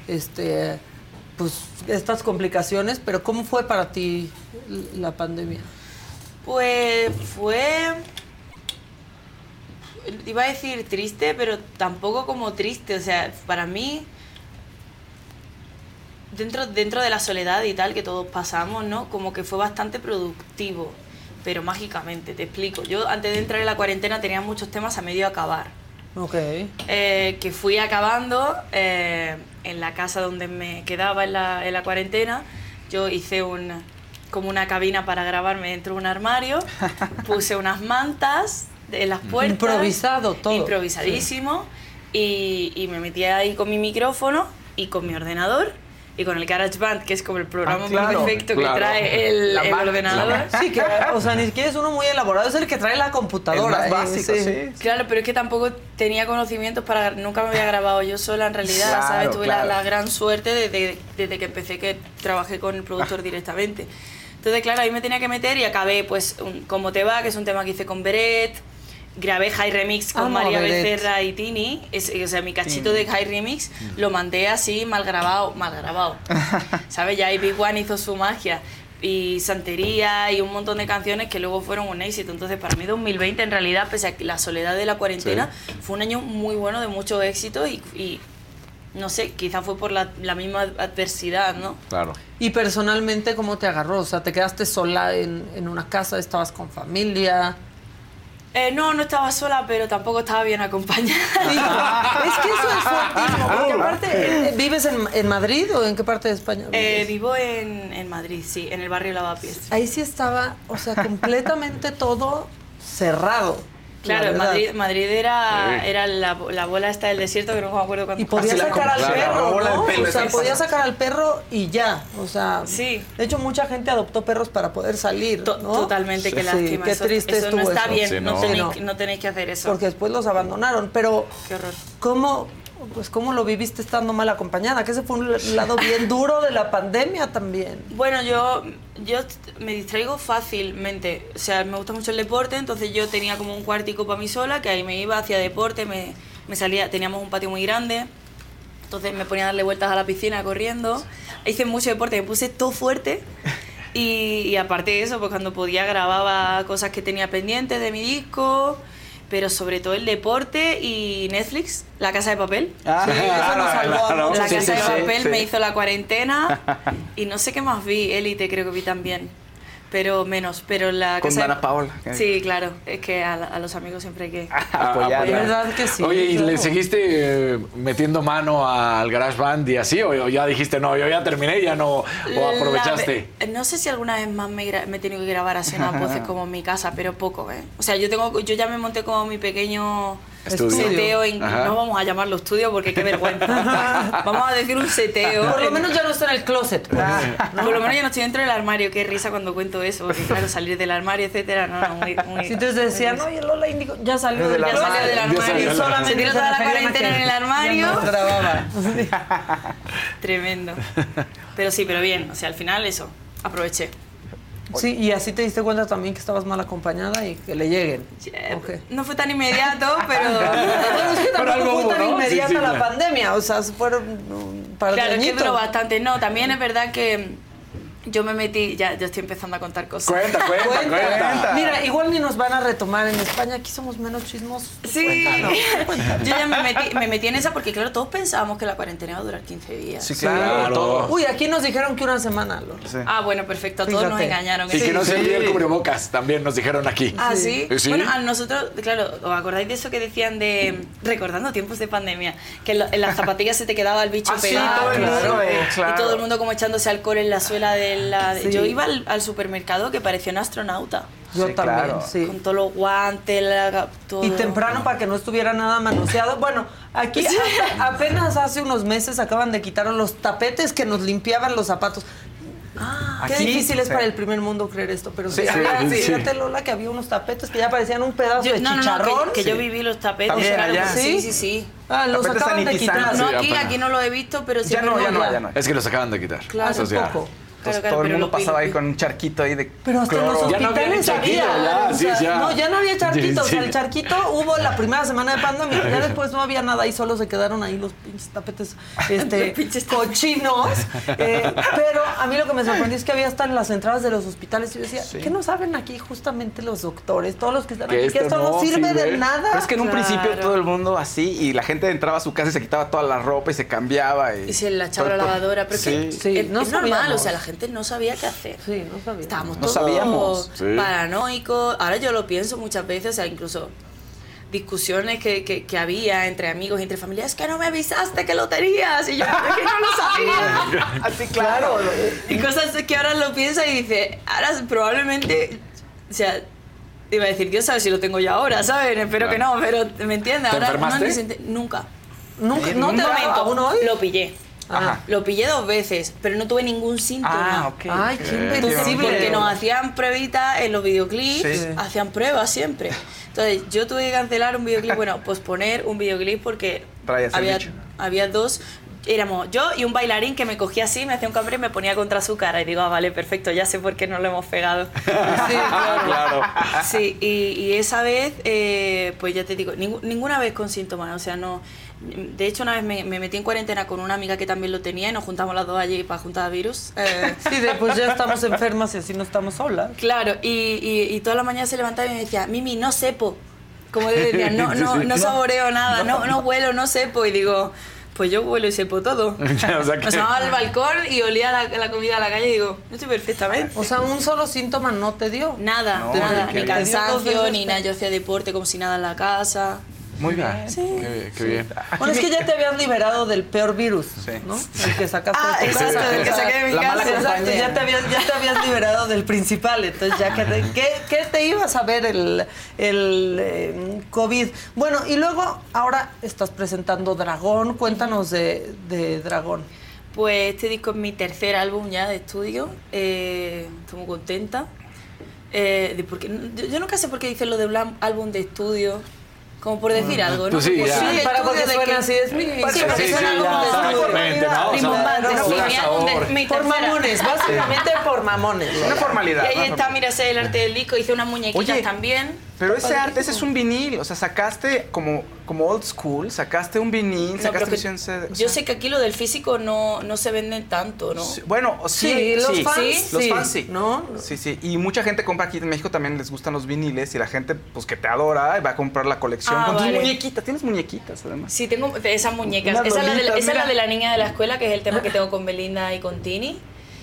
este pues estas complicaciones, pero ¿cómo fue para ti la pandemia? Pues fue, iba a decir triste, pero tampoco como triste. O sea, para mí, dentro, dentro de la soledad y tal que todos pasamos, ¿no? Como que fue bastante productivo, pero mágicamente, te explico. Yo antes de entrar en la cuarentena tenía muchos temas a medio acabar. Ok. Eh, que fui acabando eh, en la casa donde me quedaba en la, en la cuarentena. Yo hice un... como una cabina para grabarme dentro de un armario, puse unas mantas en las puertas. Improvisado todo. Improvisadísimo. Sí. Y, y me metí ahí con mi micrófono y con mi ordenador y con el GarageBand, que es como el programa ah, claro, perfecto claro. que trae el, el ordenador. Sí, que, o sea, ni siquiera es uno muy elaborado, es el que trae la computadora. El más básico, sí. sí. Claro, pero es que tampoco tenía conocimientos para... Nunca me había grabado yo sola, en realidad, claro, ¿sabes? Tuve claro. la, la gran suerte desde, desde que empecé que trabajé con el productor ah. directamente. Entonces, claro, ahí me tenía que meter y acabé, pues, un Cómo te va, que es un tema que hice con Beret. Grabé High Remix con ah, María Beret. Becerra y Tini. Es, o sea, mi cachito Tini. de High Remix lo mandé así, mal grabado, mal grabado. ¿Sabes? Ya ahí Big One hizo su magia. y Santería y un montón de canciones que luego fueron un éxito. Entonces para mí dos mil veinte en realidad, pese a que la soledad de la cuarentena, sí. fue un año muy bueno de mucho éxito y, y no sé, quizás fue por la, la misma adversidad, ¿no? Claro. Y personalmente, ¿cómo te agarró? O sea, ¿te quedaste sola en, en una casa? ¿Estabas con familia? Eh, no, no estaba sola, pero tampoco estaba bien acompañada. Es que eso es fuertísimo. Porque aparte, ¿vives en, en Madrid o en qué parte de España vives? Eh, vivo en, en Madrid, sí, en el barrio Lavapiés. Ahí sí estaba, o sea, completamente todo cerrado. Claro, Madrid, Madrid era, sí. era la, la bola esta del desierto que no me acuerdo cuándo. Y podía sacar al claro, perro, ¿no? pelo, o sea, es podía sacar al perro y ya. O sea, sí. De hecho, mucha gente adoptó perros para poder salir, ¿no? Totalmente, sí. qué lástima. Qué eso, triste eso estuvo no está eso. bien, sí, no, no. tenéis, no. no tenéis que hacer eso. Porque después los abandonaron, pero... Qué horror. ¿Cómo, pues, ¿cómo lo viviste estando mal acompañada? Que ese fue un lado bien duro de la pandemia también. Bueno, yo, yo me distraigo fácilmente. O sea, me gusta mucho el deporte, entonces yo tenía como un cuartico para mí sola, que ahí me iba, hacía deporte, me, me salía, teníamos un patio muy grande, entonces me ponía a darle vueltas a la piscina corriendo. Hice mucho deporte, me puse todo fuerte. Y, y aparte de eso, pues cuando podía grababa cosas que tenía pendientes de mi disco, pero sobre todo el deporte y Netflix, La Casa de Papel. Ah, sí, eso nos salvó a La muchos. Casa Sí, de sí, Papel sí. me hizo la cuarentena y no sé qué más vi, Élite creo que vi también, pero menos, pero la Con Casa Dana de... Paola. Sí, claro, es que a, a los amigos siempre hay que apoyar. Es verdad que sí. Oye, ¿y claro. le seguiste eh, metiendo mano al GarageBand y así? ¿O ya dijiste, no, yo ya terminé y ya no? ¿O aprovechaste? La, no sé si alguna vez más me, me he tenido que grabar así unas voces como en mi casa, pero poco, ¿eh? O sea, yo tengo, yo ya me monté como mi pequeño... Estudio. seteo, en, Ajá. no vamos a llamarlo estudio porque qué vergüenza. Vamos a decir un seteo. Por lo menos ya no está en el closet. No, por lo menos ya no estoy dentro del armario. Qué risa cuando cuento eso, porque claro, salir del armario, etcétera, no, no, muy, muy... Si entonces decían, no, y el Lola Índigo ya salió del Ya armario. salió del armario. Solamente Se tiró se toda la referían a cuarentena que en el armario. ya no grababa. Tremendo. Pero sí, pero bien, o sea, al final eso, aproveché. Sí, y así te diste cuenta también que estabas mal acompañada y que le lleguen. Yeah. Okay. No fue tan inmediato, pero... Bueno, es que tampoco fue hubo, tan ¿no? inmediata Sí, sí, la ya. pandemia, o sea, fueron un par de Claro, es que añitos. duró bastante. No, también es verdad que yo me metí... Ya, ya estoy empezando a contar cosas. Cuenta, cuenta, cuenta. Cuenta. Mira, igual ni nos van a retomar en España, aquí somos menos chismosos. Sí, Cuéntanos, cuéntanos. yo ya me metí, me metí en esa porque, claro, todos pensábamos que la cuarentena iba a durar quince días. Sí, claro. Claro. todo. Uy, aquí nos dijeron que una semana, Lola. Sí. Ah, bueno, perfecto, todos nos Fíjate. engañaron. Y que no se Sí. olvide el cubrebocas, también nos dijeron aquí. Ah, ¿sí? ¿Sí? Bueno, a nosotros, claro, ¿os acordáis de eso que decían de... Recordando tiempos de pandemia, que en, lo- en las zapatillas se te quedaba el bicho Ah, sí, pegado. todo el mundo, claro, eh, claro. Y todo el mundo como echándose alcohol en la suela de la... de- Sí. Yo iba al, al supermercado que parecía un astronauta. Yo Sí, también, claro. sí. Con todos los guantes, la, todo. Y temprano para que no estuviera nada manoseado. Bueno, aquí Sí. hasta- apenas hace unos meses acaban de quitar los tapetes que nos limpiaban los zapatos. Ah, qué Aquí, difícil es sí. para el primer mundo creer esto, pero sí, Sí, acá, sí, sí. fíjate, Lola, que había unos tapetes que ya parecían un pedazo Yo- de no, no, no, chicharrón. que, que yo viví los tapetes. También claro, allá. sí, ¿Sí? sí, sí. Ah, los Tapetes acaban de quitar. sanitizantes. No, Sí, aquí, apenas. aquí no lo he visto, pero sí. Ya no, ya no, ya no. Es que los acaban de quitar. Claro, Eso hace ya. poco. Claro, Entonces, claro, todo el pero mundo lo vi, pasaba lo ahí vi. con un charquito ahí de Pero hasta en los cloro. Ya no había hospitales ni charquito, había. ya, o sí, sea, ya. No, ya no había charquito. O sea, Sí. el charquito hubo la primera semana de pandemia. Ya después no había nada y solo se quedaron ahí los pinches tapetes este, Los pinches tapetes. cochinos. Eh, pero a mí lo que me sorprendió es que había hasta en las entradas de los hospitales. Y yo decía, Sí. ¿qué no saben aquí justamente los doctores? Todos los que están Que aquí, esto que esto no, no sirve sirve. de nada. Pero es que en un Claro. principio todo el mundo así y la gente entraba a su casa y se quitaba toda la ropa y se cambiaba. Y, Y se la echaba a la todo- lavadora. Pero sí. que Sí, es, no es normal, sabíamos. o sea, la gente no sabía qué hacer. Sí, no sabía. Estábamos No todos sabíamos. Sí. paranoicos. Ahora yo lo pienso muchas veces, o sea, incluso discusiones que, que, que había entre amigos y entre familias. Es que no me avisaste que lo tenías. Y yo, es que no lo sabía. Así, claro. Y cosas que ahora lo piensa y dice, ahora probablemente, o sea, iba a decir, Dios sabe si lo tengo yo ahora, ¿sabes? Espero que no, pero ¿me entiendes? ¿Te Ahora enfermaste? no ni se ente- nunca. Nunca, Eh, no te Un daba momento, aún hoy. lo pillé. Ajá. Lo pillé dos veces, pero no tuve ningún síntoma. Ah, ok. Ay, qué ok. invencible. Porque nos hacían pruebitas en los videoclips, Sí. hacían pruebas siempre. Entonces, yo tuve que cancelar un videoclip, bueno, posponer un videoclip porque Traías el había, bicho. había dos éramos yo y un bailarín que me cogía así, me hacía un cambre y me ponía contra su cara. Y digo, ah, vale, perfecto, ya sé por qué no lo hemos pegado. Sí, claro. Claro. Sí, y, y esa vez, eh, pues ya te digo, ning, ninguna vez con síntomas, o sea, no... De hecho, una vez me, me metí en cuarentena con una amiga que también lo tenía y nos juntamos las dos allí para juntar virus. Eh, sí, después ya estamos enfermas y así no estamos solas. Claro, y, y, y toda la mañana se levantaba y me decía, Mimi, no sepo. Como decía, no, no, no saboreo nada, no, no huelo, no sepo. Y digo, pues yo huelo y sepo todo. O sea, que... Nos vamos al balcón y olía la, la comida a la calle y digo, no estoy perfectamente. O sea, un solo síntoma no te dio. Nada, No, nada, que- ni que- cansancio, ni nada. Yo hacía deporte como si nada en la casa. Muy bien. Sí. Qué, qué bien. Bueno, es que ya te habías liberado del peor virus, ¿no? El que sacaste Ah, de tu exacto, casa. el que saqué de mi La casa. mala compañía. Exacto, Ya te, habías, ya te habías liberado del principal, entonces ya que te, ¿qué, qué te ibas a ver el, el eh, COVID? Bueno, y luego ahora estás presentando Dragón, cuéntanos de, de Dragón. Pues este disco es mi tercer álbum ya de estudio, eh, estoy muy contenta. Eh, de porque, yo, yo nunca sé por qué dicen lo de un ál- álbum de estudio, como por decir algo, ¿no? Pues sí, Pues ya. estudio Para porque de suena que- así, es mi... Sí, Sí, porque sí, suena sí, como ya, de exactamente, ¿no? O sea, rimbombante, le sí, da mi álbum de- sabor. mi Por tercera. mamones, básicamente por mamones. Una formalidad. Y ahí ¿no? está, mira, ese es el arte del disco, hice unas muñequitas Oye, también. Pero ese arte, ese es un vinil. O sea, sacaste como, como old school, sacaste un vinil, No, sacaste pero que versión C D. o yo sea, sé que aquí lo del físico no, no se vende tanto, ¿no? sí, bueno, sí, Sí, los sí, fans sí, los sí, fans sí. ¿no? Sí, sí. Y mucha gente compra aquí en México, también les gustan los viniles y la gente, pues que te adora, va a comprar la colección Ah, con vale. tus muñequitas. Tienes muñequitas, además. Sí, tengo de esas muñecas. Unas Esa, es la, de, dolitas, esa es la mira. de la niña de la escuela, que es el tema que tengo con Belinda y con Tini.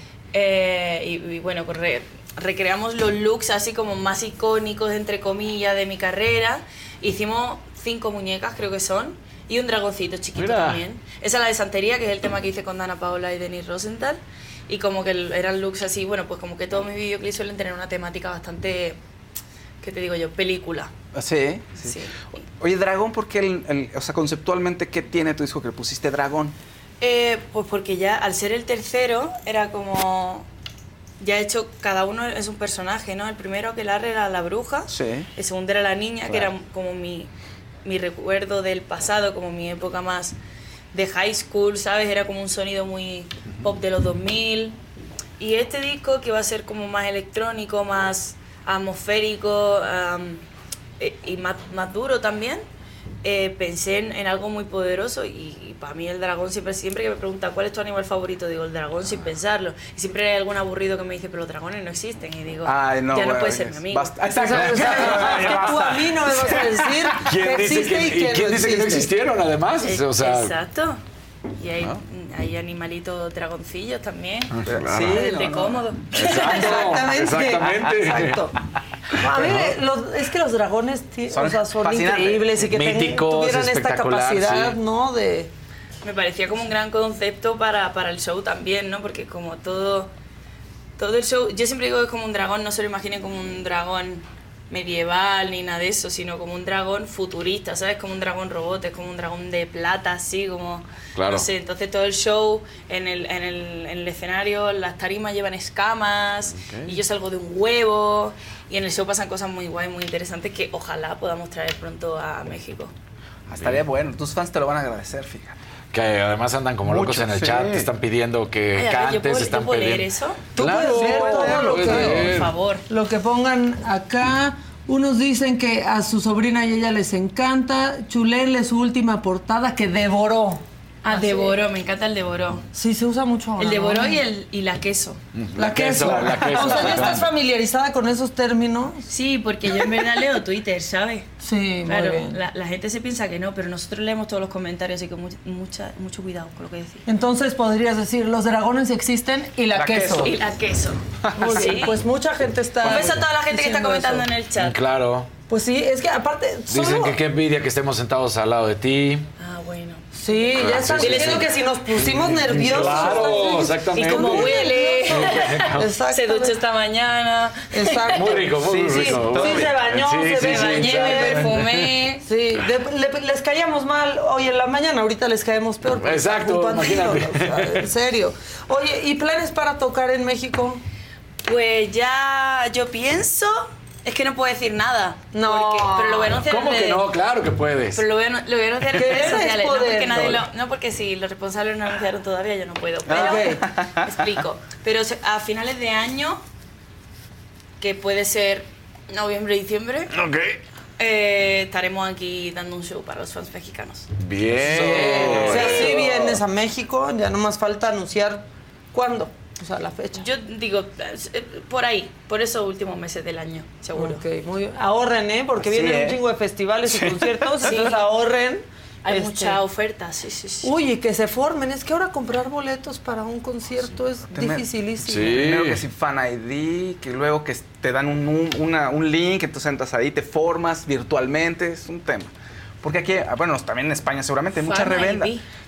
Eh, y, y bueno, pues re- recreamos los looks así como más icónicos, entre comillas, de mi carrera. Hicimos cinco muñecas, creo que son, y un dragoncito chiquito Mira. también. Esa es la de Santería, que es el tema que hice con Dana Paola y Denis Rosenthal. Y como que el- eran looks así, bueno, pues como que todos mis videoclips suelen tener una temática bastante, ¿qué te digo yo? Película. Sí, sí. Sí. Oye, Dragón, ¿por qué el, el- o sea, conceptualmente, qué tiene tu disco que le pusiste Dragón? Eh, pues porque ya al ser el tercero era como... Ya he hecho, cada uno es un personaje, ¿no? El primero, Aquelarre, era la bruja. Sí. El segundo era la niña, que Claro. era como mi, mi recuerdo del pasado, como mi época más de high school, ¿sabes? Era como un sonido muy pop de los dos mil. Y este disco, que va a ser como más electrónico, más atmosférico um, eh, y más, más duro también, eh, pensé en, en algo muy poderoso y, y para mí el dragón siempre, siempre que me preguntan cuál es tu animal favorito, digo el dragón sin pensarlo. Y siempre hay algún aburrido que me dice, pero los dragones no existen. Y digo, Ay, no, ya no bueno, puedes ser mi es- amigo. basta. O sea, o sea, es que tú a mí no me vas a decir ¿Quién que dice existe que, y que quién no dice que no existe? existieron, además? Eh, O sea, Exacto. Y hay, ¿no? hay animalitos dragoncillos también. claro. Sí, Sí, de no, cómodo. Exactamente. Exactamente. Exacto. No, a mí me- los- es que los dragones ti- Son o sea, son fascinantes. increíbles y que ten- Míticos, tuvieran esta espectacular, capacidad, sí. ¿no? De Me parecía como un gran concepto para, para el show también, ¿no? Porque como todo, todo el show, yo siempre digo que es como un dragón, no se lo imaginen como un dragón medieval ni nada de eso, sino como un dragón futurista, ¿sabes? Como un dragón robot, es como un dragón de plata, así como... Claro. No sé, entonces todo el show, en el, en el, en el escenario, las tarimas llevan escamas, Ok. y yo salgo de un huevo, y en el show pasan cosas muy guay, muy interesantes que ojalá podamos traer pronto a México. Estaría bueno, tus fans te lo van a agradecer, fíjate. que además andan como Mucho, locos en el sí. chat, te están pidiendo que Ay, a ver, ¿yo cantes, puedo- están yo puedo leer pidiendo. eso? Tú Claro, puedes leer todo lo puedes que, leer. Por favor. lo que pongan acá. Unos dicen que a su sobrina y ella les encanta. Chulenle su última portada que devoró. Ah, Así. devoró, me encanta el devoró. Sí, se usa mucho ahora, El devoró ¿no? y, el, y la queso. La queso. la queso, O sea, ¿ya estás exactamente. familiarizada con esos términos? Sí, porque yo en verdad leo Twitter, ¿sabes? Sí, Claro, muy bien. la, la gente se piensa que no, pero nosotros leemos todos los comentarios, así que mu- mucha, mucho cuidado con lo que decís. Entonces podrías decir, los dragones existen y la, La queso. queso. Y la queso. Muy bien, Sí. pues mucha gente está... Un beso a toda la gente que está diciendo comentando eso. en el chat. Claro. Pues sí, es que aparte... Dicen solo- que qué envidia que estemos sentados al lado de ti. Ah, bueno. Sí, ya están sí, sí, diciendo sí. que si nos pusimos nerviosos... Claro, ¿Y exactamente. cómo huele? Se Exactamente. duchó esta mañana. Exacto. Muy rico, muy Sí, rico. sí, sí, se bañó, Sí, se sí, Me sí, bañé, me exactamente. perfumé. Sí, de- le- les caíamos mal hoy en la mañana, ahorita les caemos peor. porque Exacto, están junto a ti, imagínate. o sea, en serio. Oye, ¿y planes para tocar en México? Pues ya yo pienso Es que no puedo decir nada. No. Porque, pero lo voy a anunciar ¿Cómo en que redes. no? Claro que puedes. Pero lo voy a, lo voy a anunciar en ¿Qué redes es sociales. No poder? porque, nadie lo, no porque si los responsables no anunciaron todavía, yo no puedo. Pero, Okay. explico. Pero se- a finales de año, que puede ser noviembre, diciembre, Ok. eh, estaremos aquí dando un show para los fans mexicanos. Bien. O sea, si vienes a México, ya no más falta anunciar cuándo. O sea, la fecha. Yo digo, eh, por ahí, por esos últimos meses del año, seguro. Ok, muy bien. Ahorren, ¿eh? Porque Sí, vienen ¿eh? un chingo de festivales y conciertos, Sí. entonces ahorren. Hay Este, mucha oferta, sí, sí, sí. Uy, y que se formen. Es que ahora comprar boletos para un concierto es Tener- dificilísimo. Sí. Primero que si Fan I D, que luego que te dan un, un, una- un link, que tú entras ahí, te formas virtualmente, es un tema. Porque aquí, ah, bueno, también en España seguramente hay mucha Fan I D. revenda.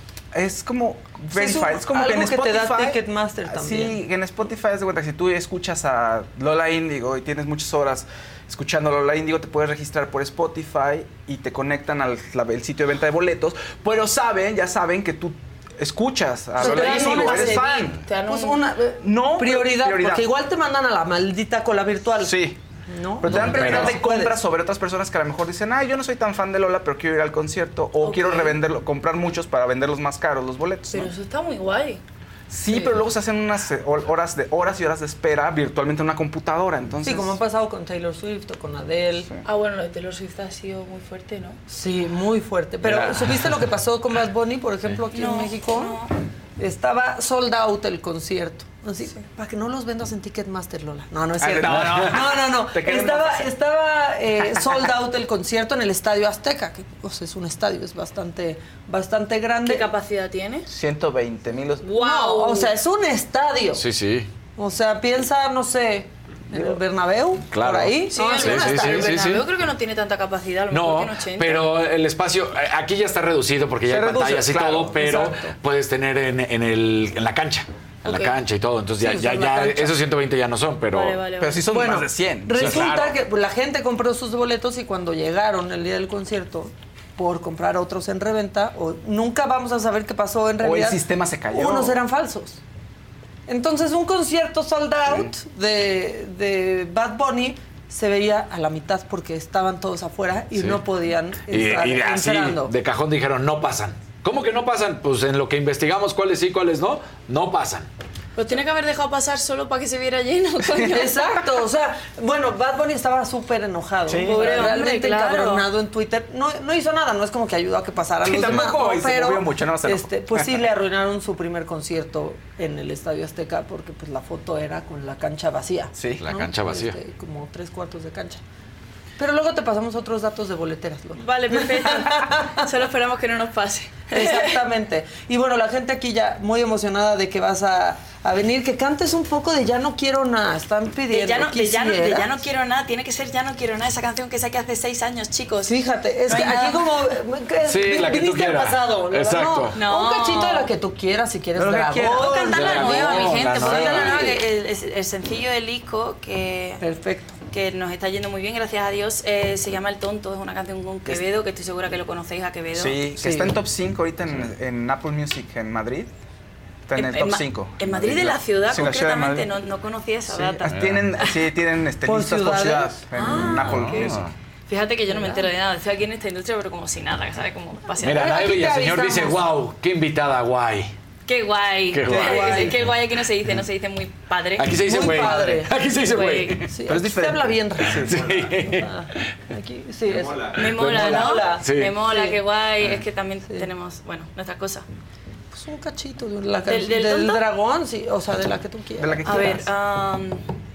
Es como Sí, Verify, es es como que en algo que te Spotify. da Ticketmaster también. Sí, en Spotify es de cuenta que si tú escuchas a Lola Índigo y tienes muchas horas escuchando a Lola Índigo, te puedes registrar por Spotify y te conectan al la- el sitio de venta de boletos, pero saben, ya saben que tú escuchas a Pero Lola te dan Índigo, un eres S D, fan. te dan Pues un- una eh, No, prioridad, prioridad. porque igual te mandan a la maldita cola virtual. Sí. ¿No? Pero te dan No, prioridad pero de sí puedes. compra sobre otras personas que a lo mejor dicen, ah, yo no soy tan fan de Lola, pero quiero ir al concierto o Ok. quiero revenderlo, comprar muchos para venderlos más caros los boletos. ¿no? Pero eso está muy guay. Sí, pero luego se hacen unas eh, hor- horas de horas y horas de espera virtualmente en una computadora, entonces. Sí, como ha pasado con Taylor Swift o con Adele. Sí, Ah, bueno, lo de Taylor Swift ha sido muy fuerte, ¿no? muy fuerte. Pero Mira. ¿supiste lo que pasó con Bad Bunny, por ejemplo, aquí No, en México? no. Estaba sold out el concierto. Así, para que no los vendas en Ticketmaster, Lola. No, no es Ah, cierto. no, no. no, no. no. Te queremos. Estaba, estaba eh, sold out el concierto en el Estadio Azteca, que pues, es un estadio, es bastante, bastante grande. ¿Qué capacidad tiene? ciento veinte mil. No, o sea, es un estadio. Sí, sí. O sea, piensa, no sé, en el Bernabéu, Claro. por ahí. Sí, No, el es un sí, sí, estadio. el sí, Bernabéu sí. creo que no tiene tanta capacidad, a lo mejor No, tiene ochenta. pero el espacio, eh, aquí ya está reducido porque ya Se hay reduce, pantallas y claro, todo, pero exacto. puedes tener en, en el, en la cancha. En Ok. la cancha y todo. Entonces Sí, ya, ya, son la ya cancha. esos ciento veinte ya no son, pero. Vale, vale, Pero sí son Bueno, más de cien. Resulta claro. que pues, la gente compró sus boletos y cuando llegaron el día del concierto por comprar otros en reventa, o nunca vamos a saber qué pasó en O el realidad. sistema se cayó. Unos eran falsos. Entonces un concierto sold out de, de Bad Bunny se veía a la mitad porque estaban todos afuera y Sí. no podían Y, estar y de así, entrando. de cajón dijeron, no pasan. ¿Cómo que no pasan? Pues en lo que investigamos cuáles sí, cuáles no, no pasan. Lo tiene que haber dejado pasar solo para que se viera lleno, coño. Exacto, o sea, bueno, Bad Bunny estaba súper enojado, Sí. pobre, Hombre, realmente claro. encabronado en Twitter. No, no hizo nada, no es como que ayudó a que pasara Sí, los demás, tampoco, ¿no? y se pero movió mucho, nada más se enojó. este, pues sí le arruinaron su primer concierto en el Estadio Azteca porque pues la foto era con la cancha vacía. Sí. La cancha vacía. Este, como tres cuartos de cancha. Pero luego te pasamos otros datos de boleteras, Lola. Vale, perfecto. Solo esperamos que no nos pase. Exactamente. Y bueno, la gente aquí ya muy emocionada de que vas a, a venir, que cantes un poco de Ya no quiero nada. Están pidiendo. De ya, no, de, ya no, de quisiera. ya no quiero nada, tiene que ser Ya no quiero nada, esa canción que saqué hace seis años, chicos. Fíjate, es No que hay aquí nada. como que Sí, vi- la que tú viniste al quieras. pasado, ¿verdad? Exacto. No, No. un cachito de la que tú quieras, si quieres Lo que dragón. quieras. Puedo cantar la Dragón, nueva, mi la gente, puedo cantar la nueva. nueva, que el, el- el sencillo del disco que, Perfecto. que nos está yendo muy bien, gracias a Dios, eh, se llama El Tonto, es una canción con Quevedo, que estoy segura que lo conocéis a Quevedo. Sí, que Sí. está en top cinco ahorita en, en Apple Music en Madrid. Está en, el top Ma- cinco. En Madrid de la ciudad, Sí, la ciudad de concretamente, Madrid. no, no conocía esa Sí, data. tienen, sí, tienen este, ¿Por listas por ciudad ciudades? en Ah, Apple ok. Music. Fíjate que yo no me entero de nada, estoy aquí en esta industria, pero como si nada, ¿sabes? Como paseando. Mira, Aquí Nairo y te el señor dice, avisamos. wow, qué invitada guay. Qué guay. Qué guay. Qué guay, aquí no se dice, no se dice muy padre. Aquí se dice Muy güey. padre. Aquí se dice güey. Sí, Pero es aquí diferente. Se habla bien raro. Sí. Ah, aquí, sí, es. Me mola, Me ¿no? mola. Sí. Me mola, Sí. qué guay. Es que también tenemos, bueno, nuestras cosas. Pues un cachito de la ¿Del- del del tonto? dragón, sí, o sea, de la que tú quieras. De la que A ver, quieras. am,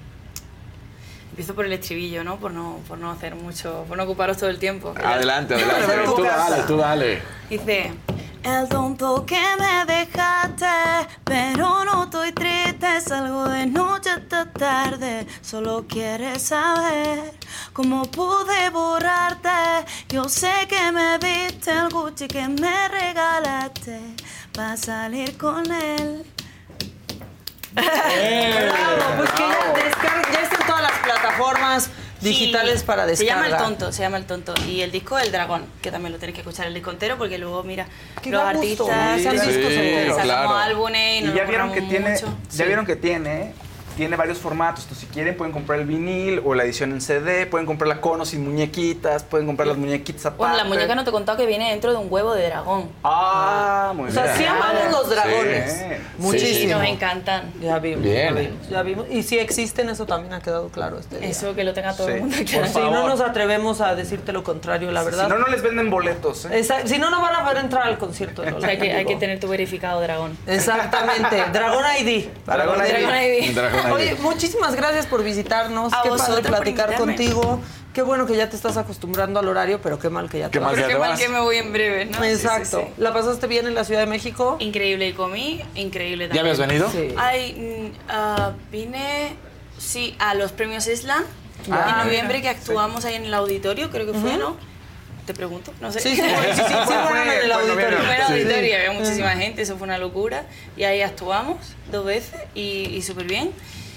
empiezo por el estribillo, ¿no? Por no, por no hacer mucho, por no ocuparos todo el tiempo. Adelante, Pero adelante. en tu Tú casa. dale, tú dale. Dice, el tonto que me dejaste, pero no estoy triste, salgo de noche hasta tarde, solo quieres saber cómo pude borrarte, yo sé que me viste el Gucci que me regalaste, para salir con él. Bravo, pues que ya, descarga, ya está en todas las plataformas digitales Sí, para descarga. Se llama El Tonto, se llama El Tonto. Y el disco El Dragón, que también lo tenéis que escuchar el disco entero, porque luego, mira, Que los da gusto, artistas ¿no? Sean Sí, discos enteros. sacamos claro. álbumes y Y nos ya lo vieron que curramos tiene, mucho. ya vieron que tiene tiene varios formatos. Entonces, si quieren, pueden comprar el vinil o la edición en C D, pueden comprarla con o sin muñequitas, pueden comprar las muñequitas aparte. Bueno, la muñeca no te he contado que viene dentro de un huevo de dragón. Ah, muy bien. O sea, sí amamos los dragones. Sí. Muchísimo. Sí, nos encantan. Ya vimos, Bien. ya vimos, ya vimos. Y si existen, eso también ha quedado claro este día. Eso que lo tenga todo Sí. el mundo Por claro. Si favor. no nos atrevemos a decirte lo contrario, la verdad. Si no, no les venden boletos. ¿eh? Esa- si no, no van a poder entrar al concierto de O Lola. sea, que hay que tener tu verificado dragón. Exactamente. Dragón I D. Dragón I D. Dragón I D. Dragón I D. Oye, muchísimas gracias por visitarnos. A Qué padre vosotros por platicar invitarme. contigo. Qué bueno que ya te estás acostumbrando al horario, pero qué mal que ya te Qué vas. mal Pero ya qué te mal vas. que me voy en breve, ¿no? Exacto. Sí, sí, sí. ¿La pasaste bien en la Ciudad de México? Increíble. Y comí, increíble ¿Ya también. habías venido? Sí. Ay, mm, ah, vine, sí, a los premios Island Ah, en noviembre que actuamos ahí en el auditorio, creo que fue, ¿no? Te pregunto, no sé. Sí, sí, sí, sí, sí, sí, fueron en el auditorio. Fue en el Sí. auditorio, había muchísima gente, eso fue una locura. Y ahí actuamos dos veces y, y súper bien.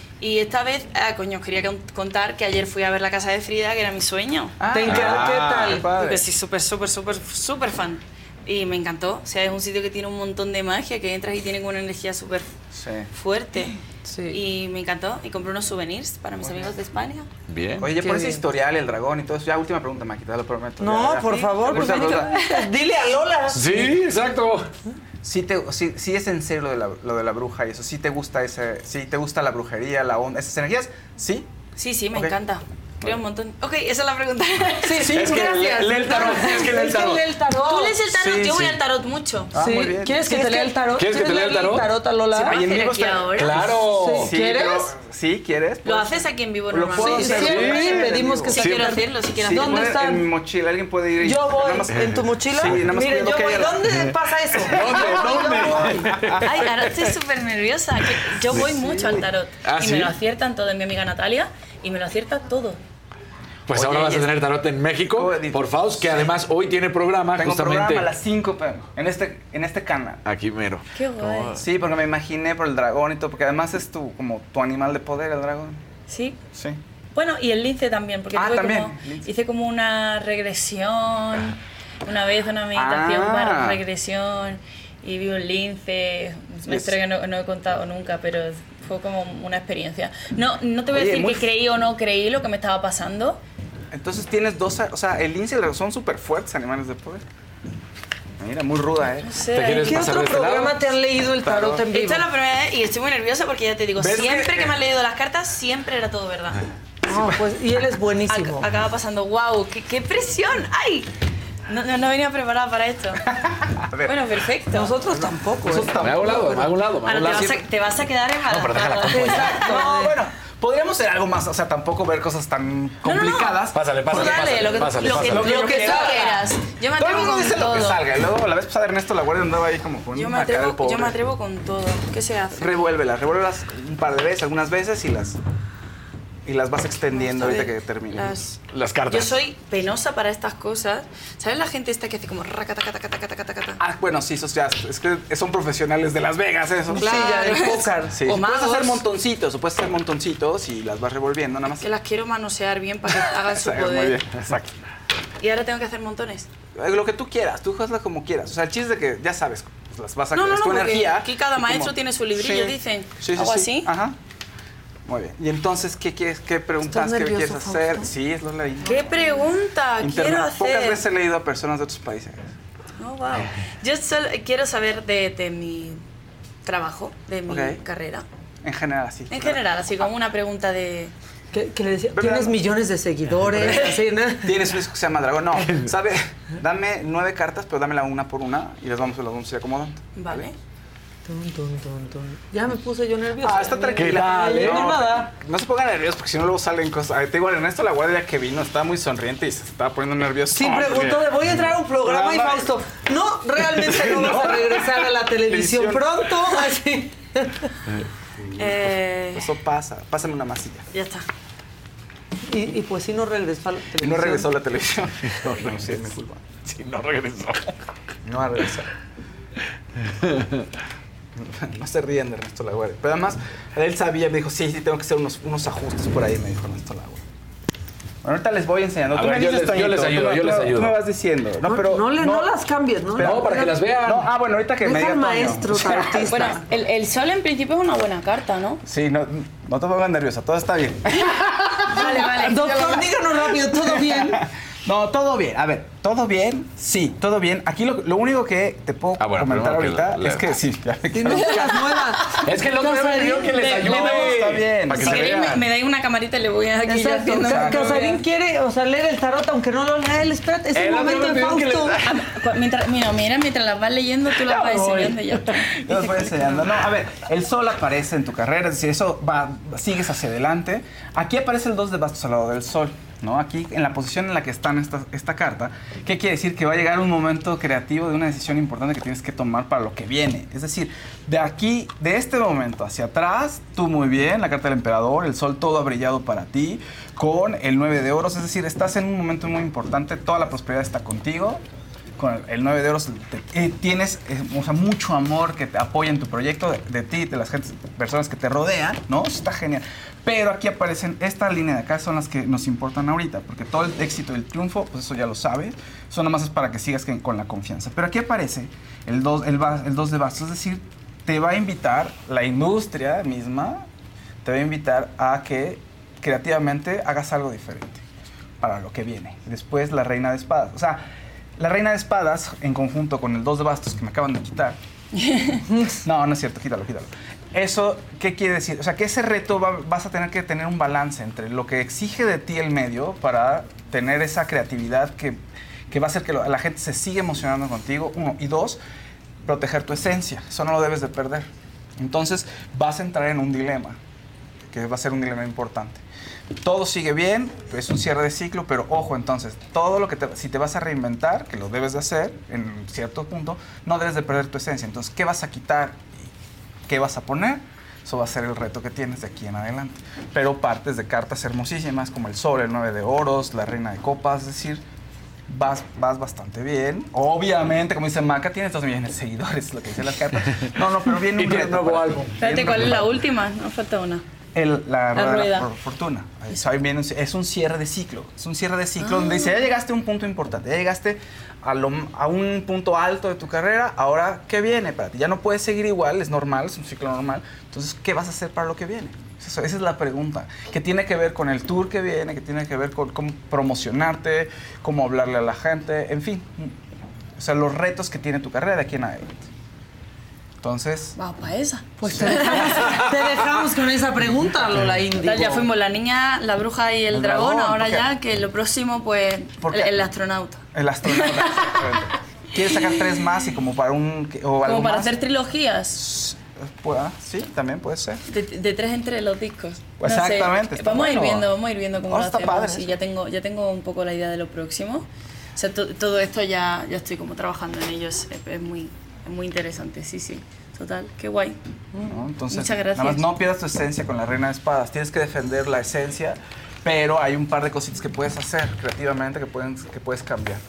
Y esta vez, ah, coño, os quería con- contar que ayer fui a ver La Casa de Frida, que era mi sueño. ¿Te encanta? ¿Qué tal? Porque sí, súper, súper, súper, súper fan. Y me encantó. O sea, es un sitio que tiene un montón de magia, que entras y tiene como una energía súper Sí. fuerte. Sí. Y me encantó. Y compré unos souvenirs para mis amigos de España. Bien. Oye, Qué por ese bien. historial, el dragón y todo eso. Ya, última pregunta, Maquita, te lo prometo. No, Ya, ya. por favor, Última por favor. pregunta. Dile a Lola. Sí, exacto. Sí, te, sí, sí es en serio lo de, la, lo de la bruja y eso. Sí te gusta ese, sí te gusta la brujería, la onda, esas energías. Sí. Sí, sí, me Ok. encanta. Creo un montón. Ok, esa es la pregunta. Sí, sí, Es que gracias. lee el tarot, es que lee el tarot. lee el tarot. ¿Tú lees el tarot? Sí, Yo voy sí. al tarot mucho. Ah, Sí. muy bien. ¿Quieres que te ¿Quieres lea que- el tarot? ¿Quieres que te lea el tarot? tarot a Lola? ¿Se puede Ahí en hacer vivo aquí está- ahora? Claro. Sí. ¿Quieres? pero- sí, ¿quieres? ¿Lo Pues- haces aquí en vivo Lo puedo normalmente? Sí, hacer, siempre sí, pedimos que Sí, se quiero hagan. hacerlo, sí quiero Sí, hacerlo. ¿Dónde poner están? En mi mochila, alguien puede ir. y- Yo voy. nada más- ¿En tu mochila? Sí, nada más Mire, cuidando yo que voy. haya la- ¿Dónde pasa eso? ¿Dónde? Yo voy. Ay, ahora estoy súper nerviosa. que Yo voy mucho al tarot. ¿Ah, y sí? me lo aciertan todo. Es mi amiga Natalia y me lo acierta todo. Pues Oye, ahora vas a y es- tener tarot en México Oye, por Faust, que además hoy tiene programa Tengo justamente programa a las cinco p m en este, en este canal. aquí mero. Qué guay. Sí, porque me imaginé por el dragón y todo, porque además es tu, como tu animal de poder, el dragón. Sí. Sí. Bueno, y el lince también, porque Ah, tuve también, como- lince. hice como una regresión, una vez una meditación Ah. para regresión, y vi un lince, es una Yes. historia que no, no he contado nunca, pero fue como una experiencia. No, no te voy a Oye, decir muy que creí o no creí lo que me estaba pasando. Entonces tienes dos, o sea, el lince y el dragón son súper fuertes animales de poder. Mira, muy ruda, ¿eh? No sé. ¿Te quieres ¿Qué pasar otro de este programa lado? te han leído el tarot en vivo? Esta es la primera vez y estoy muy nerviosa porque ya te digo, ¿Ves siempre que- que me han leído las cartas, siempre era todo verdad. No, pues, y él es buenísimo. Ac- acaba pasando, wow, qué, qué presión, ¡ay! No, no, no venía preparada para esto. A ver, Bueno, perfecto. Nosotros tampoco. ¿eh? Me hago un lado, me hago un lado, me hago Ahora un te lado. vas, a, te vas a quedar No, pero déjala embarazada. como ella. Exacto. no, bueno, podríamos hacer algo más, o sea, tampoco ver cosas tan complicadas. Pásale, Tú pásale, dale, pásale, lo que, pásale, lo que, pásale. lo que tú salga. quieras. Yo me Todo el atrevo mundo con dice lo que todo. salga. Y luego la vez pasada Ernesto La Guardia andaba ahí como con Yo me, una cara de atrevo, pobre. yo me atrevo con todo. ¿Qué se hace? Revuélvelas, revuélvelas un par de veces, algunas veces y las y las vas extendiendo A ahorita ver, que termine. Las, Las yo cartas. soy penosa para estas cosas. ¿Sabes la gente esta que hace como racatacatacatacatacata? Ah, bueno, sí, esos ya, es que son profesionales de Las Vegas, eso. Sí, ya, el póker. Sí, O puedes magos. hacer montoncitos, o puedes hacer montoncitos y las vas revolviendo, nada más. Que las quiero manosear bien para que hagan su Exacto, poder. muy bien, exacto. Y ahora tengo que hacer montones. Eh, Lo que tú quieras, tú hazla como quieras. O sea, el chiste es de que ya sabes, pues las vas a No, no, es no, tu porque energía. aquí cada y maestro como- tiene su librillo, Sí. dicen. Sí, sí, ¿Algo sí. así? Ajá. Muy bien. Y entonces, ¿qué quieres, qué preguntas, ¿Estás qué nervioso, quieres hacer? Fausto? Sí, es lo leí. ¿Qué pregunta quiero Internet. hacer? Pocas veces he leído a personas de otros países. Oh, wow. Yo solo quiero saber de, de mi trabajo, de mi Ok. carrera. En general, así. En general, así como una pregunta de... Que, que le decía, ¿Verdad? tienes millones de seguidores, así, ¿no? Tienes un disco que se llama Dragón. No, ¿sabe? Dame nueve cartas, pero dámela una por una y las vamos, las vamos a ir acomodando. Vale. Tun, tun, tun, tun. Ya me puse yo nerviosa. Ah, está Mira, tranquila. mira, No, no, nada. no se pongan nerviosos porque si no luego salen cosas. Ay, te digo, Ernesto La Guardia que vino estaba muy sonriente y se estaba poniendo nervioso. Sí, preguntó de voy a entrar a un programa y Programa. Fausto, no, realmente no vas a regresar a la televisión Televisión. pronto, así. Eh, Eso pasa. Pásame una masilla. ya está. Y, y pues sí no regresó a la Y televisión. no regresó a la televisión. No, no, sí, es mi culpa. Sí, no regresó. No va a regresar. No se ríen de Ernesto La Guardia. Pero además, él sabía, me dijo, sí, sí, tengo que hacer unos, unos ajustes por ahí, me dijo Ernesto La Guardia. Bueno, ahorita les voy enseñando. A Tú ver, me yo dices, les- yo Toñito, les ayudo, tú me- yo les tú- ayudo. Tú me vas diciendo. No, No, pero, no, le, no las cambies, ¿no? No, para que las vean. No, ah, bueno, ahorita que me Deja diga al Toño. maestro, tarotista. Bueno, el, el sol en principio es una buena carta, ¿no? Sí, no, no te pongas nerviosa, todo está bien. Vale, vale. Doctor, díganos rápido, ¿todo bien? No, todo bien. A ver, ¿todo bien? Sí, todo bien. Aquí lo, lo único que te puedo Ah, bueno, comentar primero que ahorita la- es que sí. Ya me Que no se las muevas. Es que el otro día me pidió que les Le- ayude. le- está bien. Para que Si se queréis, me, vean. me dais una camarita y le voy a aquí ya Exacto. haciendo. Ca- Casarín quiere, o sea, leer el tarot, aunque no lo lea él. Espérate, es el, El otro momento me de pidió que Fausto. les- Ah, Mientras, mira, mira, mientras las vas leyendo, tú las Ya vas voy. enseñando y ya está. Yo los voy enseñando. No, a ver, el sol aparece en tu carrera, es decir, eso va, sigues hacia adelante. Aquí aparece el dos de bastos al lado del sol, ¿no? Aquí, en la posición en la que está en esta, esta carta, ¿qué quiere decir? Que va a llegar un momento creativo de una decisión importante que tienes que tomar para lo que viene. Es decir, de aquí, de este momento hacia atrás, tú muy bien, la carta del emperador, el sol todo ha brillado para ti, con el nueve de oros, es decir, estás en un momento muy importante, toda la prosperidad está contigo. Con el, el nueve de oros te- eh, tienes eh, o sea, mucho amor que te apoya en tu proyecto, de, de ti, de las gentes, personas que te rodean, ¿no? Eso está genial. Pero aquí aparecen, esta línea de acá son las que nos importan ahorita, porque todo el éxito y el triunfo, pues eso ya lo sabes, eso nada más es para que sigas que- con la confianza. Pero aquí aparece el dos, el, ba- el dos de bastos, es decir, te va a invitar la industria misma, te va a invitar a que creativamente hagas algo diferente para lo que viene. Después la reina de espadas, o sea, la reina de espadas, en conjunto con el dos de bastos que me acaban de quitar. No, no es cierto, quítalo, quítalo. Eso, ¿qué quiere decir? O sea, que ese reto va- vas a tener que tener un balance entre lo que exige de ti el medio para tener esa creatividad que, que va a hacer que lo- la gente se siga emocionando contigo, uno. Y dos, proteger tu esencia. Eso no lo debes de perder. Entonces, vas a entrar en un dilema, que va a ser un dilema importante. Todo sigue bien, es un cierre de ciclo, pero ojo, entonces, todo lo que te, si te vas a reinventar, que lo debes de hacer en cierto punto, no debes de perder tu esencia. Entonces, ¿qué vas a quitar? ¿Qué vas a poner? Eso va a ser el reto que tienes de aquí en adelante. Pero partes de cartas hermosísimas como el sol, el nueve de oros, la reina de copas, es decir, vas, vas bastante bien. Obviamente, como dice Maca, tienes dos millones de seguidores, lo que dicen las cartas. No, no, pero viene Y un tiene reto nuevo para ti. álbum. Espérate, Viene ¿cuál un es la reto. última? No falta una. El- la, La rueda de rueda. la for- fortuna. Eso ahí viene un- es un cierre de ciclo. Es un cierre de ciclo donde dice, ya llegaste a un punto importante, ya llegaste a, lo- a un punto alto de tu carrera, ahora, ¿qué viene para ti? Ya no puedes seguir igual, es normal, es un ciclo normal. Entonces, ¿qué vas a hacer para lo que viene? Eso- esa es la pregunta, que tiene que ver con el tour que viene, que tiene que ver con cómo promocionarte, cómo hablarle a la gente, en fin. O sea, los retos que tiene tu carrera de aquí en adelante. Entonces... Vamos para esa. Pues te dejamos, te dejamos con esa pregunta, Lola Índigo. Ya fuimos la niña, la bruja y el, El dragón, dragón, ahora ¿por qué? ya que lo próximo, pues, el, ¿Por qué? el astronauta. El astronauta. exactamente. ¿Quieres sacar tres más y como para un... o algo Como para más? hacer trilogías. Pueda, sí, también puede ser. De, de tres entre los discos. Pues No sé, exactamente, está Vamos a ir bueno. viendo, vamos a ir viendo cómo Oh, lo está hacemos. padre Sí, eso. ya tengo, ya tengo un poco la idea de lo próximo. O sea, to- todo esto ya, ya estoy como trabajando en ello. Es, es muy, es muy interesante, sí, sí. Total, qué guay. ¿No? Entonces, Muchas gracias. nada más no pierdas tu esencia con la reina de espadas. Tienes que defender la esencia, pero hay un par de cositas que puedes hacer creativamente que, pueden, que puedes cambiar.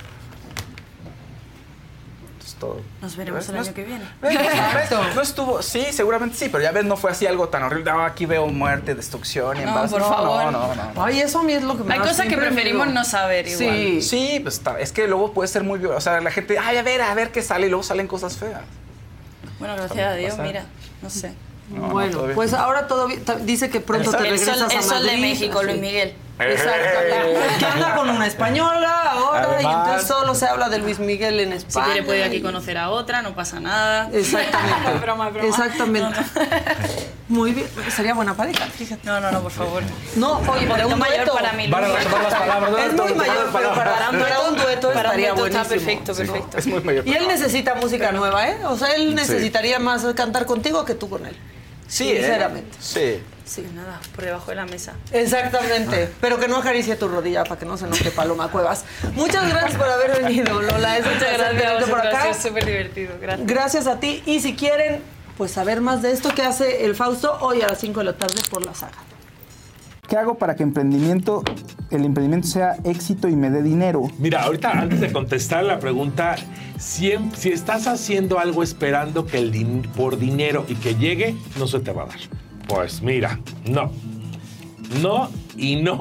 Esto es todo. Nos veremos ¿Ves? el No año es- que viene. ¿Ves? ¿Ves? No estuvo, sí, seguramente sí, pero ya ves, no fue así algo tan horrible. No, aquí veo muerte, destrucción y No, embarazo. por no, favor. No, no, no, no. Ay, eso a mí es lo que me Hay da cosas que siempre preferimos miedo. no saber igual. Sí. Sí, pues está- es que luego puede ser muy violento. O sea, la gente, ay, a ver, a ver qué sale y luego salen cosas feas. Bueno, gracias a Dios, pasar. mira, no sé. No, no, Bueno, todo bien. pues ahora todo bien. Ta- Dice que pronto te El regresas sol, a el sol de Madrid. México, Luis Sí. Miguel. Exacto. Que anda con una española ahora y Además- entonces solo se habla de Luis Miguel en Si España. quiere puede aquí y- conocer a otra, no pasa nada. Exactamente. Es broma, es broma. Exactamente. Muy bien. Sería buena pareja, fíjate. No, no, no, por favor. No, oye, Un para poquito un mayor dueto. para mí. Van a retomar las palabras. Es muy mayor, pero para, Para un para un dueto para un estaría dueto está buenísimo. perfecto, perfecto. Es muy mayor. Y él necesita música nueva, ¿eh? O sea, él necesitaría más cantar contigo que tú con él. Sí, ¿eh? Sinceramente. Sí. Sí, nada, por debajo de la mesa. Exactamente, pero que no acaricie tu rodilla para que no se enoje Paloma Cuevas. Muchas gracias por haber venido, Lola. Es un Muchas placer gracias a tenerte por vosotros, acá. ha sido súper divertido. Gracias. Gracias a ti. Y si quieren, pues saber más de esto que hace el Fausto hoy a las cinco de la tarde por la saga. ¿Qué hago para que emprendimiento, el emprendimiento sea éxito y me dé dinero? Mira, ahorita antes de contestar la pregunta, si, em- si estás haciendo algo esperando que el din- por dinero y que llegue, no se te va a dar. Pues mira, no. No y no.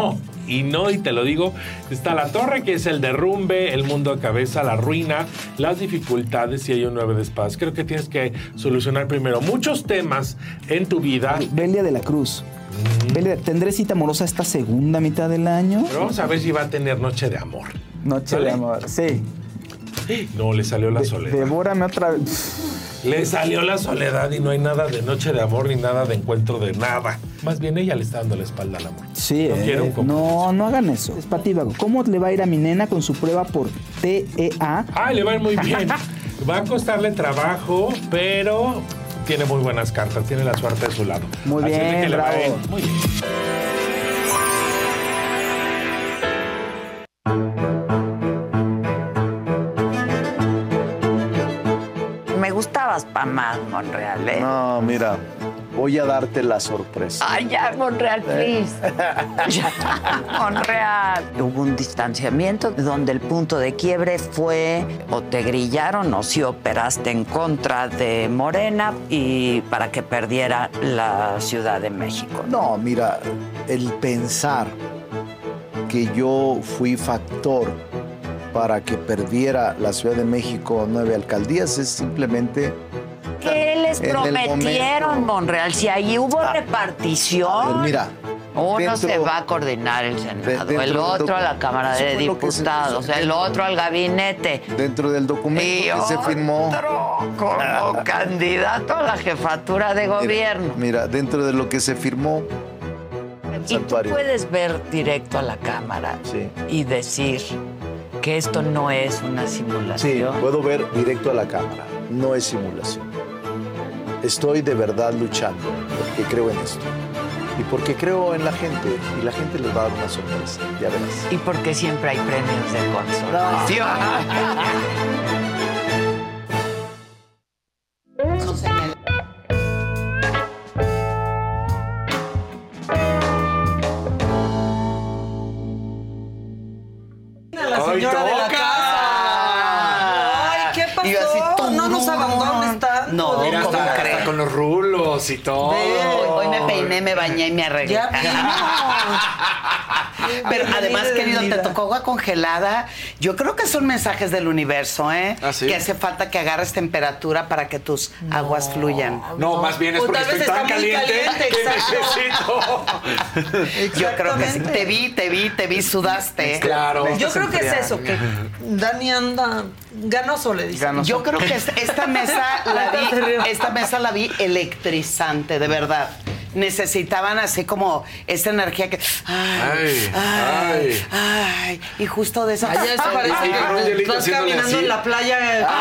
y no, y te lo digo, está la torre, que es el derrumbe, el mundo de cabeza, la ruina, las dificultades, y hay un nueve de espadas. Creo que tienes que solucionar primero muchos temas en tu vida. Belia de la Cruz. Mm. Belia, ¿tendré cita amorosa esta segunda mitad del año? Pero vamos a ver si va a tener noche de amor. Noche ¿Sale? de amor, sí. No, le salió la de, soledad. Devórame otra vez. Le salió la soledad y no hay nada de noche de amor ni nada de encuentro de nada. Más bien ella le está dando la espalda al amor. Sí, no, eh, quiero un no, no hagan eso. Es patívago. ¿Cómo le va a ir a mi nena con su prueba por T E A? Ah, le va a ir muy bien. Va a costarle trabajo, pero tiene muy buenas cartas. Tiene la suerte de su lado. Muy Así bien, que le bravo. va a ir muy bien. Me gustabas pa' más, Monreal, ¿eh? No, mira, voy a darte la sorpresa. Ay, ya, Monreal, please. Ya, Monreal. Hubo un distanciamiento donde el punto de quiebre fue o te grillaron o si operaste en contra de Morena y para que perdiera la Ciudad de México. No, mira, el pensar que yo fui factor para que perdiera la Ciudad de México nueve alcaldías es simplemente... ¿Qué les prometieron, Monreal? Si ahí hubo repartición. Ver, mira, uno dentro, se va a coordinar el Senado, de, el otro a la Cámara de Diputados, el otro al gabinete. Dentro del documento y que se firmó. Como candidato a la jefatura de gobierno. Mira, mira, dentro de lo que se firmó. Y tú puedes ver directo a la Cámara sí. y decir que esto no es una simulación. Sí, puedo ver directo a la Cámara. No es simulación. Estoy de verdad luchando porque creo en esto. Y porque creo en la gente. Y la gente les va a dar una sorpresa. Ya verás. Y porque siempre hay premios de consolación. No sé. La señora de la casa. Ay, ¿qué pasó? Y así, no nos abandones tanto. No, mira, ¿cómo está, crees? está con los rulos y todo. Hoy, hoy me peiné, me bañé y me arreglé. Ya vimos. Pero además, querido, te tocó agua congelada. Yo creo que son mensajes del universo, ¿eh? ¿Ah, sí? Que hace falta que agarres temperatura para que tus no, aguas fluyan. No, no, más bien es porque estoy tan caliente, caliente que necesito. Yo creo que sí. Te vi, te vi, te vi, sudaste. Claro. Yo creo que es eso, que Dani anda ganoso, le dice. Ganoso. Yo creo que esta, esta mesa la vi, esta mesa la vi electrizante, de verdad. Necesitaban así como esta energía que ay, ay, ay, ay y justo de esa. Ay, eso parece ay, que ay, estás caminando así en la playa.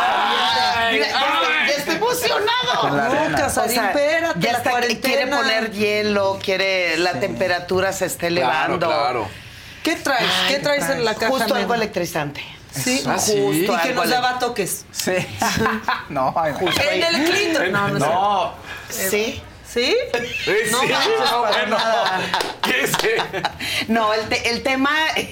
Ay, mira, ay, ya estoy emocionado. No, Casarín, o sea, espérate, ya la está, quiere poner hielo, quiere la sí. temperatura se está elevando. Claro, claro. ¿Qué traes? Ay, ¿Qué traes en la caja? Justo algo electrizante. Sí, ah, justo. ¿sí? Y que nos daba toques. Sí. No, justo en el clítoris. No, no, no. Sí. ¿Sí? Sí, no, sí. No, bueno. ¿Qué es? No, el, te, el tema,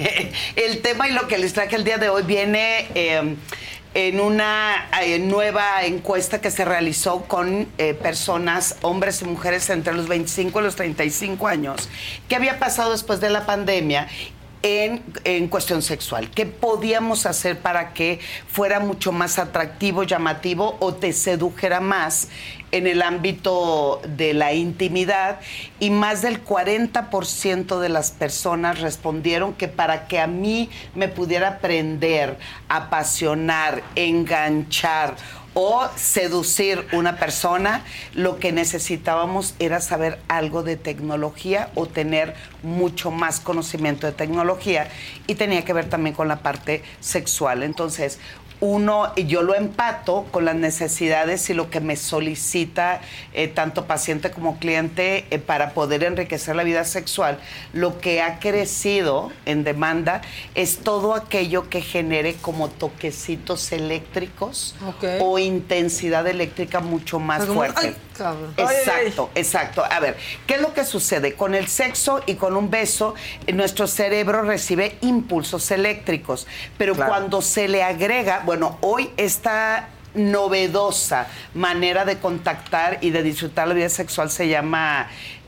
el tema y lo que les traje el día de hoy viene eh, en una eh, nueva encuesta que se realizó con eh, personas, hombres y mujeres entre los veinticinco y los treinta y cinco años. ¿Qué había pasado después de la pandemia? En, en cuestión sexual, ¿qué podíamos hacer para que fuera mucho más atractivo, llamativo o te sedujera más en el ámbito de la intimidad? Y más del cuarenta por ciento de las personas respondieron que para que a mí me pudiera prender, apasionar, enganchar o seducir una persona, lo que necesitábamos era saber algo de tecnología o tener mucho más conocimiento de tecnología, y tenía que ver también con la parte sexual. Entonces, uno, y yo lo empato con las necesidades y lo que me solicita eh, tanto paciente como cliente eh, para poder enriquecer la vida sexual. Lo que ha crecido en demanda es todo aquello que genere como toquecitos eléctricos, okay, o intensidad eléctrica mucho más como, fuerte. Ay, cabrón. Exacto, ay, exacto. A ver, ¿qué es lo que sucede? Con el sexo y con un beso, nuestro cerebro recibe impulsos eléctricos, pero claro, cuando se le agrega, bueno, hoy esta novedosa manera de contactar y de disfrutar la vida sexual se llama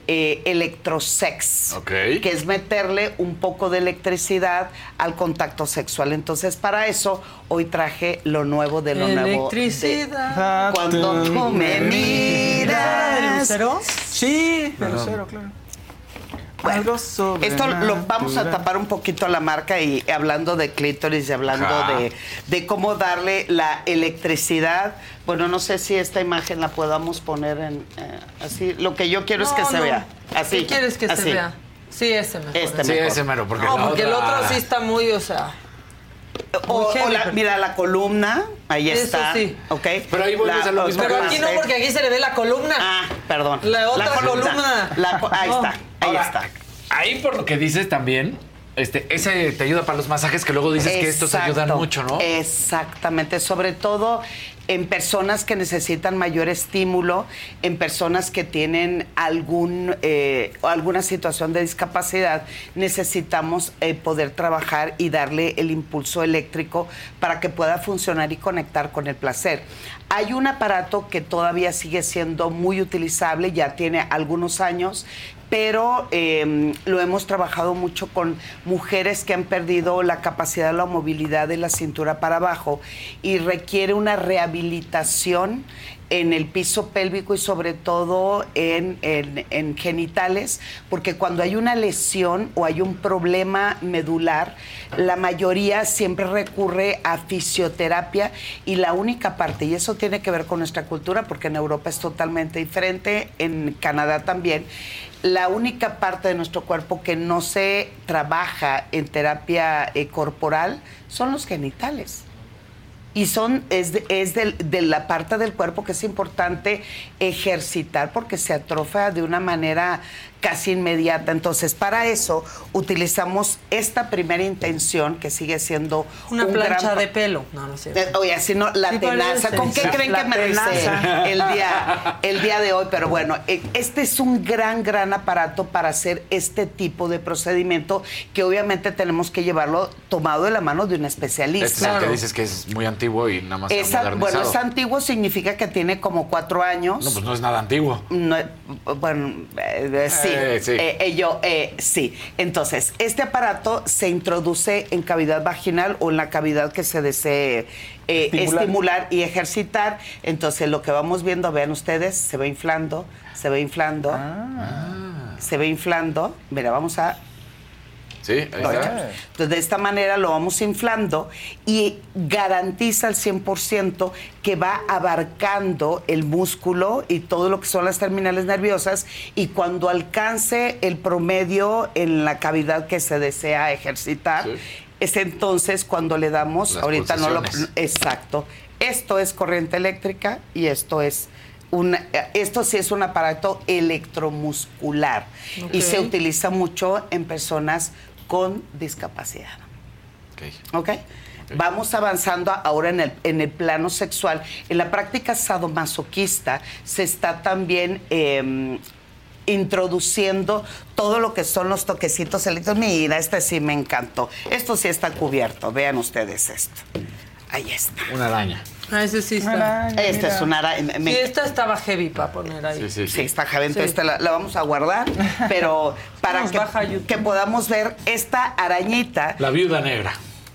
eh, electrosex, Ok. que es meterle un poco de electricidad al contacto sexual. Entonces, para eso, hoy traje lo nuevo de lo nuevo. Electricidad. de- Cuando tú me miras. ¿El lucero? Sí, el lucero, claro. Bueno, Algo esto lo vamos a tapar un poquito la marca y hablando de clítoris y hablando de, de cómo darle la electricidad. Bueno, no sé si esta imagen la podamos poner en eh, así. Lo que yo quiero es que No, se no. vea. Así. ¿Qué quieres que así. se vea? Sí, ese mejor. Este Sí, mejor. ese mero, porque No, la porque el otra- otro sí está muy, o sea... O, muy heavy, o la- pero- mira la columna, ahí Eso está. sí. ¿Ok? Pero ahí vuelves La- a lo mismo Pero que aquí no, porque aquí se le ve la columna. Ah, perdón. La otra columna. La co- ahí No. está, ahí Ahora, está. Ahí por lo que dices también, este, ese te ayuda para los masajes que luego dices que estos Exacto. ayudan mucho, ¿no? Exactamente, sobre todo en personas que necesitan mayor estímulo, en personas que tienen algún eh, alguna situación de discapacidad, necesitamos eh, poder trabajar y darle el impulso eléctrico para que pueda funcionar y conectar con el placer. Hay un aparato que todavía sigue siendo muy utilizable, ya tiene algunos años, pero eh, lo hemos trabajado mucho con mujeres que han perdido la capacidad de la movilidad de la cintura para abajo y requiere una rehabilitación en el piso pélvico y sobre todo en, en, en genitales, porque cuando hay una lesión o hay un problema medular, la mayoría siempre recurre a fisioterapia y la única parte, y eso tiene que ver con nuestra cultura, porque en Europa es totalmente diferente, en Canadá también, la única parte de nuestro cuerpo que no se trabaja en terapia eh, corporal son los genitales. Y son, es, de, es de, de la parte del cuerpo que es importante ejercitar porque se atrofia de una manera casi inmediata. Entonces, para eso utilizamos esta primera intención que sigue siendo Una un plancha gran... de pelo. No, no sé. Eh, Oye, así no, la Sí tenaza. parece. ¿Con qué Sí. creen La que me tenaza. recé el día, el día de hoy? Pero bueno, eh, este es un gran, gran aparato para hacer este tipo de procedimiento que obviamente tenemos que llevarlo tomado de la mano de un especialista. Este es el que dices que es muy antiguo y nada más se ha Esa- modernizado. bueno, es antiguo significa que tiene como cuatro años. No, pues no es nada antiguo. No, bueno, eh, sí, Eh, sí. Eh, eh, yo, eh, sí. Entonces, este aparato se introduce en cavidad vaginal o en la cavidad que se desee eh, Estimular. estimular y ejercitar. Entonces, lo que vamos viendo, vean ustedes, se va inflando, se va inflando, se va inflando. Mira, vamos a Sí, ahí está. entonces, de esta manera lo vamos inflando y garantiza al cien por ciento que va abarcando el músculo y todo lo que son las terminales nerviosas y cuando alcance el promedio en la cavidad que se desea ejercitar, Sí. es entonces cuando le damos, Las ahorita no lo... pulsaciones. Exacto. Esto es corriente eléctrica y esto es... Una, esto sí es un aparato electromuscular Ok. y se utiliza mucho en personas con discapacidad. ¿Ok? Vamos avanzando ahora en el, en el plano sexual. En la práctica sadomasoquista se está también eh, introduciendo todo lo que son los toquecitos eléctricos. Mira, este sí me encantó. Esto sí está cubierto. Vean ustedes esto. Ahí está. Una araña. Ah, ese sí está. Esta es una araña. Sí, esta estaba heavy para poner ahí. Sí, sí, Sí, está heavy, entonces Sí. te la, la vamos a guardar, pero para Nos que, baja YouTube. que podamos ver esta arañita, La viuda negra.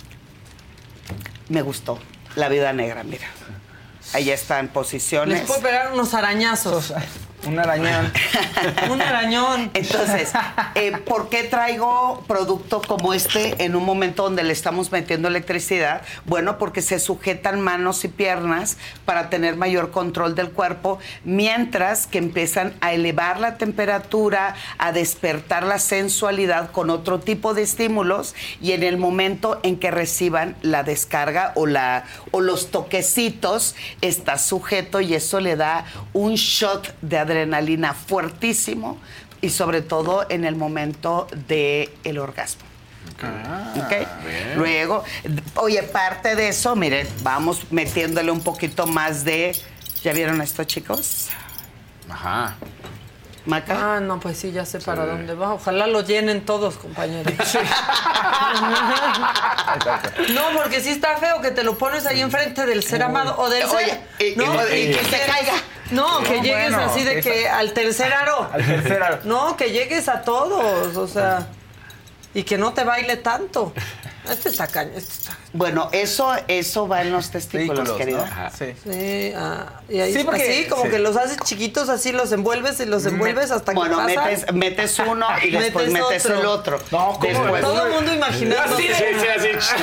me gustó, la viuda negra, mira. Ahí está en posiciones. Les puedo pegar unos arañazos. Un arañón. Un arañón. Entonces, eh, ¿por qué traigo producto como este en un momento donde le estamos metiendo electricidad? Bueno, porque se sujetan manos y piernas para tener mayor control del cuerpo, mientras que empiezan a elevar la temperatura, a despertar la sensualidad con otro tipo de estímulos y en el momento en que reciban la descarga o, la, o los toquecitos, está sujeto y eso le da un shot de adrenalina fuertísimo y sobre todo en el momento del orgasmo. Ah, ¿Ok? Luego, oye, parte de eso, miren, vamos metiéndole un poquito más de... ¿Ya vieron esto, chicos? Ajá. ¿Maca? Ah, no, pues sí, ya sé para dónde va. Ojalá lo llenen todos, compañeros. No, porque sí está feo que te lo pones ahí enfrente del ser amado o del Oye, ser. y, ¿no? y- y que se caiga. No, que No, llegues bueno, así de esa- que al tercer aro. Al tercer aro. No, que llegues a todos, o sea, y que no te baile tanto. Este está caño, este está... Bueno, eso, eso va en los testículos, Testículos, querido. ¿no? Sí. Sí, ah, y ahí, Sí, porque- así como sí. que los haces chiquitos, así los envuelves y los envuelves hasta Bueno, que pasa. metes, metes uno y después metes, el otro. No, ¿cómo? Después- Todo el mundo imaginando. Sí, sí, sí, así.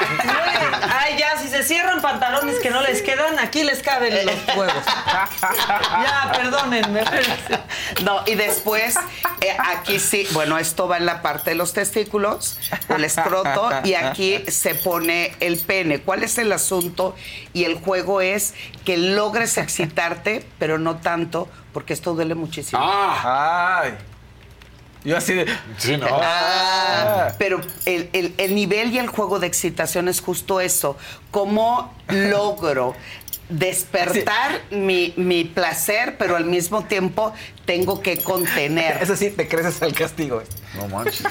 Ay, ya, si se cierran pantalones que no les quedan, aquí les caben los huevos. Ya, perdónenme. No, y después, eh, aquí sí, bueno, esto va en la parte de los testículos, el escroto, y aquí se pone el pene. ¿Cuál es el asunto? Y el juego es que logres excitarte, pero no tanto, porque esto duele muchísimo. Ah, Ay. Yo así de... sí, no. Ah, pero el, el- el nivel y el juego de excitación es justo eso. ¿Cómo logro despertar mi, mi placer, pero al mismo tiempo tengo que contener? Eso sí, te creces al castigo. eh. No manches.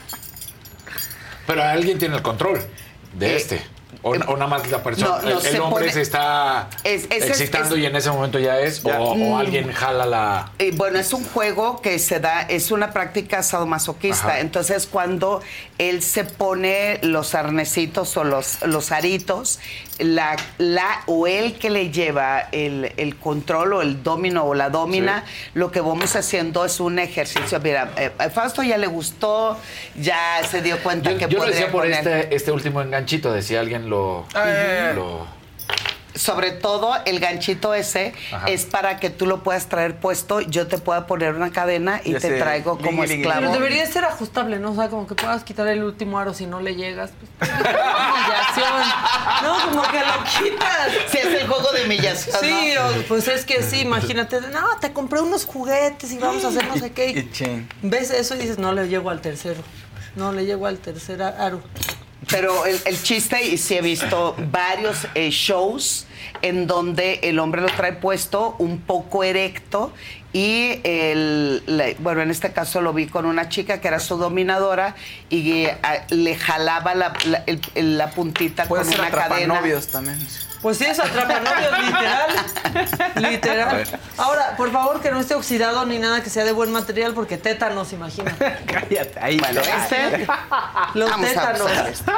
Pero alguien tiene el control de Eh, este. O, o nada más la persona, no, no, el, el se hombre pone- se está Es- es- es- excitando es- y en ese momento ya es, o, o Mm. alguien jala la... Eh, bueno, es un juego que se da, es una práctica sadomasoquista. Ajá. Entonces, cuando él se pone los arnesitos o los, los aritos, la, la, o él que le lleva el, el control o el domino o la domina, lo que vamos haciendo es un ejercicio. Mira, eh, a Fausto ya le gustó, ya se dio cuenta Yo, que yo lo podría decía por poner- este, este último enganchito, de si alguien lo... Eh. lo- Sobre todo el ganchito ese Ajá. es para que tú lo pueas traer puesto, yo te pueda poner una cadena y Ya te sé, traigo como ligui, ligui. esclavo. Pero debería ser ajustable, ¿no? O sea, como que puedas quitar el último aro si no le llegas. Pues, humillación. No, como que lo quitas. Sí, es el juego de humillación, Sí, ¿no? o- pues es que sí, imagínate. No, te compré unos juguetes y vamos a hacer no sé qué. Y chin. Ves eso y dices, no le llego al tercero. No le llego al tercer aro. Pero el, el chiste, y sí he visto varios eh, shows en donde el hombre lo trae puesto un poco erecto y el, le- bueno, en este caso lo vi con una chica que era su dominadora y eh, a- le jalaba la, la, el- el- la puntita Puede con ser una cadena. atrapanovios también. Pues sí, es atrapanovios, literal. Literal. Ahora, por favor, que no esté oxidado ni nada, que sea de buen material, porque tétanos, imagínate. Cállate, ahí. Bueno, este, Los vamos a tétanos. usar esto.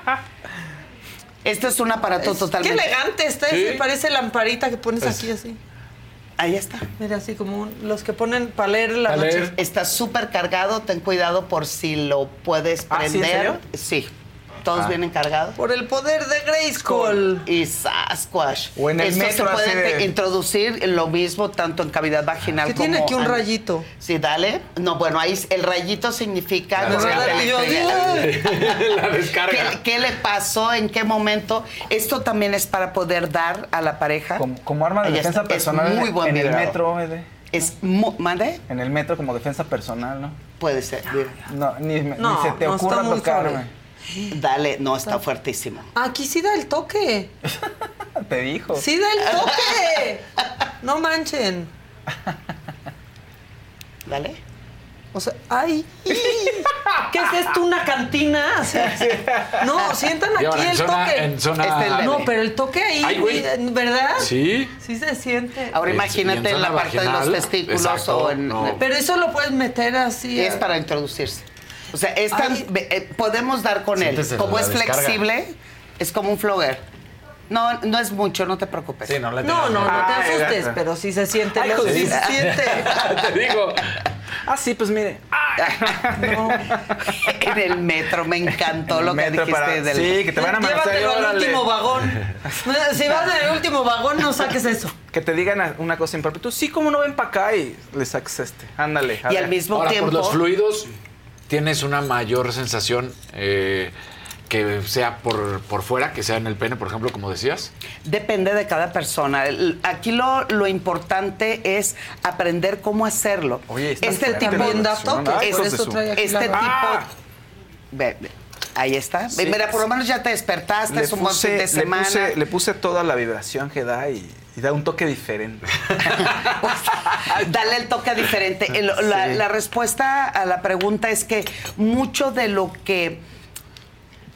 Este es un aparato Es- totalmente... Qué elegante está Sí. ese, parece lamparita que pones aquí así. Ahí está. Mira, así como un- los que ponen para leer la Pa' leer. noche. Está súper cargado, ten cuidado por si lo puedes ¿Ah, sí, en prender. serio? Sí. Todos vienen cargados. Por el poder de Grayskull. Y Sasquatch. O en el Esto metro, se puede así de- te- introducir lo mismo tanto en cavidad vaginal Que como... tiene aquí un an- rayito. Sí, dale. No, bueno, ahí es- el rayito significa... La corriente descarga. Y yo, eléctrica. la descarga. ¿Qué, qué le pasó? ¿En qué momento? Esto también es para poder dar a la pareja. Como, como arma de Ahí defensa está. personal Es muy buen en el vibrado. metro, Ede. Es mu- ¿Mande? En el metro como defensa personal, ¿no? Puede ser. Mira. No, ni, me- No, ni se te no, está ocurra muy tocarme. suave. Dale, no, está fuertísimo. Aquí sí da el toque. Te dijo. Sí da el toque. No manchen. Dale. O sea, ay. ¿Qué es esto? ¿Una cantina? Así. No, sientan Y aquí ahora, en el zona- toque. en zona- Este es el No, bebé. pero el toque ahí, Ay, güey. ¿verdad? Sí. Sí se siente. Ahora Es- y imagínate en en la zona parte de los vaginal, testículos exacto, o en... no. Pero eso lo puedes meter así. Es a- para introducirse. O sea, es tan- Ay. ve- eh, podemos dar con él. Siéntese Como la es descarga. flexible, es como un flogger. No, no es mucho, no te preocupes. Sí, no le No, tengas no, miedo. no te Ay, asustes, gata. pero sí se siente. Ay, lo- hijo de sí su- se siente. Te digo. Ah, sí, pues mire. No. En el metro, me encantó En lo el que metro dijiste para- del... Sí, que te van a manosear. Llévatelo al órale. último vagón. Si vas en el último vagón, no saques eso. Que te digan a- una cosa impropia. Tú sí, como no ven para acá y le saques este. Ándale. a Y ver. al mismo Ahora, tiempo... por los fluidos, tienes una mayor sensación eh, que sea por, por fuera, que sea en el pene, por ejemplo, como decías. Depende de cada persona. El- Aquí lo, lo importante es aprender cómo hacerlo. Oye, está este fuerte tipo la También da evolución, toque. ¿no? es- Por Hijos de eso su- trae aquí Este la- tipo... Ah. Ve, ve, ahí está. Sí. Mira, por lo menos ya te despertaste, Le es un buen puse, fin de le, semana. puse, le puse toda la vibración que da y, y da un toque diferente. Dale el toque diferente. El- la, Sí. la respuesta a la pregunta es que mucho de lo que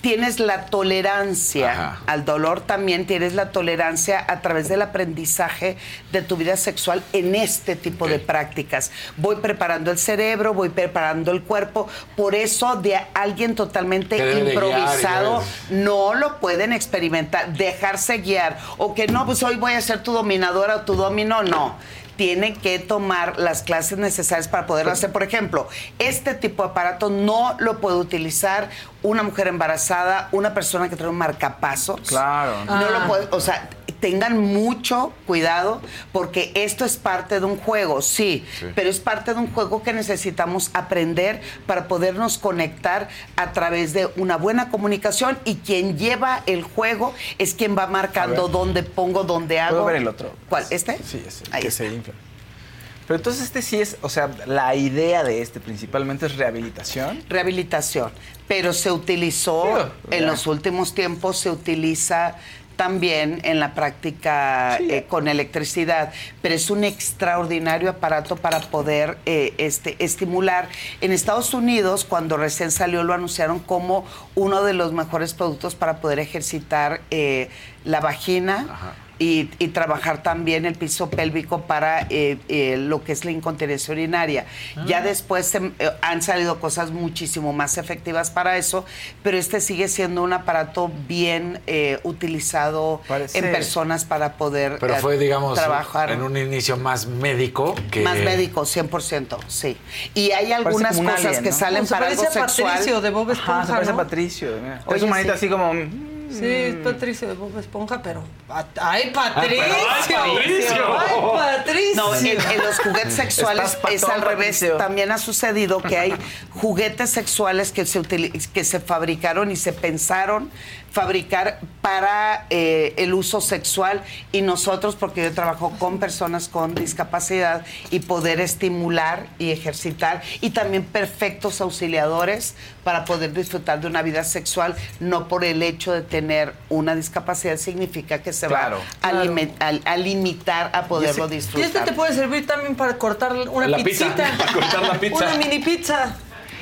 tienes la tolerancia Ajá. al dolor, también tienes la tolerancia a través del aprendizaje de tu vida sexual en este tipo okay. de prácticas. Voy preparando el cerebro, voy preparando el cuerpo, por eso de alguien totalmente improvisado guiar, no lo pueden experimentar, dejarse guiar, o que no, pues hoy voy a ser tu dominadora o tu domino, no. Tiene que tomar las clases necesarias para poderlo hacer. Por ejemplo, este tipo de aparato no lo puede utilizar una mujer embarazada, una persona que trae un marcapasos. Claro. No ah. lo puede, o sea, tengan mucho cuidado porque esto es parte de un juego, sí, sí, pero es parte de un juego que necesitamos aprender para podernos conectar a través de una buena comunicación, y quien lleva el juego es quien va marcando dónde pongo, dónde hago. ¿Puedo ver el otro? ¿Cuál? ¿Este? Sí, ese. Ahí que está. se infla. Pero entonces este sí es, o sea, la idea de este principalmente es rehabilitación. Rehabilitación, pero se utilizó sí, en ya. los últimos tiempos, se utiliza también en la práctica sí. eh, con electricidad, pero es un extraordinario aparato para poder eh, este, estimular. En Estados Unidos, cuando recién salió, lo anunciaron como uno de los mejores productos para poder ejercitar eh, la vagina. Ajá. Y, y trabajar también el piso pélvico para eh, eh, lo que es la incontinencia urinaria. Ah. Ya después se, eh, han salido cosas muchísimo más efectivas para eso, pero este sigue siendo un aparato bien eh, utilizado Parece. en personas para poder Pero fue, digamos, trabajar. en un inicio más médico que... Más médico, cien por ciento, sí. Y hay algunas cosas alien, ¿no? que salen no, para algo sexual. Se parece a Patricio de Bob Esponja, Ajá, se parece ¿no? a Patricio. Es su manita sí. así como... Sí, es Patricio de Bob Esponja, pero... ¡Ay, Patricio! ¡Ay, Patricio! ¡Ay, Patricio! No, en, en los juguetes sexuales es al revés. Patricio. También ha sucedido que hay juguetes sexuales que se, que se fabricaron y se pensaron fabricar para eh, el uso sexual, y nosotros, porque yo trabajo con personas con discapacidad, y poder estimular y ejercitar, y también perfectos auxiliadores para poder disfrutar de una vida sexual. No por el hecho de tener una discapacidad significa que se claro, va a, claro. limi a, a limitar a poderlo y ese, disfrutar. Y este te puede servir también para cortar una la pizzita. Pizza, para cortar la pizza. Una mini pizza.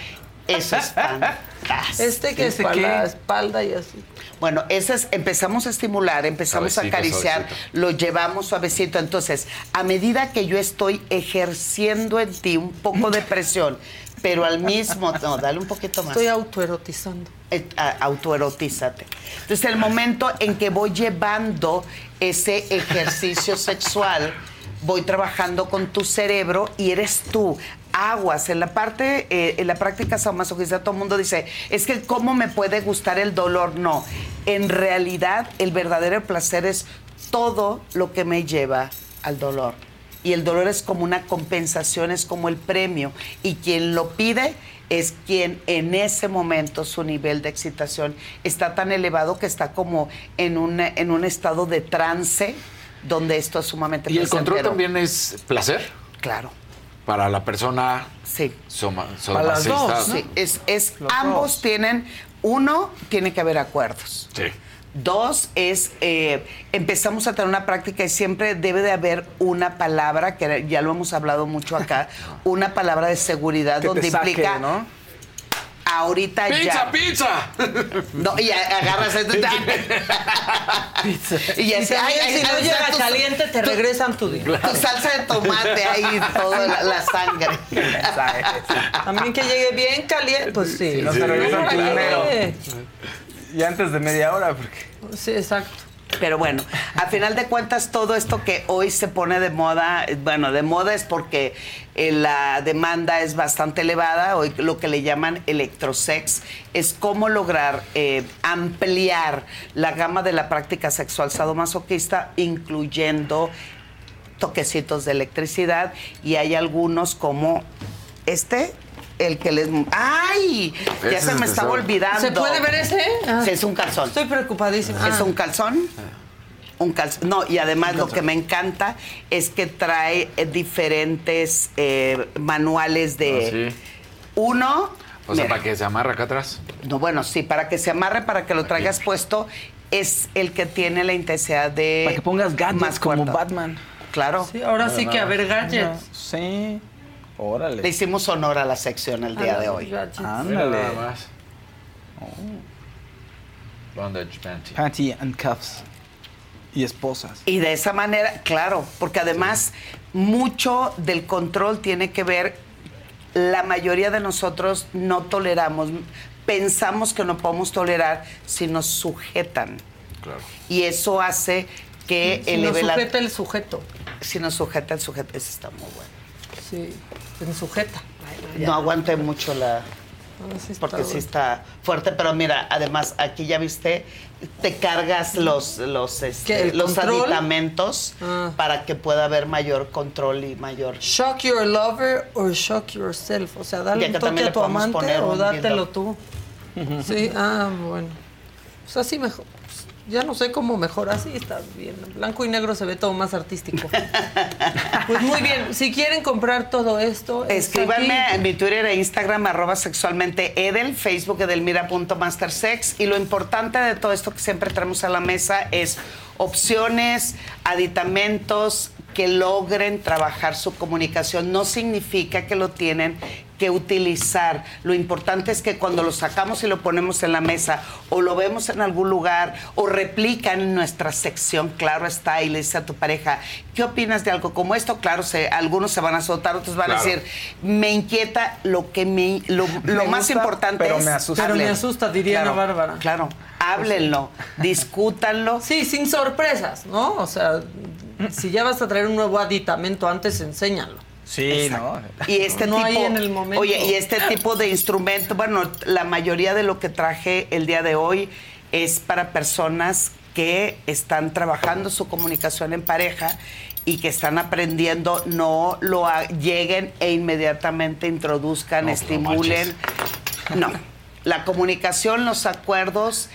Eso es fantástico. Este que es para la espalda y así. Bueno, ese es, empezamos a estimular, empezamos suavecito, a acariciar, suavecito. Lo llevamos suavecito. Entonces, a medida que yo estoy ejerciendo en ti un poco de presión, pero al mismo... No, dale un poquito más. Estoy autoerotizando. Eh, autoerotízate. Entonces, el momento en que voy llevando ese ejercicio sexual, voy trabajando con tu cerebro y eres tú. Aguas, en la parte, eh, en la práctica sadomasoquista todo el mundo dice, es que cómo me puede gustar el dolor. No, en realidad el verdadero placer es todo lo que me lleva al dolor. Y el dolor es como una compensación, es como el premio. Y quien lo pide es quien en ese momento su nivel de excitación está tan elevado que está como en un, en un estado de trance, donde esto es sumamente placentero. ¿Y el control también es placer? Claro. Para la persona sí. soma, Para las dos, ¿no? Sí, es, es ambos dos. Tienen, uno, tiene que haber acuerdos. Sí. Dos, es, eh, empezamos a tener una práctica y siempre debe de haber una palabra, que ya lo hemos hablado mucho acá, una palabra de seguridad que donde te saque, implica... ¿no? Ahorita ¡Pizza, ya. pizza! No, y agarras esto. Pizza. Y ya se, ay, ay, si no llega tu, caliente, te tu, regresan tu dinero. Tu salsa de tomate ahí, toda la, la sangre. También que llegue bien caliente. Pues sí. Si no sí. se regresan tu dinero. Y antes de media hora, porque... Sí, exacto. Pero bueno, a final de cuentas, todo esto que hoy se pone de moda, bueno, de moda es porque eh, la demanda es bastante elevada, hoy lo que le llaman electrosex, es cómo lograr eh, ampliar la gama de la práctica sexual sadomasoquista, incluyendo toquecitos de electricidad, y hay algunos como este, el que les... ¡Ay! Ya ese se me estaba olvidando. ¿Se puede ver ese? Ah. Sí, es un calzón. Estoy preocupadísima. Es ah. un calzón. Un calzón. No, y además lo que me encanta es que trae eh, diferentes eh, manuales de... Oh, sí. Uno... O sea, mira, para que se amarre acá atrás. No, bueno, sí, para que se amarre, para que lo traigas aquí puesto, es el que tiene la intensidad de... Para que pongas gadgets más como cuarto. Batman. Claro. Sí, ahora sí que a ver gadgets. No, sí. Órale. Le hicimos honor a la sección el día de hoy. Ándale. Oh. Bondage panty. Panty and cuffs. Y esposas. Y de esa manera, claro, porque además mucho del control tiene que ver, la mayoría de nosotros no toleramos, pensamos que no podemos tolerar si nos sujetan. Claro. Y eso hace que si eleve nos sujeta la... el sujeto. Si nos sujeta el sujeto, eso está muy bueno. Sí, nos sujeta. No aguante mucho la... No, sí porque bueno. Sí está fuerte, pero mira, además aquí ya viste, te cargas los los, este, los aditamentos ah. para que pueda haber mayor control y mayor... Shock your lover or shock yourself. O sea, dale un toque a tu amante o dátelo tú. Sí, ah, bueno. Pues así mejor. Ya no sé cómo mejor, así está bien. Blanco y negro se ve todo más artístico. Pues muy bien, si quieren comprar todo esto... Escríbanme en mi Twitter e Instagram, arroba sexualmente Edel, Facebook edelmira punto mastersex. Y lo importante de todo esto que siempre traemos a la mesa es opciones, aditamentos que logren trabajar su comunicación. No significa que lo tienen que utilizar. Lo importante es que cuando lo sacamos y lo ponemos en la mesa o lo vemos en algún lugar o replican en nuestra sección, claro está, y le dice a tu pareja, ¿qué opinas de algo como esto? Claro, se, algunos se van a azotar, otros van claro. a decir, me inquieta lo que me... Lo, lo me más gusta, importante pero es... Me asusta. Pero me asusta, diría claro, Ana Bárbara. Claro, háblenlo, discútanlo. Sí, sin sorpresas, ¿no? O sea, si ya vas a traer un nuevo aditamento antes, enséñalo. Sí, exacto. ¿no? Y este no tipo, hay en el momento. Oye, y este tipo de instrumento, bueno, la mayoría de lo que traje el día de hoy es para personas que están trabajando su comunicación en pareja y que están aprendiendo, no lo ha, lleguen e inmediatamente introduzcan, no, estimulen. No, la comunicación, los acuerdos,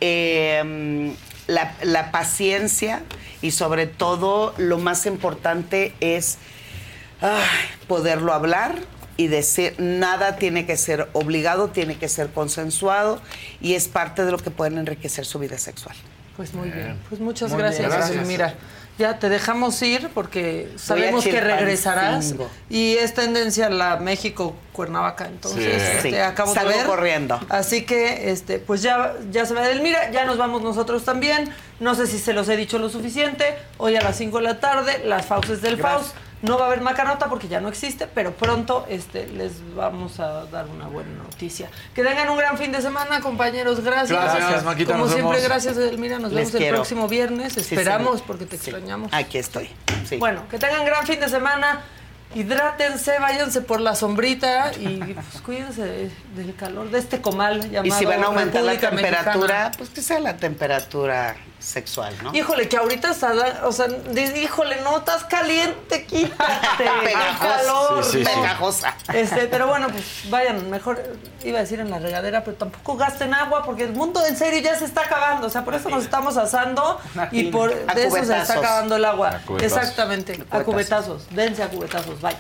eh, la, la paciencia y sobre todo lo más importante es ay, poderlo hablar y decir, nada tiene que ser obligado, tiene que ser consensuado y es parte de lo que pueden enriquecer su vida sexual. Pues muy bien, pues muchas muy gracias. gracias. Mira, ya te dejamos ir porque sabemos que regresarás y es tendencia la México-Cuernavaca, entonces sí. este, sí. acabo Salgo de ver. corriendo. Así que este, pues ya, ya se va Edelmira, ya nos vamos nosotros también. No sé si se los he dicho lo suficiente. Hoy a las cinco de la tarde, las Fauces del Gracias. Faust. No va a haber Macanota porque ya no existe, pero pronto este, les vamos a dar una buena noticia. Que tengan un gran fin de semana, compañeros. Gracias. Gracias, Maquita. Como nos siempre, vemos. gracias, Edelmira. Nos Les vemos quiero. el próximo viernes. Esperamos sí, porque te sí. extrañamos. Aquí estoy. Sí. Bueno, que tengan gran fin de semana. Hidrátense, váyanse por la sombrita y pues, cuídense de, del calor de este comal llamado Y si van a aumentar República la temperatura, Mexicana. pues que sea la temperatura sexual, ¿no? Híjole, que ahorita está, o sea, híjole, no, estás caliente, quítate. Pegajosa. Calor, sí, sí, ¿no? sí. Pegajosa. Este, pero bueno, pues vayan, mejor iba a decir en la regadera, pero tampoco gasten agua porque el mundo en serio ya se está acabando, o sea, por eso nos estamos asando y por A de eso se cubetazos. está acabando el agua. A cubetazos. Exactamente, a cubetazos, dense a cubetazos, bye.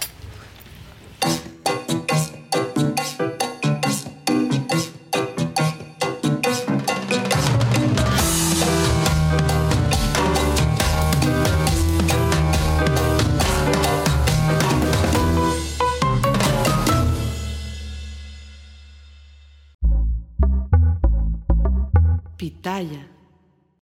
Pitaya.